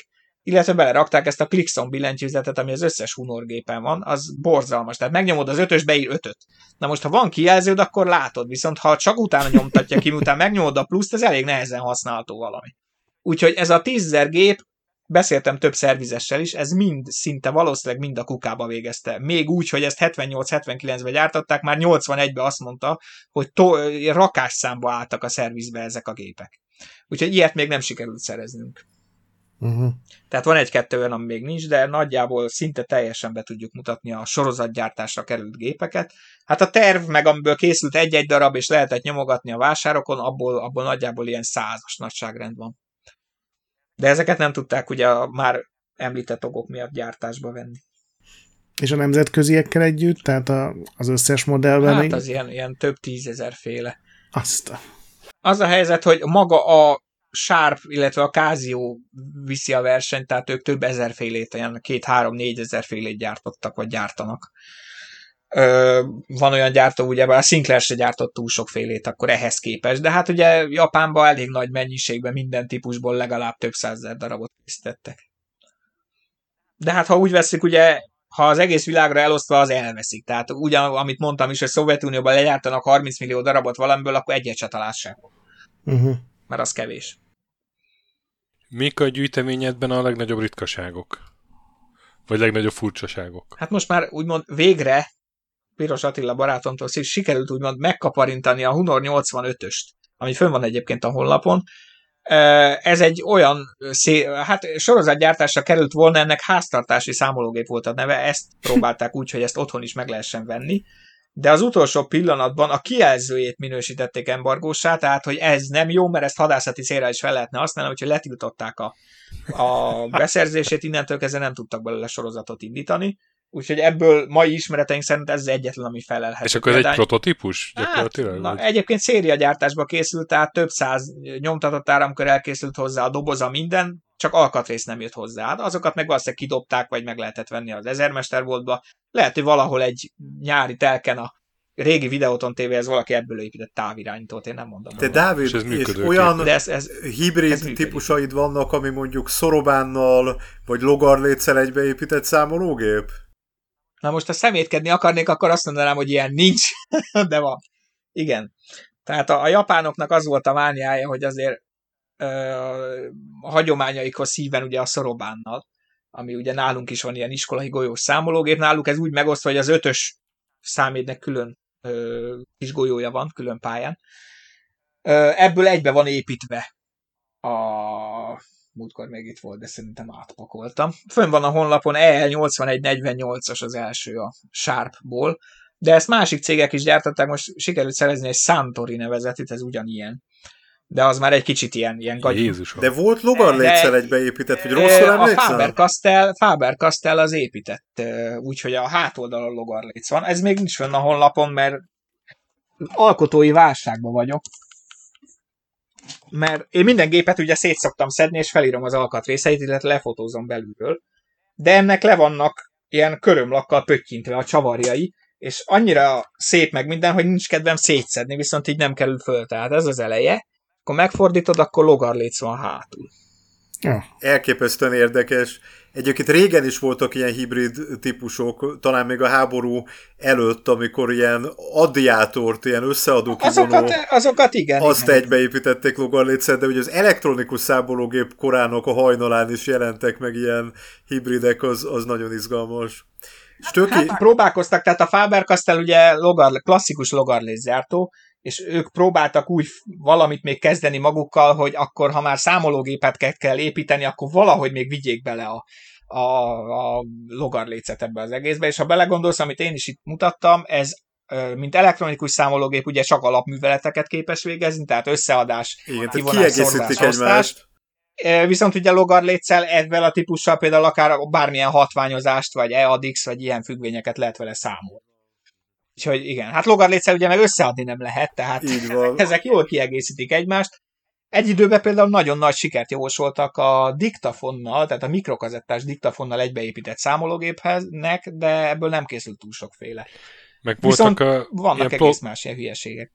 D: illetve belerakták ezt a Clixon billentyűzetet, ami az összes Hunor gépen van, az borzalmas. Tehát megnyomod az 5-ös, beír 5-öt. Na most, ha van kijelződ, akkor látod, viszont ha csak utána nyomtatja ki, miután megnyomod a pluszt, ez elég nehezen használható valami. Úgyhogy ez a 10.000 gép, beszéltem több szervizessel is, ez mind szinte valószínűleg mind a kukába végezte. Még úgy, hogy ezt 78-79-ben gyártották, már 81-ben azt mondta, hogy rakásszámba álltak a szervizbe ezek a gépek. Úgyhogy ilyet még nem sikerült szereznünk. Tehát van egy-kettő olyan, ami még nincs, de nagyjából szinte teljesen be tudjuk mutatni a sorozatgyártásra került gépeket. Hát a terv, meg amiből készült egy-egy darab, és lehetett nyomogatni a vásárokon, abból nagyjából ilyen 100-as nagyságrend van. De ezeket nem tudták ugye a már említett okok miatt gyártásba venni.
B: És a nemzetköziekkel együtt? Tehát az összes modellben?
D: Hát az ilyen több 10.000 féle.
B: Azt.
D: Az a helyzet, hogy maga a Sharp, illetve a Casio viszi a versenyt, tehát ők több ezer félét, ilyen 2-3-4 ezer félét gyártottak, vagy gyártanak. Van olyan gyártó, ugye a Sinclair se gyártott túl sok félét akkor ehhez képest, de hát ugye Japánban elég nagy mennyiségben minden típusból legalább több 100.000 darabot készítettek. De hát ha úgy veszik, ugye, ha az egész világra elosztva, az elveszik. Tehát ugyan, amit mondtam is, hogy Szovjetunióban legyártanak 30 millió darabot valamiből, akkor egyet se találsz sehol. Mert az kevés.
A: Mik a gyűjteményedben a legnagyobb ritkaságok? Vagy legnagyobb furcsaságok?
D: Hát most már úgymond végre Piros Attila barátomtól sikerült úgymond megkaparintani a Hunor 85-öst, ami fönn van egyébként a honlapon. Ez egy olyan sorozatgyártásra került volna, ennek háztartási számológép volt a neve, ezt próbálták úgy, hogy ezt otthon is meg lehessen venni, de az utolsó pillanatban a kijelzőjét minősítették embargóssá, tehát hogy ez nem jó, mert ezt hadászati célra is fel lehetne használni, úgyhogy letiltották a beszerzését, innentől kezdve nem tudtak belőle sorozatot indítani. Úgyhogy ebből mai ismereteink szerint ez az egyetlen, ami felelhető.
A: És akkor ez egy prototípus?
D: Hát, egyébként szériagyártásba készült, tehát több 100 nyomtatott áramkör elkészült hozzá, a doboza minden, csak alkatrész nem jött hozzá. Hát azokat meg valószínűleg kidobták, vagy meg lehetett venni az Ezermesterboltba. Lehet, hogy valahol egy nyári telken a régi Videóton tévéhez valaki ebből épített távirányítót, én nem mondom.
C: De Dávid, és olyan hibrid típusaid vannak, ami mondjuk Sorobánnal, vagy Logarléccel egybeépített számológép?
D: Na most, ha szemétkedni akarnék, akkor azt mondanám, hogy ilyen nincs, de van. Igen. Tehát a japánoknak az volt a mániája, hogy azért a hagyományaikhoz híven ugye a Sorobánnal, ami ugye nálunk is van ilyen iskolai golyós számológép, náluk ez úgy megosztva, hogy az 5-ös számjegynek külön kis golyója van, külön pályán. Ebből egybe van építve múltkor még itt volt, de szerintem átpakoltam. Fönn van a honlapon EL8148-as az első a Sharpból, de ezt másik cégek is gyártották, most sikerült szerezni egy Suntory nevezetűt, ez ugyanilyen. De az már egy kicsit ilyen gagyú.
C: De volt Logarléccel egybeépített, vagy rosszul emlékszem?
D: A Faber-Castell az épített, úgyhogy a hátoldalon Logarlécz van. Ez még nincs fönn a honlapon, mert alkotói válságban vagyok. Mert én minden gépet ugye szét szoktam szedni, és felírom az alkatrészeit, illetve lefotózom belülről. De ennek le vannak ilyen körömlakkal pöttyintve a csavarjai, és annyira szép meg minden, hogy nincs kedvem szétszedni, viszont így nem kerül föl. Tehát ez az eleje. Akkor megfordítod, akkor Logarlécz van hátul.
C: Ja. Elképesztően érdekes. Egyébként régen is voltak ilyen hibrid típusok, talán még a háború előtt, amikor ilyen addiátort, ilyen összeadó kivonó,
D: azokat igen.
C: Azt
D: igen.
C: egybeépítették Logarléccel, de ugye az elektronikus számológép korának a hajnalán is jelentek meg ilyen hibridek, az nagyon izgalmas.
D: Hát próbálkoztak, tehát a Faber-Castell ugye klasszikus Logarlécz gyártó, és ők próbáltak úgy valamit még kezdeni magukkal, hogy akkor, ha már számológépet kell építeni, akkor valahogy még vigyék bele a Logarlécet ebbe az egészbe, és ha belegondolsz, amit én is itt mutattam, ez mint elektronikus számológép ugye csak alapműveleteket képes végezni, tehát összeadás,
C: kivonás, szorozás, osztás.
D: Viszont ugye Logarléccel ebben a típussal például akár bármilyen hatványozást, vagy EADX, vagy ilyen függvényeket lehet vele számolni. Úgyhogy igen, hát Logarléccel ugye meg összeadni nem lehet, tehát ezek jól kiegészítik egymást. Egy időben például nagyon nagy sikert jósoltak a diktafonnal, tehát a mikrokazettás diktafonnal egybeépített számológépnek, de ebből nem készült túl sokféle.
A: Meg
D: viszont vannak egész más ilyen hülyeségek.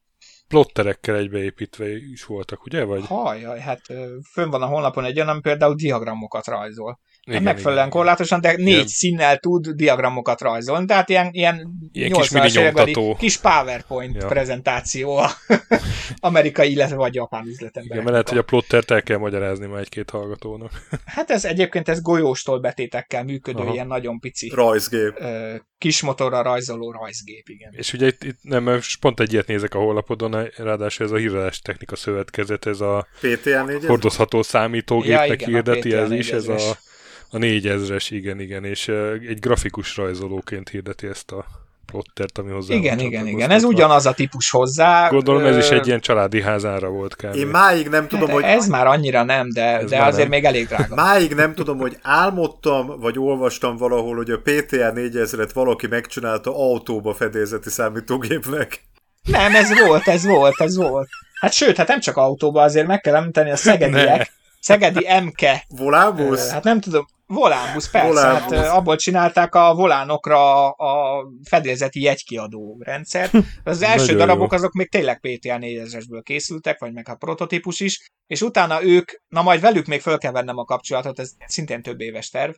A: plotterekkel egybeépítve is voltak, ugye? Vagy?
D: Hajjaj, hát fönn van a honlapon egy olyan, ami például diagramokat rajzol. Igen, megfelelően korlátosan, de 4 színnel tud diagramokat rajzolni, tehát ilyen 80-as évekbeli kis PowerPoint prezentáció a amerikai, illetve vagy japán üzletemberek.
A: Igen, mert lehet, hogy a plottert el kell magyarázni már egy-két hallgatónak.
D: Hát ez egyébként golyóstól betétekkel működő, ilyen nagyon pici
C: rajzgép.
D: Kis motorra rajzoló rajzgép, igen.
A: És ugye itt nem, pont egy ilyet nézek a honlapodon, ráadásul ez a hírálás technika szövetkezet, ez a hordozható számítógépnek hirdeti, ez is, ez a 4000-es, igen, és egy grafikus rajzolóként hirdeti ezt a plottert, ami hozzá.
D: Igen, ez ugyanaz a típus hozzá.
A: Gondolom ez is egy ilyen családi házára volt kb.
C: Én máig nem tudom, hogy...
D: Ez már annyira nem, de azért nem. Még elég drága.
C: Máig nem tudom, hogy álmodtam, vagy olvastam valahol, hogy a PTA 4000-et valaki megcsinálta autóba fedélzeti számítógépnek.
D: Nem, ez volt. Hát sőt, nem csak autóba, azért meg kell említeni a szegedi MK.
C: Volánbusz?
D: Hát nem tudom. Volánbusz, persze. Hát abból csinálták a volánokra a fedélzeti jegykiadó rendszert. Az első darabok azok még tényleg PTA 4000-esből készültek, vagy meg a prototípus is, és utána ők, na majd velük még föl kell vennem a kapcsolatot, ez szintén több éves terv.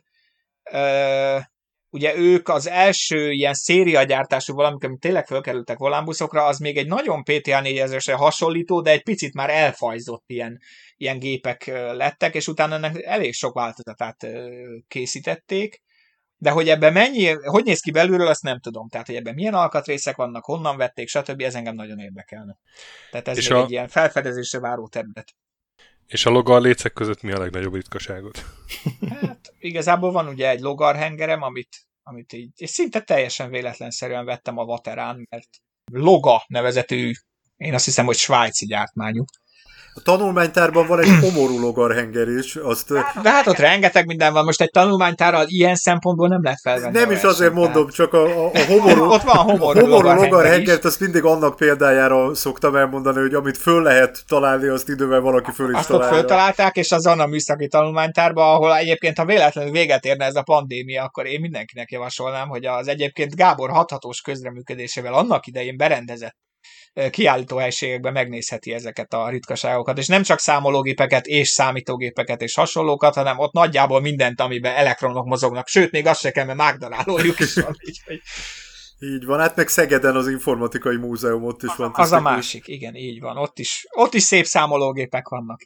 D: Ugye ők az első ilyen szériagyártású valamik, amik tényleg fölkerültek volánbuszokra, az még egy nagyon PTA 4000-esre hasonlító, de egy picit már elfajzott ilyen gépek lettek, és utána ennek elég sok változatát készítették, de hogy ebben hogy néz ki belülről, azt nem tudom. Tehát, hogy ebben milyen alkatrészek vannak, honnan vették, stb. Ez engem nagyon érdekelne. Tehát ez egy ilyen felfedezésre váró terület.
A: És a logarlécek között mi a legnagyobb ritkaságot?
D: Hát igazából van ugye egy logarhengerem, amit így, és szinte teljesen véletlenszerűen vettem a Vaterán, mert Loga nevezetű, én azt hiszem, hogy svájci gyártmányú.
C: A tanulmánytárban van egy homorú logarhenger is.
D: De hát ott rengeteg minden van. Most egy tanulmánytárral ilyen szempontból nem lehet felvenni.
C: Nem is azért mondom, csak a homorú,
D: ott van homorú
C: logarhengert, azt mindig annak példájára szoktam elmondani, hogy amit föl lehet találni, azt idővel valaki föl is találja.
D: Azt ott föltalálták, és az a műszaki tanulmánytárban, ahol egyébként, ha véletlenül véget érne ez a pandémia, akkor én mindenkinek javasolnám, hogy az egyébként Gábor hathatós közreműködésével annak idején berendezett kiállítóhelységekben megnézheti ezeket a ritkaságokat, és nem csak számológépeket és számítógépeket és hasonlókat, hanem ott nagyjából mindent, amiben elektronok mozognak, sőt, még azt se kell, mert mágdalálójuk is van.
C: Így van, hát meg Szegeden az informatikai múzeum ott is van.
D: Az a másik, igen, így van. Ott is szép számológépek vannak.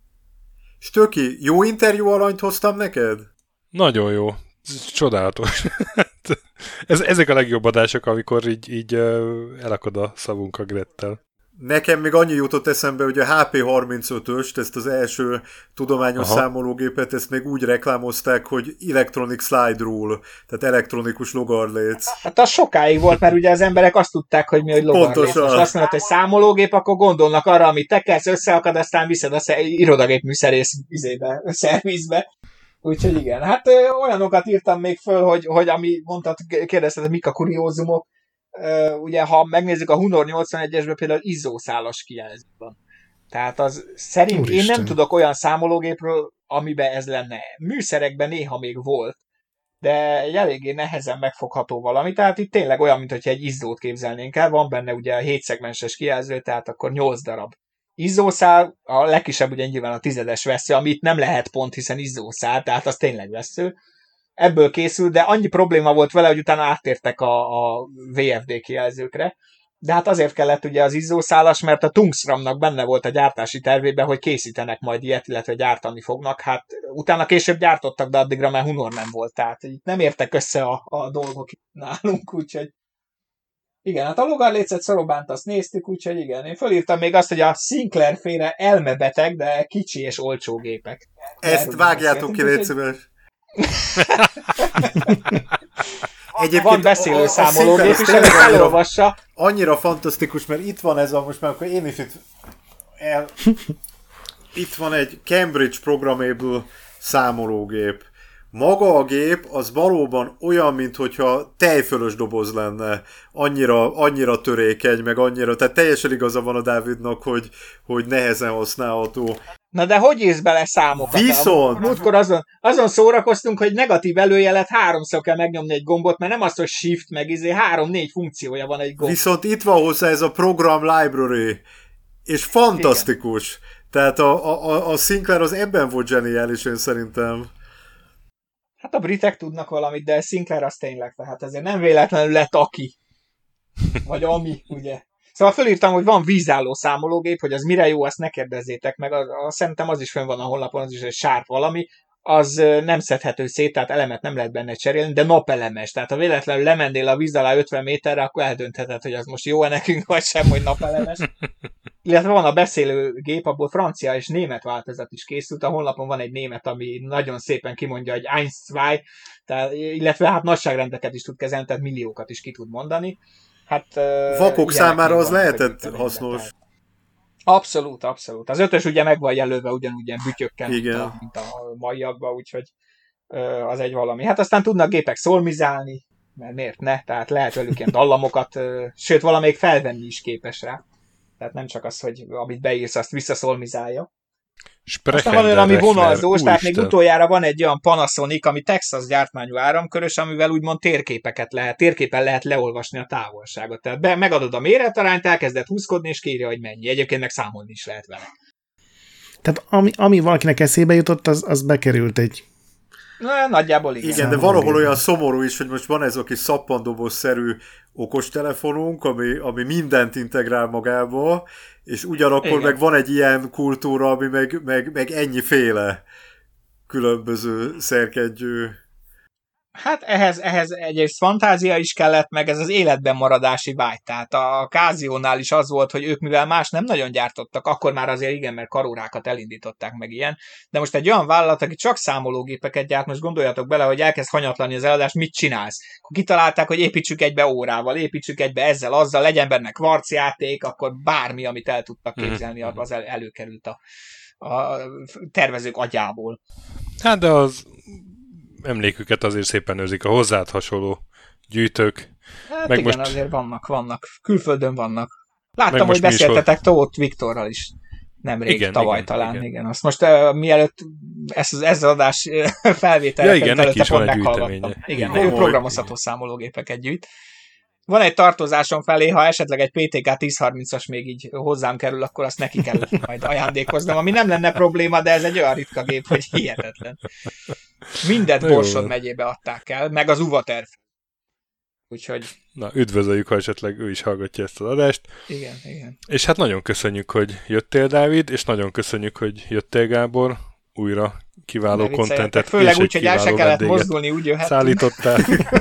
C: Stöki, jó interjú alanyt hoztam neked?
A: Nagyon jó. Csodálatos. Ezek a legjobb adások, amikor így elakad a szavunk a Grettel.
C: Nekem még annyi jutott eszembe, hogy a HP35-öst, ezt az első tudományos számológépet, ezt még úgy reklámozták, hogy Electronic Slide Rule, tehát elektronikus logarléc.
D: Hát az sokáig volt, mert ugye az emberek azt tudták, hogy mi, hogy logarléc. Most azt mondod, hogy számológép, akkor gondolnak arra, amit tekersz, összeakad, aztán viszed a irodagép műszerész szervizbe. Úgyhogy igen, hát olyanokat írtam még föl, hogy ami mondtad, kérdezted, mik a kuriózumok. Ugye, ha megnézzük a Hunor 81-esben például izzószálas kijelző van. Tehát az szerint én nem tudok olyan számológépről, amiben ez lenne. Műszerekben néha még volt, de egy eléggé nehezen megfogható valami. Tehát itt tényleg olyan, mintha egy izzót képzelnénk el. Van benne ugye a 7 szegmenses kijelző, tehát akkor 8 darab izzószál, a legkisebb ugye nyilván a 10-es vessző, amit nem lehet pont, hiszen izzószál, tehát az tényleg vessző. Ebből készül, de annyi probléma volt vele, hogy utána áttértek a VFD kijelzőkre. De hát azért kellett ugye az izzószálas, mert a Tungsramnak benne volt a gyártási tervében, hogy készítenek majd ilyet, illetve gyártani fognak. Hát utána később gyártottak, de addigra már Hunor nem volt, tehát itt nem értek össze a dolgok nálunk, úgyhogy igen, hát a logarlécet Szorobánt azt néztük, úgyhogy igen. Én fölírtam még azt, hogy a Sinclair féle elmebeteg, de kicsi és olcsó gépek.
C: Ezt vágjátok ki, légy szíves.
D: Van beszélő számológép is, amit elolvassa.
C: Annyira fantasztikus, mert itt van ez a, most már akkor én is itt van egy Cambridge Programmable számológép. Maga a gép az valóban olyan, minthogyha tejfölös doboz lenne. Annyira törékeny, meg annyira, tehát teljesen igaza van a Dávidnak, hogy nehezen használható.
D: Na de hogy írsz bele számokat?
C: Viszont!
D: Múltkor azon szórakoztunk, hogy negatív előjelet 3-szor kell megnyomni egy gombot, mert nem az, hogy shift meg 3-4 funkciója van egy gomb.
C: Viszont itt van hozzá ez a program library, és fantasztikus. Igen. Tehát a Sinclair az ebben volt zseniális, én szerintem.
D: Hát a britek tudnak valamit, de a Sinclair az tényleg, tehát ezért nem véletlenül lett aki. Vagy ami, ugye. Szóval fölírtam, hogy van vízálló számológép, hogy az mire jó, azt ne kérdezzétek meg. Szerintem az is fönn van a honlapon, az is egy sárp valami. Az nem szedhető szét, tehát elemet nem lehet benne cserélni, de napelemes. Tehát ha véletlenül lemennél a víz alá 50 méterre, akkor eldöntheted, hogy az most jó-e nekünk, vagy sem, hogy napelemes. Illetve van a beszélőgép, abból francia és német változat is készült. A honlapon van egy német, ami nagyon szépen kimondja, hogy 1-2, illetve hát nagyságrendeket is tud kezelni, tehát milliókat is ki tud mondani. Hát,
C: vakok számára az lehetett hasznos.
D: Abszolút, abszolút. Az 5-ös ugye meg van jelölve ugyanúgy ilyen bütyökkel, mint a maiakban, úgyhogy az egy valami. Hát aztán tudnak gépek szolmizálni, mert miért ne? Tehát lehet velük ilyen dallamokat, sőt valamelyik felvenni is képes rá. Tehát nem csak az, hogy amit beírsz, azt visszaszolmizálja. Aztán van olyan, ami vonalzós, tehát még utoljára van egy olyan Panasonic, ami Texas gyártmányú áramkörös, amivel úgymond térképen lehet leolvasni a távolságot. Tehát megadod a méretarányt, elkezded húzkodni, és kiírja, hogy mennyi. Egyébként meg számolni is lehet vele.
B: Tehát ami valakinek eszébe jutott, az bekerült egy...
D: Na, nagyjából igen.
C: Igen, de valahol olyan szomorú is, hogy most van ez a kis szappandoboz-szerű okostelefonunk, ami mindent integrál magába, és ugyanakkor igen. Meg van egy ilyen kultúra, ami meg ennyiféle különböző szerkedjű.
D: Hát ehhez egyrészt fantázia is kellett, meg ez az életben maradási vágy. Tehát a Casio-nál is az volt, hogy ők mivel más nem nagyon gyártottak, akkor már azért igen, mert karórákat elindították meg ilyen. De most egy olyan vállalat, aki csak számológépeket gyárt, most gondoljatok bele, hogy elkezd hanyatlani az eladást, mit csinálsz? Akkor kitalálták, hogy építsük egybe órával, építsük egybe ezzel, azzal, legyen benne kvarcjáték, akkor bármi, amit el tudtak képzelni, az előkerült a tervezők agyából.
A: Hát de az emléküket azért szépen őrzik a hozzád hasonló gyűjtők.
D: Hát meg igen, most... azért vannak. Külföldön vannak. Láttam, hogy beszéltetek Tóth Viktorral is nemrég, igen, tavaly igen, talán. Igen. Azt most mielőtt ez az adás felvételre előtte pont meghallgattam. Igen, ő programozható számológépeket gyűjt. Van egy tartozásom felé, ha esetleg egy PTK 1030-as még így hozzám kerül, akkor azt neki kell majd ajándékoznom, ami nem lenne probléma, de ez egy olyan ritka gép, hogy hihetetlen. Mindent Borsod megyébe adták el, meg az UVA terv. Úgyhogy...
A: Na, üdvözöljük, ha esetleg ő is hallgatja ezt az adást.
D: Igen, igen.
A: És hát nagyon köszönjük, hogy jöttél, Dávid, és nagyon köszönjük, hogy jöttél, Gábor. Újra kiváló kontentet.
D: Főleg úgy, hogy el se kellett mozdulni, úgy jöhettünk.
A: Szállítottál.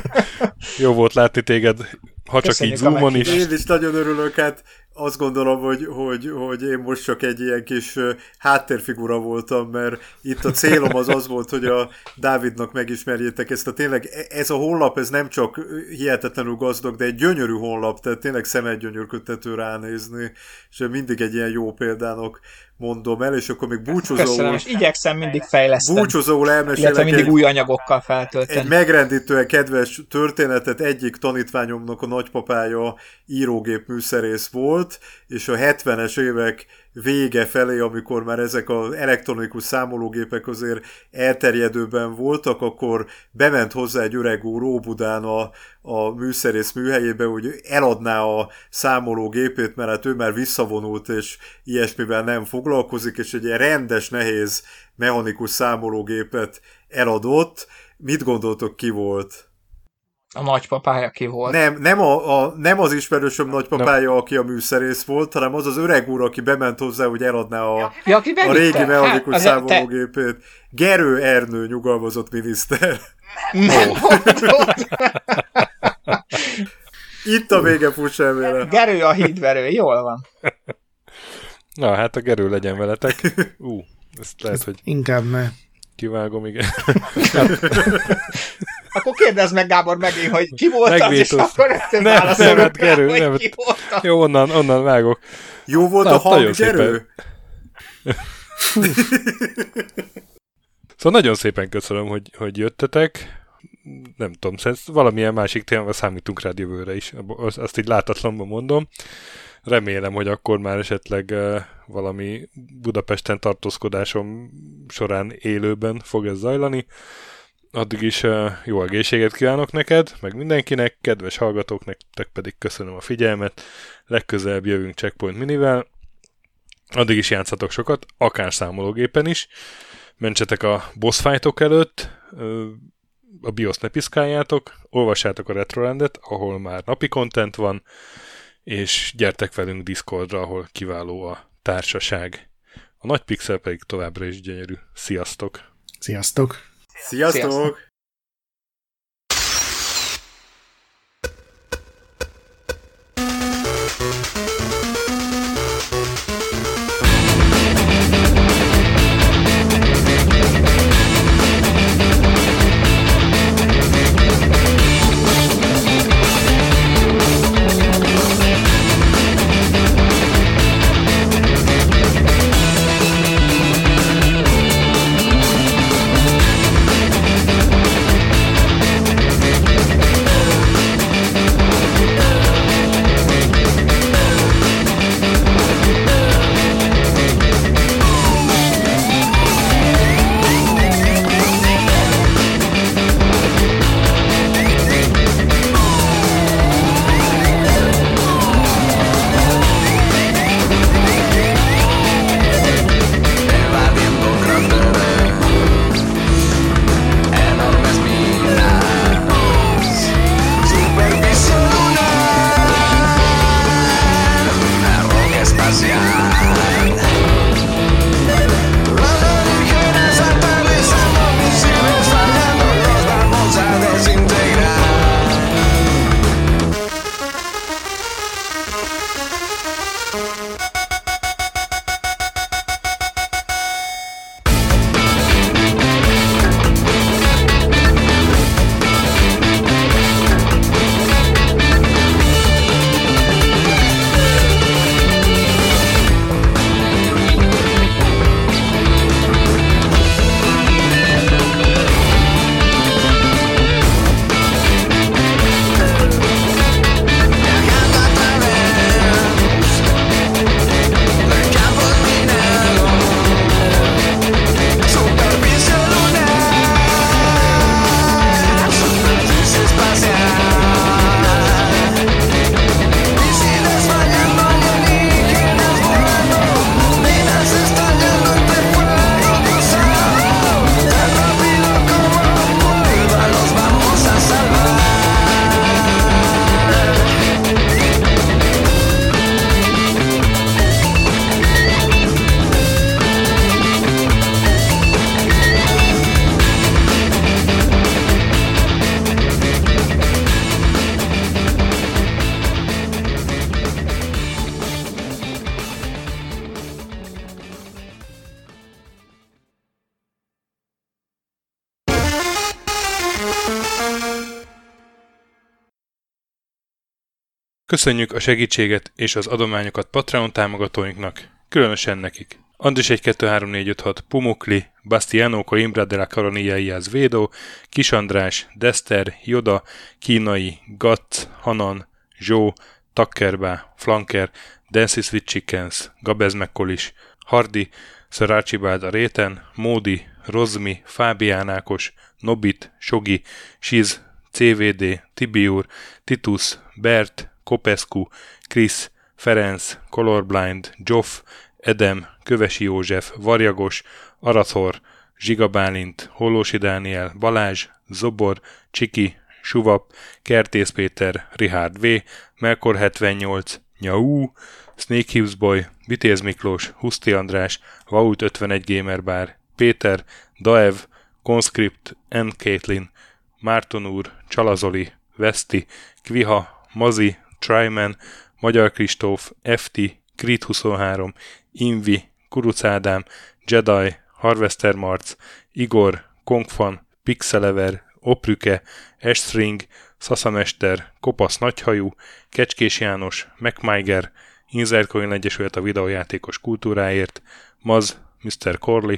A: Jó volt látni téged, ha csak köszönjük így Zoomon is.
C: Én is nagyon örülök, hát azt gondolom, hogy én most csak egy ilyen kis háttérfigura voltam, mert itt a célom az volt, hogy a Dávidnak megismerjétek ezt a tényleg, ez a honlap, ez nem csak hihetetlenül gazdag, de egy gyönyörű honlap, tehát tényleg szemedgyönyörködtető ránézni, és mindig egy ilyen jó példának mondom el, és akkor még búcsúzóul...
D: Köszönöm, és igyekszem mindig fejleszteni.
C: Búcsúzóul elmesélek
D: illetve mindig új anyagokkal feltölteni.
C: Egy megrendítően kedves történetet, egyik tanítványomnak a nagypapája írógép műszerész volt, és a 70-es évek vége felé, amikor már ezek az elektronikus számológépek azért elterjedőben voltak, akkor bement hozzá egy öreg úr Óbudán a műszerész műhelyébe, hogy eladná a számológépét, mert hát ő már visszavonult, és ilyesmivel nem foglalkozik, és egy ilyen rendes, nehéz mechanikus számológépet eladott. Mit gondoltok, ki volt?
D: A nagypapája ki volt?
C: Nem az ismerősöm nagypapája, aki a műszerész volt, hanem az öreg úr, aki bement hozzá, hogy eladná a régi mechanikus számológépét. Gerő Ernő nyugalmazott miniszter. Itt a vége, Fuss-elmére.
D: Gerő a hídverő, jól van.
A: Na, hát a Gerő legyen veletek. Ezt lehet, hogy...
B: Inkább ne.
A: Kivágom, igen.
D: Akkor kérdezd meg, Gábor, megint, hogy ki volt az, és akkor rögtön válaszolok rá, hogy ki volt az.
A: Jó, onnan vágok.
C: Jó volt a hang, Gerő?
A: Szóval nagyon szépen köszönöm, hogy jöttetek. nem tudom, valamilyen másik témával számítunk rád jövőre is. Azt így látatlanban mondom. Remélem, hogy akkor már esetleg valami Budapesten tartózkodásom során élőben fog ez zajlani. Addig is jó egészséget kívánok neked, meg mindenkinek, kedves hallgatók, nektek pedig köszönöm a figyelmet. Legközelebb jövünk Checkpoint Minivel. Addig is játszatok sokat, akár számológépen is. Mentsetek a boss fightok előtt, a BIOS ne piszkáljátok, olvassátok a Retrolandet, ahol már napi content van, és gyertek velünk Discordra, ahol kiváló a társaság. A nagy pixel pedig továbbra is gyönyörű. Sziasztok!
B: Sziasztok!
C: Sziasztok!
A: Köszönjük a segítséget és az adományokat Patreon támogatóinknak, különösen nekik. Andris 1-2-3-4-5-6, Pumukli, Bastiano, Coimbra de la Coronilla y Azvedo, Kis András, Dester, Joda, Kínai, Gatz, Hanan, Zsó, Takkerbá, Flanker, Dancy Sweet Chickens, Gabez Mekkolis, Hardi, Sir Archibald a Réten, Módi, Rozmi, Fábián Ákos, Nobit, Sogi, Siz, CVD, Tibiur, Titus, Bert, Kopescu, Krisz, Ferenc, Colorblind, Joff, Edem, Kövesi József, Varjagos, Arathor, Zsiga Bálint, Hollósi Dániel, Balázs, Zobor, Csiki, Suvap, Kertész Péter, Richard V, Melkor 78, Nyau, Snake Hughes Boy, Vitéz Miklós, Huszti András, Vault 51 Gamer Bar, Péter, Daev, Conscript, N. Caitlin, Márton úr, Csalazoli, Veszti, Kviha, Mazi, Tryman, Magyar Kristóf, FT, Creed 23, Invi, Kuruc Ádám, Jedi, Harvester Marc, Igor, Kongfan, Pixelever, Oprüke, Estring, Szaszamester, Kopasz Nagyhajú, Kecskés János, MacMiger, Insert Coin Egyesület a videójátékos kultúráért, Maz, Mr. Corley,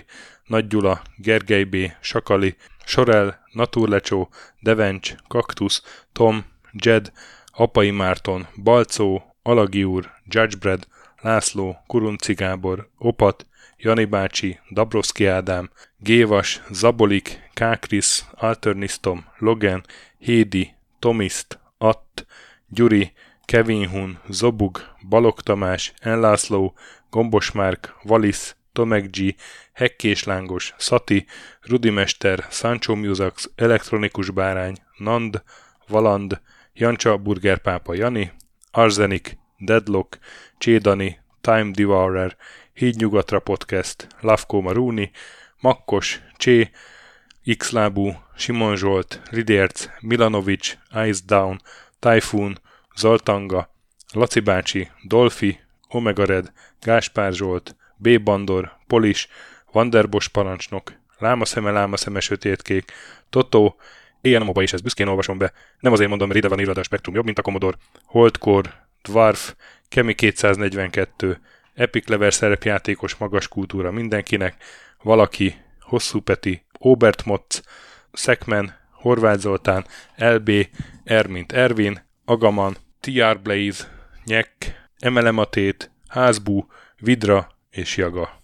A: Nagy Gyula, Gergely B., Sakali, Sorel, Naturlecsó, Devencs, Kaktusz, Tom, Jed, Apai Márton, Balcó, Alagi úr, Judgebred, László, Kurunci Gábor, Opat, Jani bácsi, Dabrowski Ádám, Gévas, Zabolik, Kákris, Alternisztom, Logan, Hédi, Tomiszt, Att, Gyuri, Kevin Hun, Zobug, Balog Tamás, Enlászló, Gombos Márk, Valisz, Tomek G, Hekkés Lángos, Szati, Rudimester, Sancho Musax, Elektronikus Bárány, Nand, Valand, Jancsa Burgerpápa Jani, Arzenik, Deadlock, Csédani, Time Devourer, Hídnyugatra Podcast, Lavko Maruni, Makkos, Csé, Xlábú, Simon Zsolt, Ridérc, Milanovic, Ice Down, Typhoon, Zoltanga, Laci bácsi, Dolfi, Omega Red, Gáspár Zsolt, B. Bandor, Polis, Vanderbos parancsnok, Lámaszeme sötétkék, Totó, éjjel-namoba is ezt büszkén olvasom be, nem azért mondom, mert ide van írva, a Spektrum jobb, mint a Commodore, Holdcore, Dwarf, Kemi 242, Epic Level szerepjátékos magas kultúra mindenkinek, Valaki, Hosszú Peti, Obert Motz, Szekmen, Horváth Zoltán, LB, Ermint Ervin, Agaman, TR Blaze, Nyek, Emelematét, Házbú, Vidra és Jaga.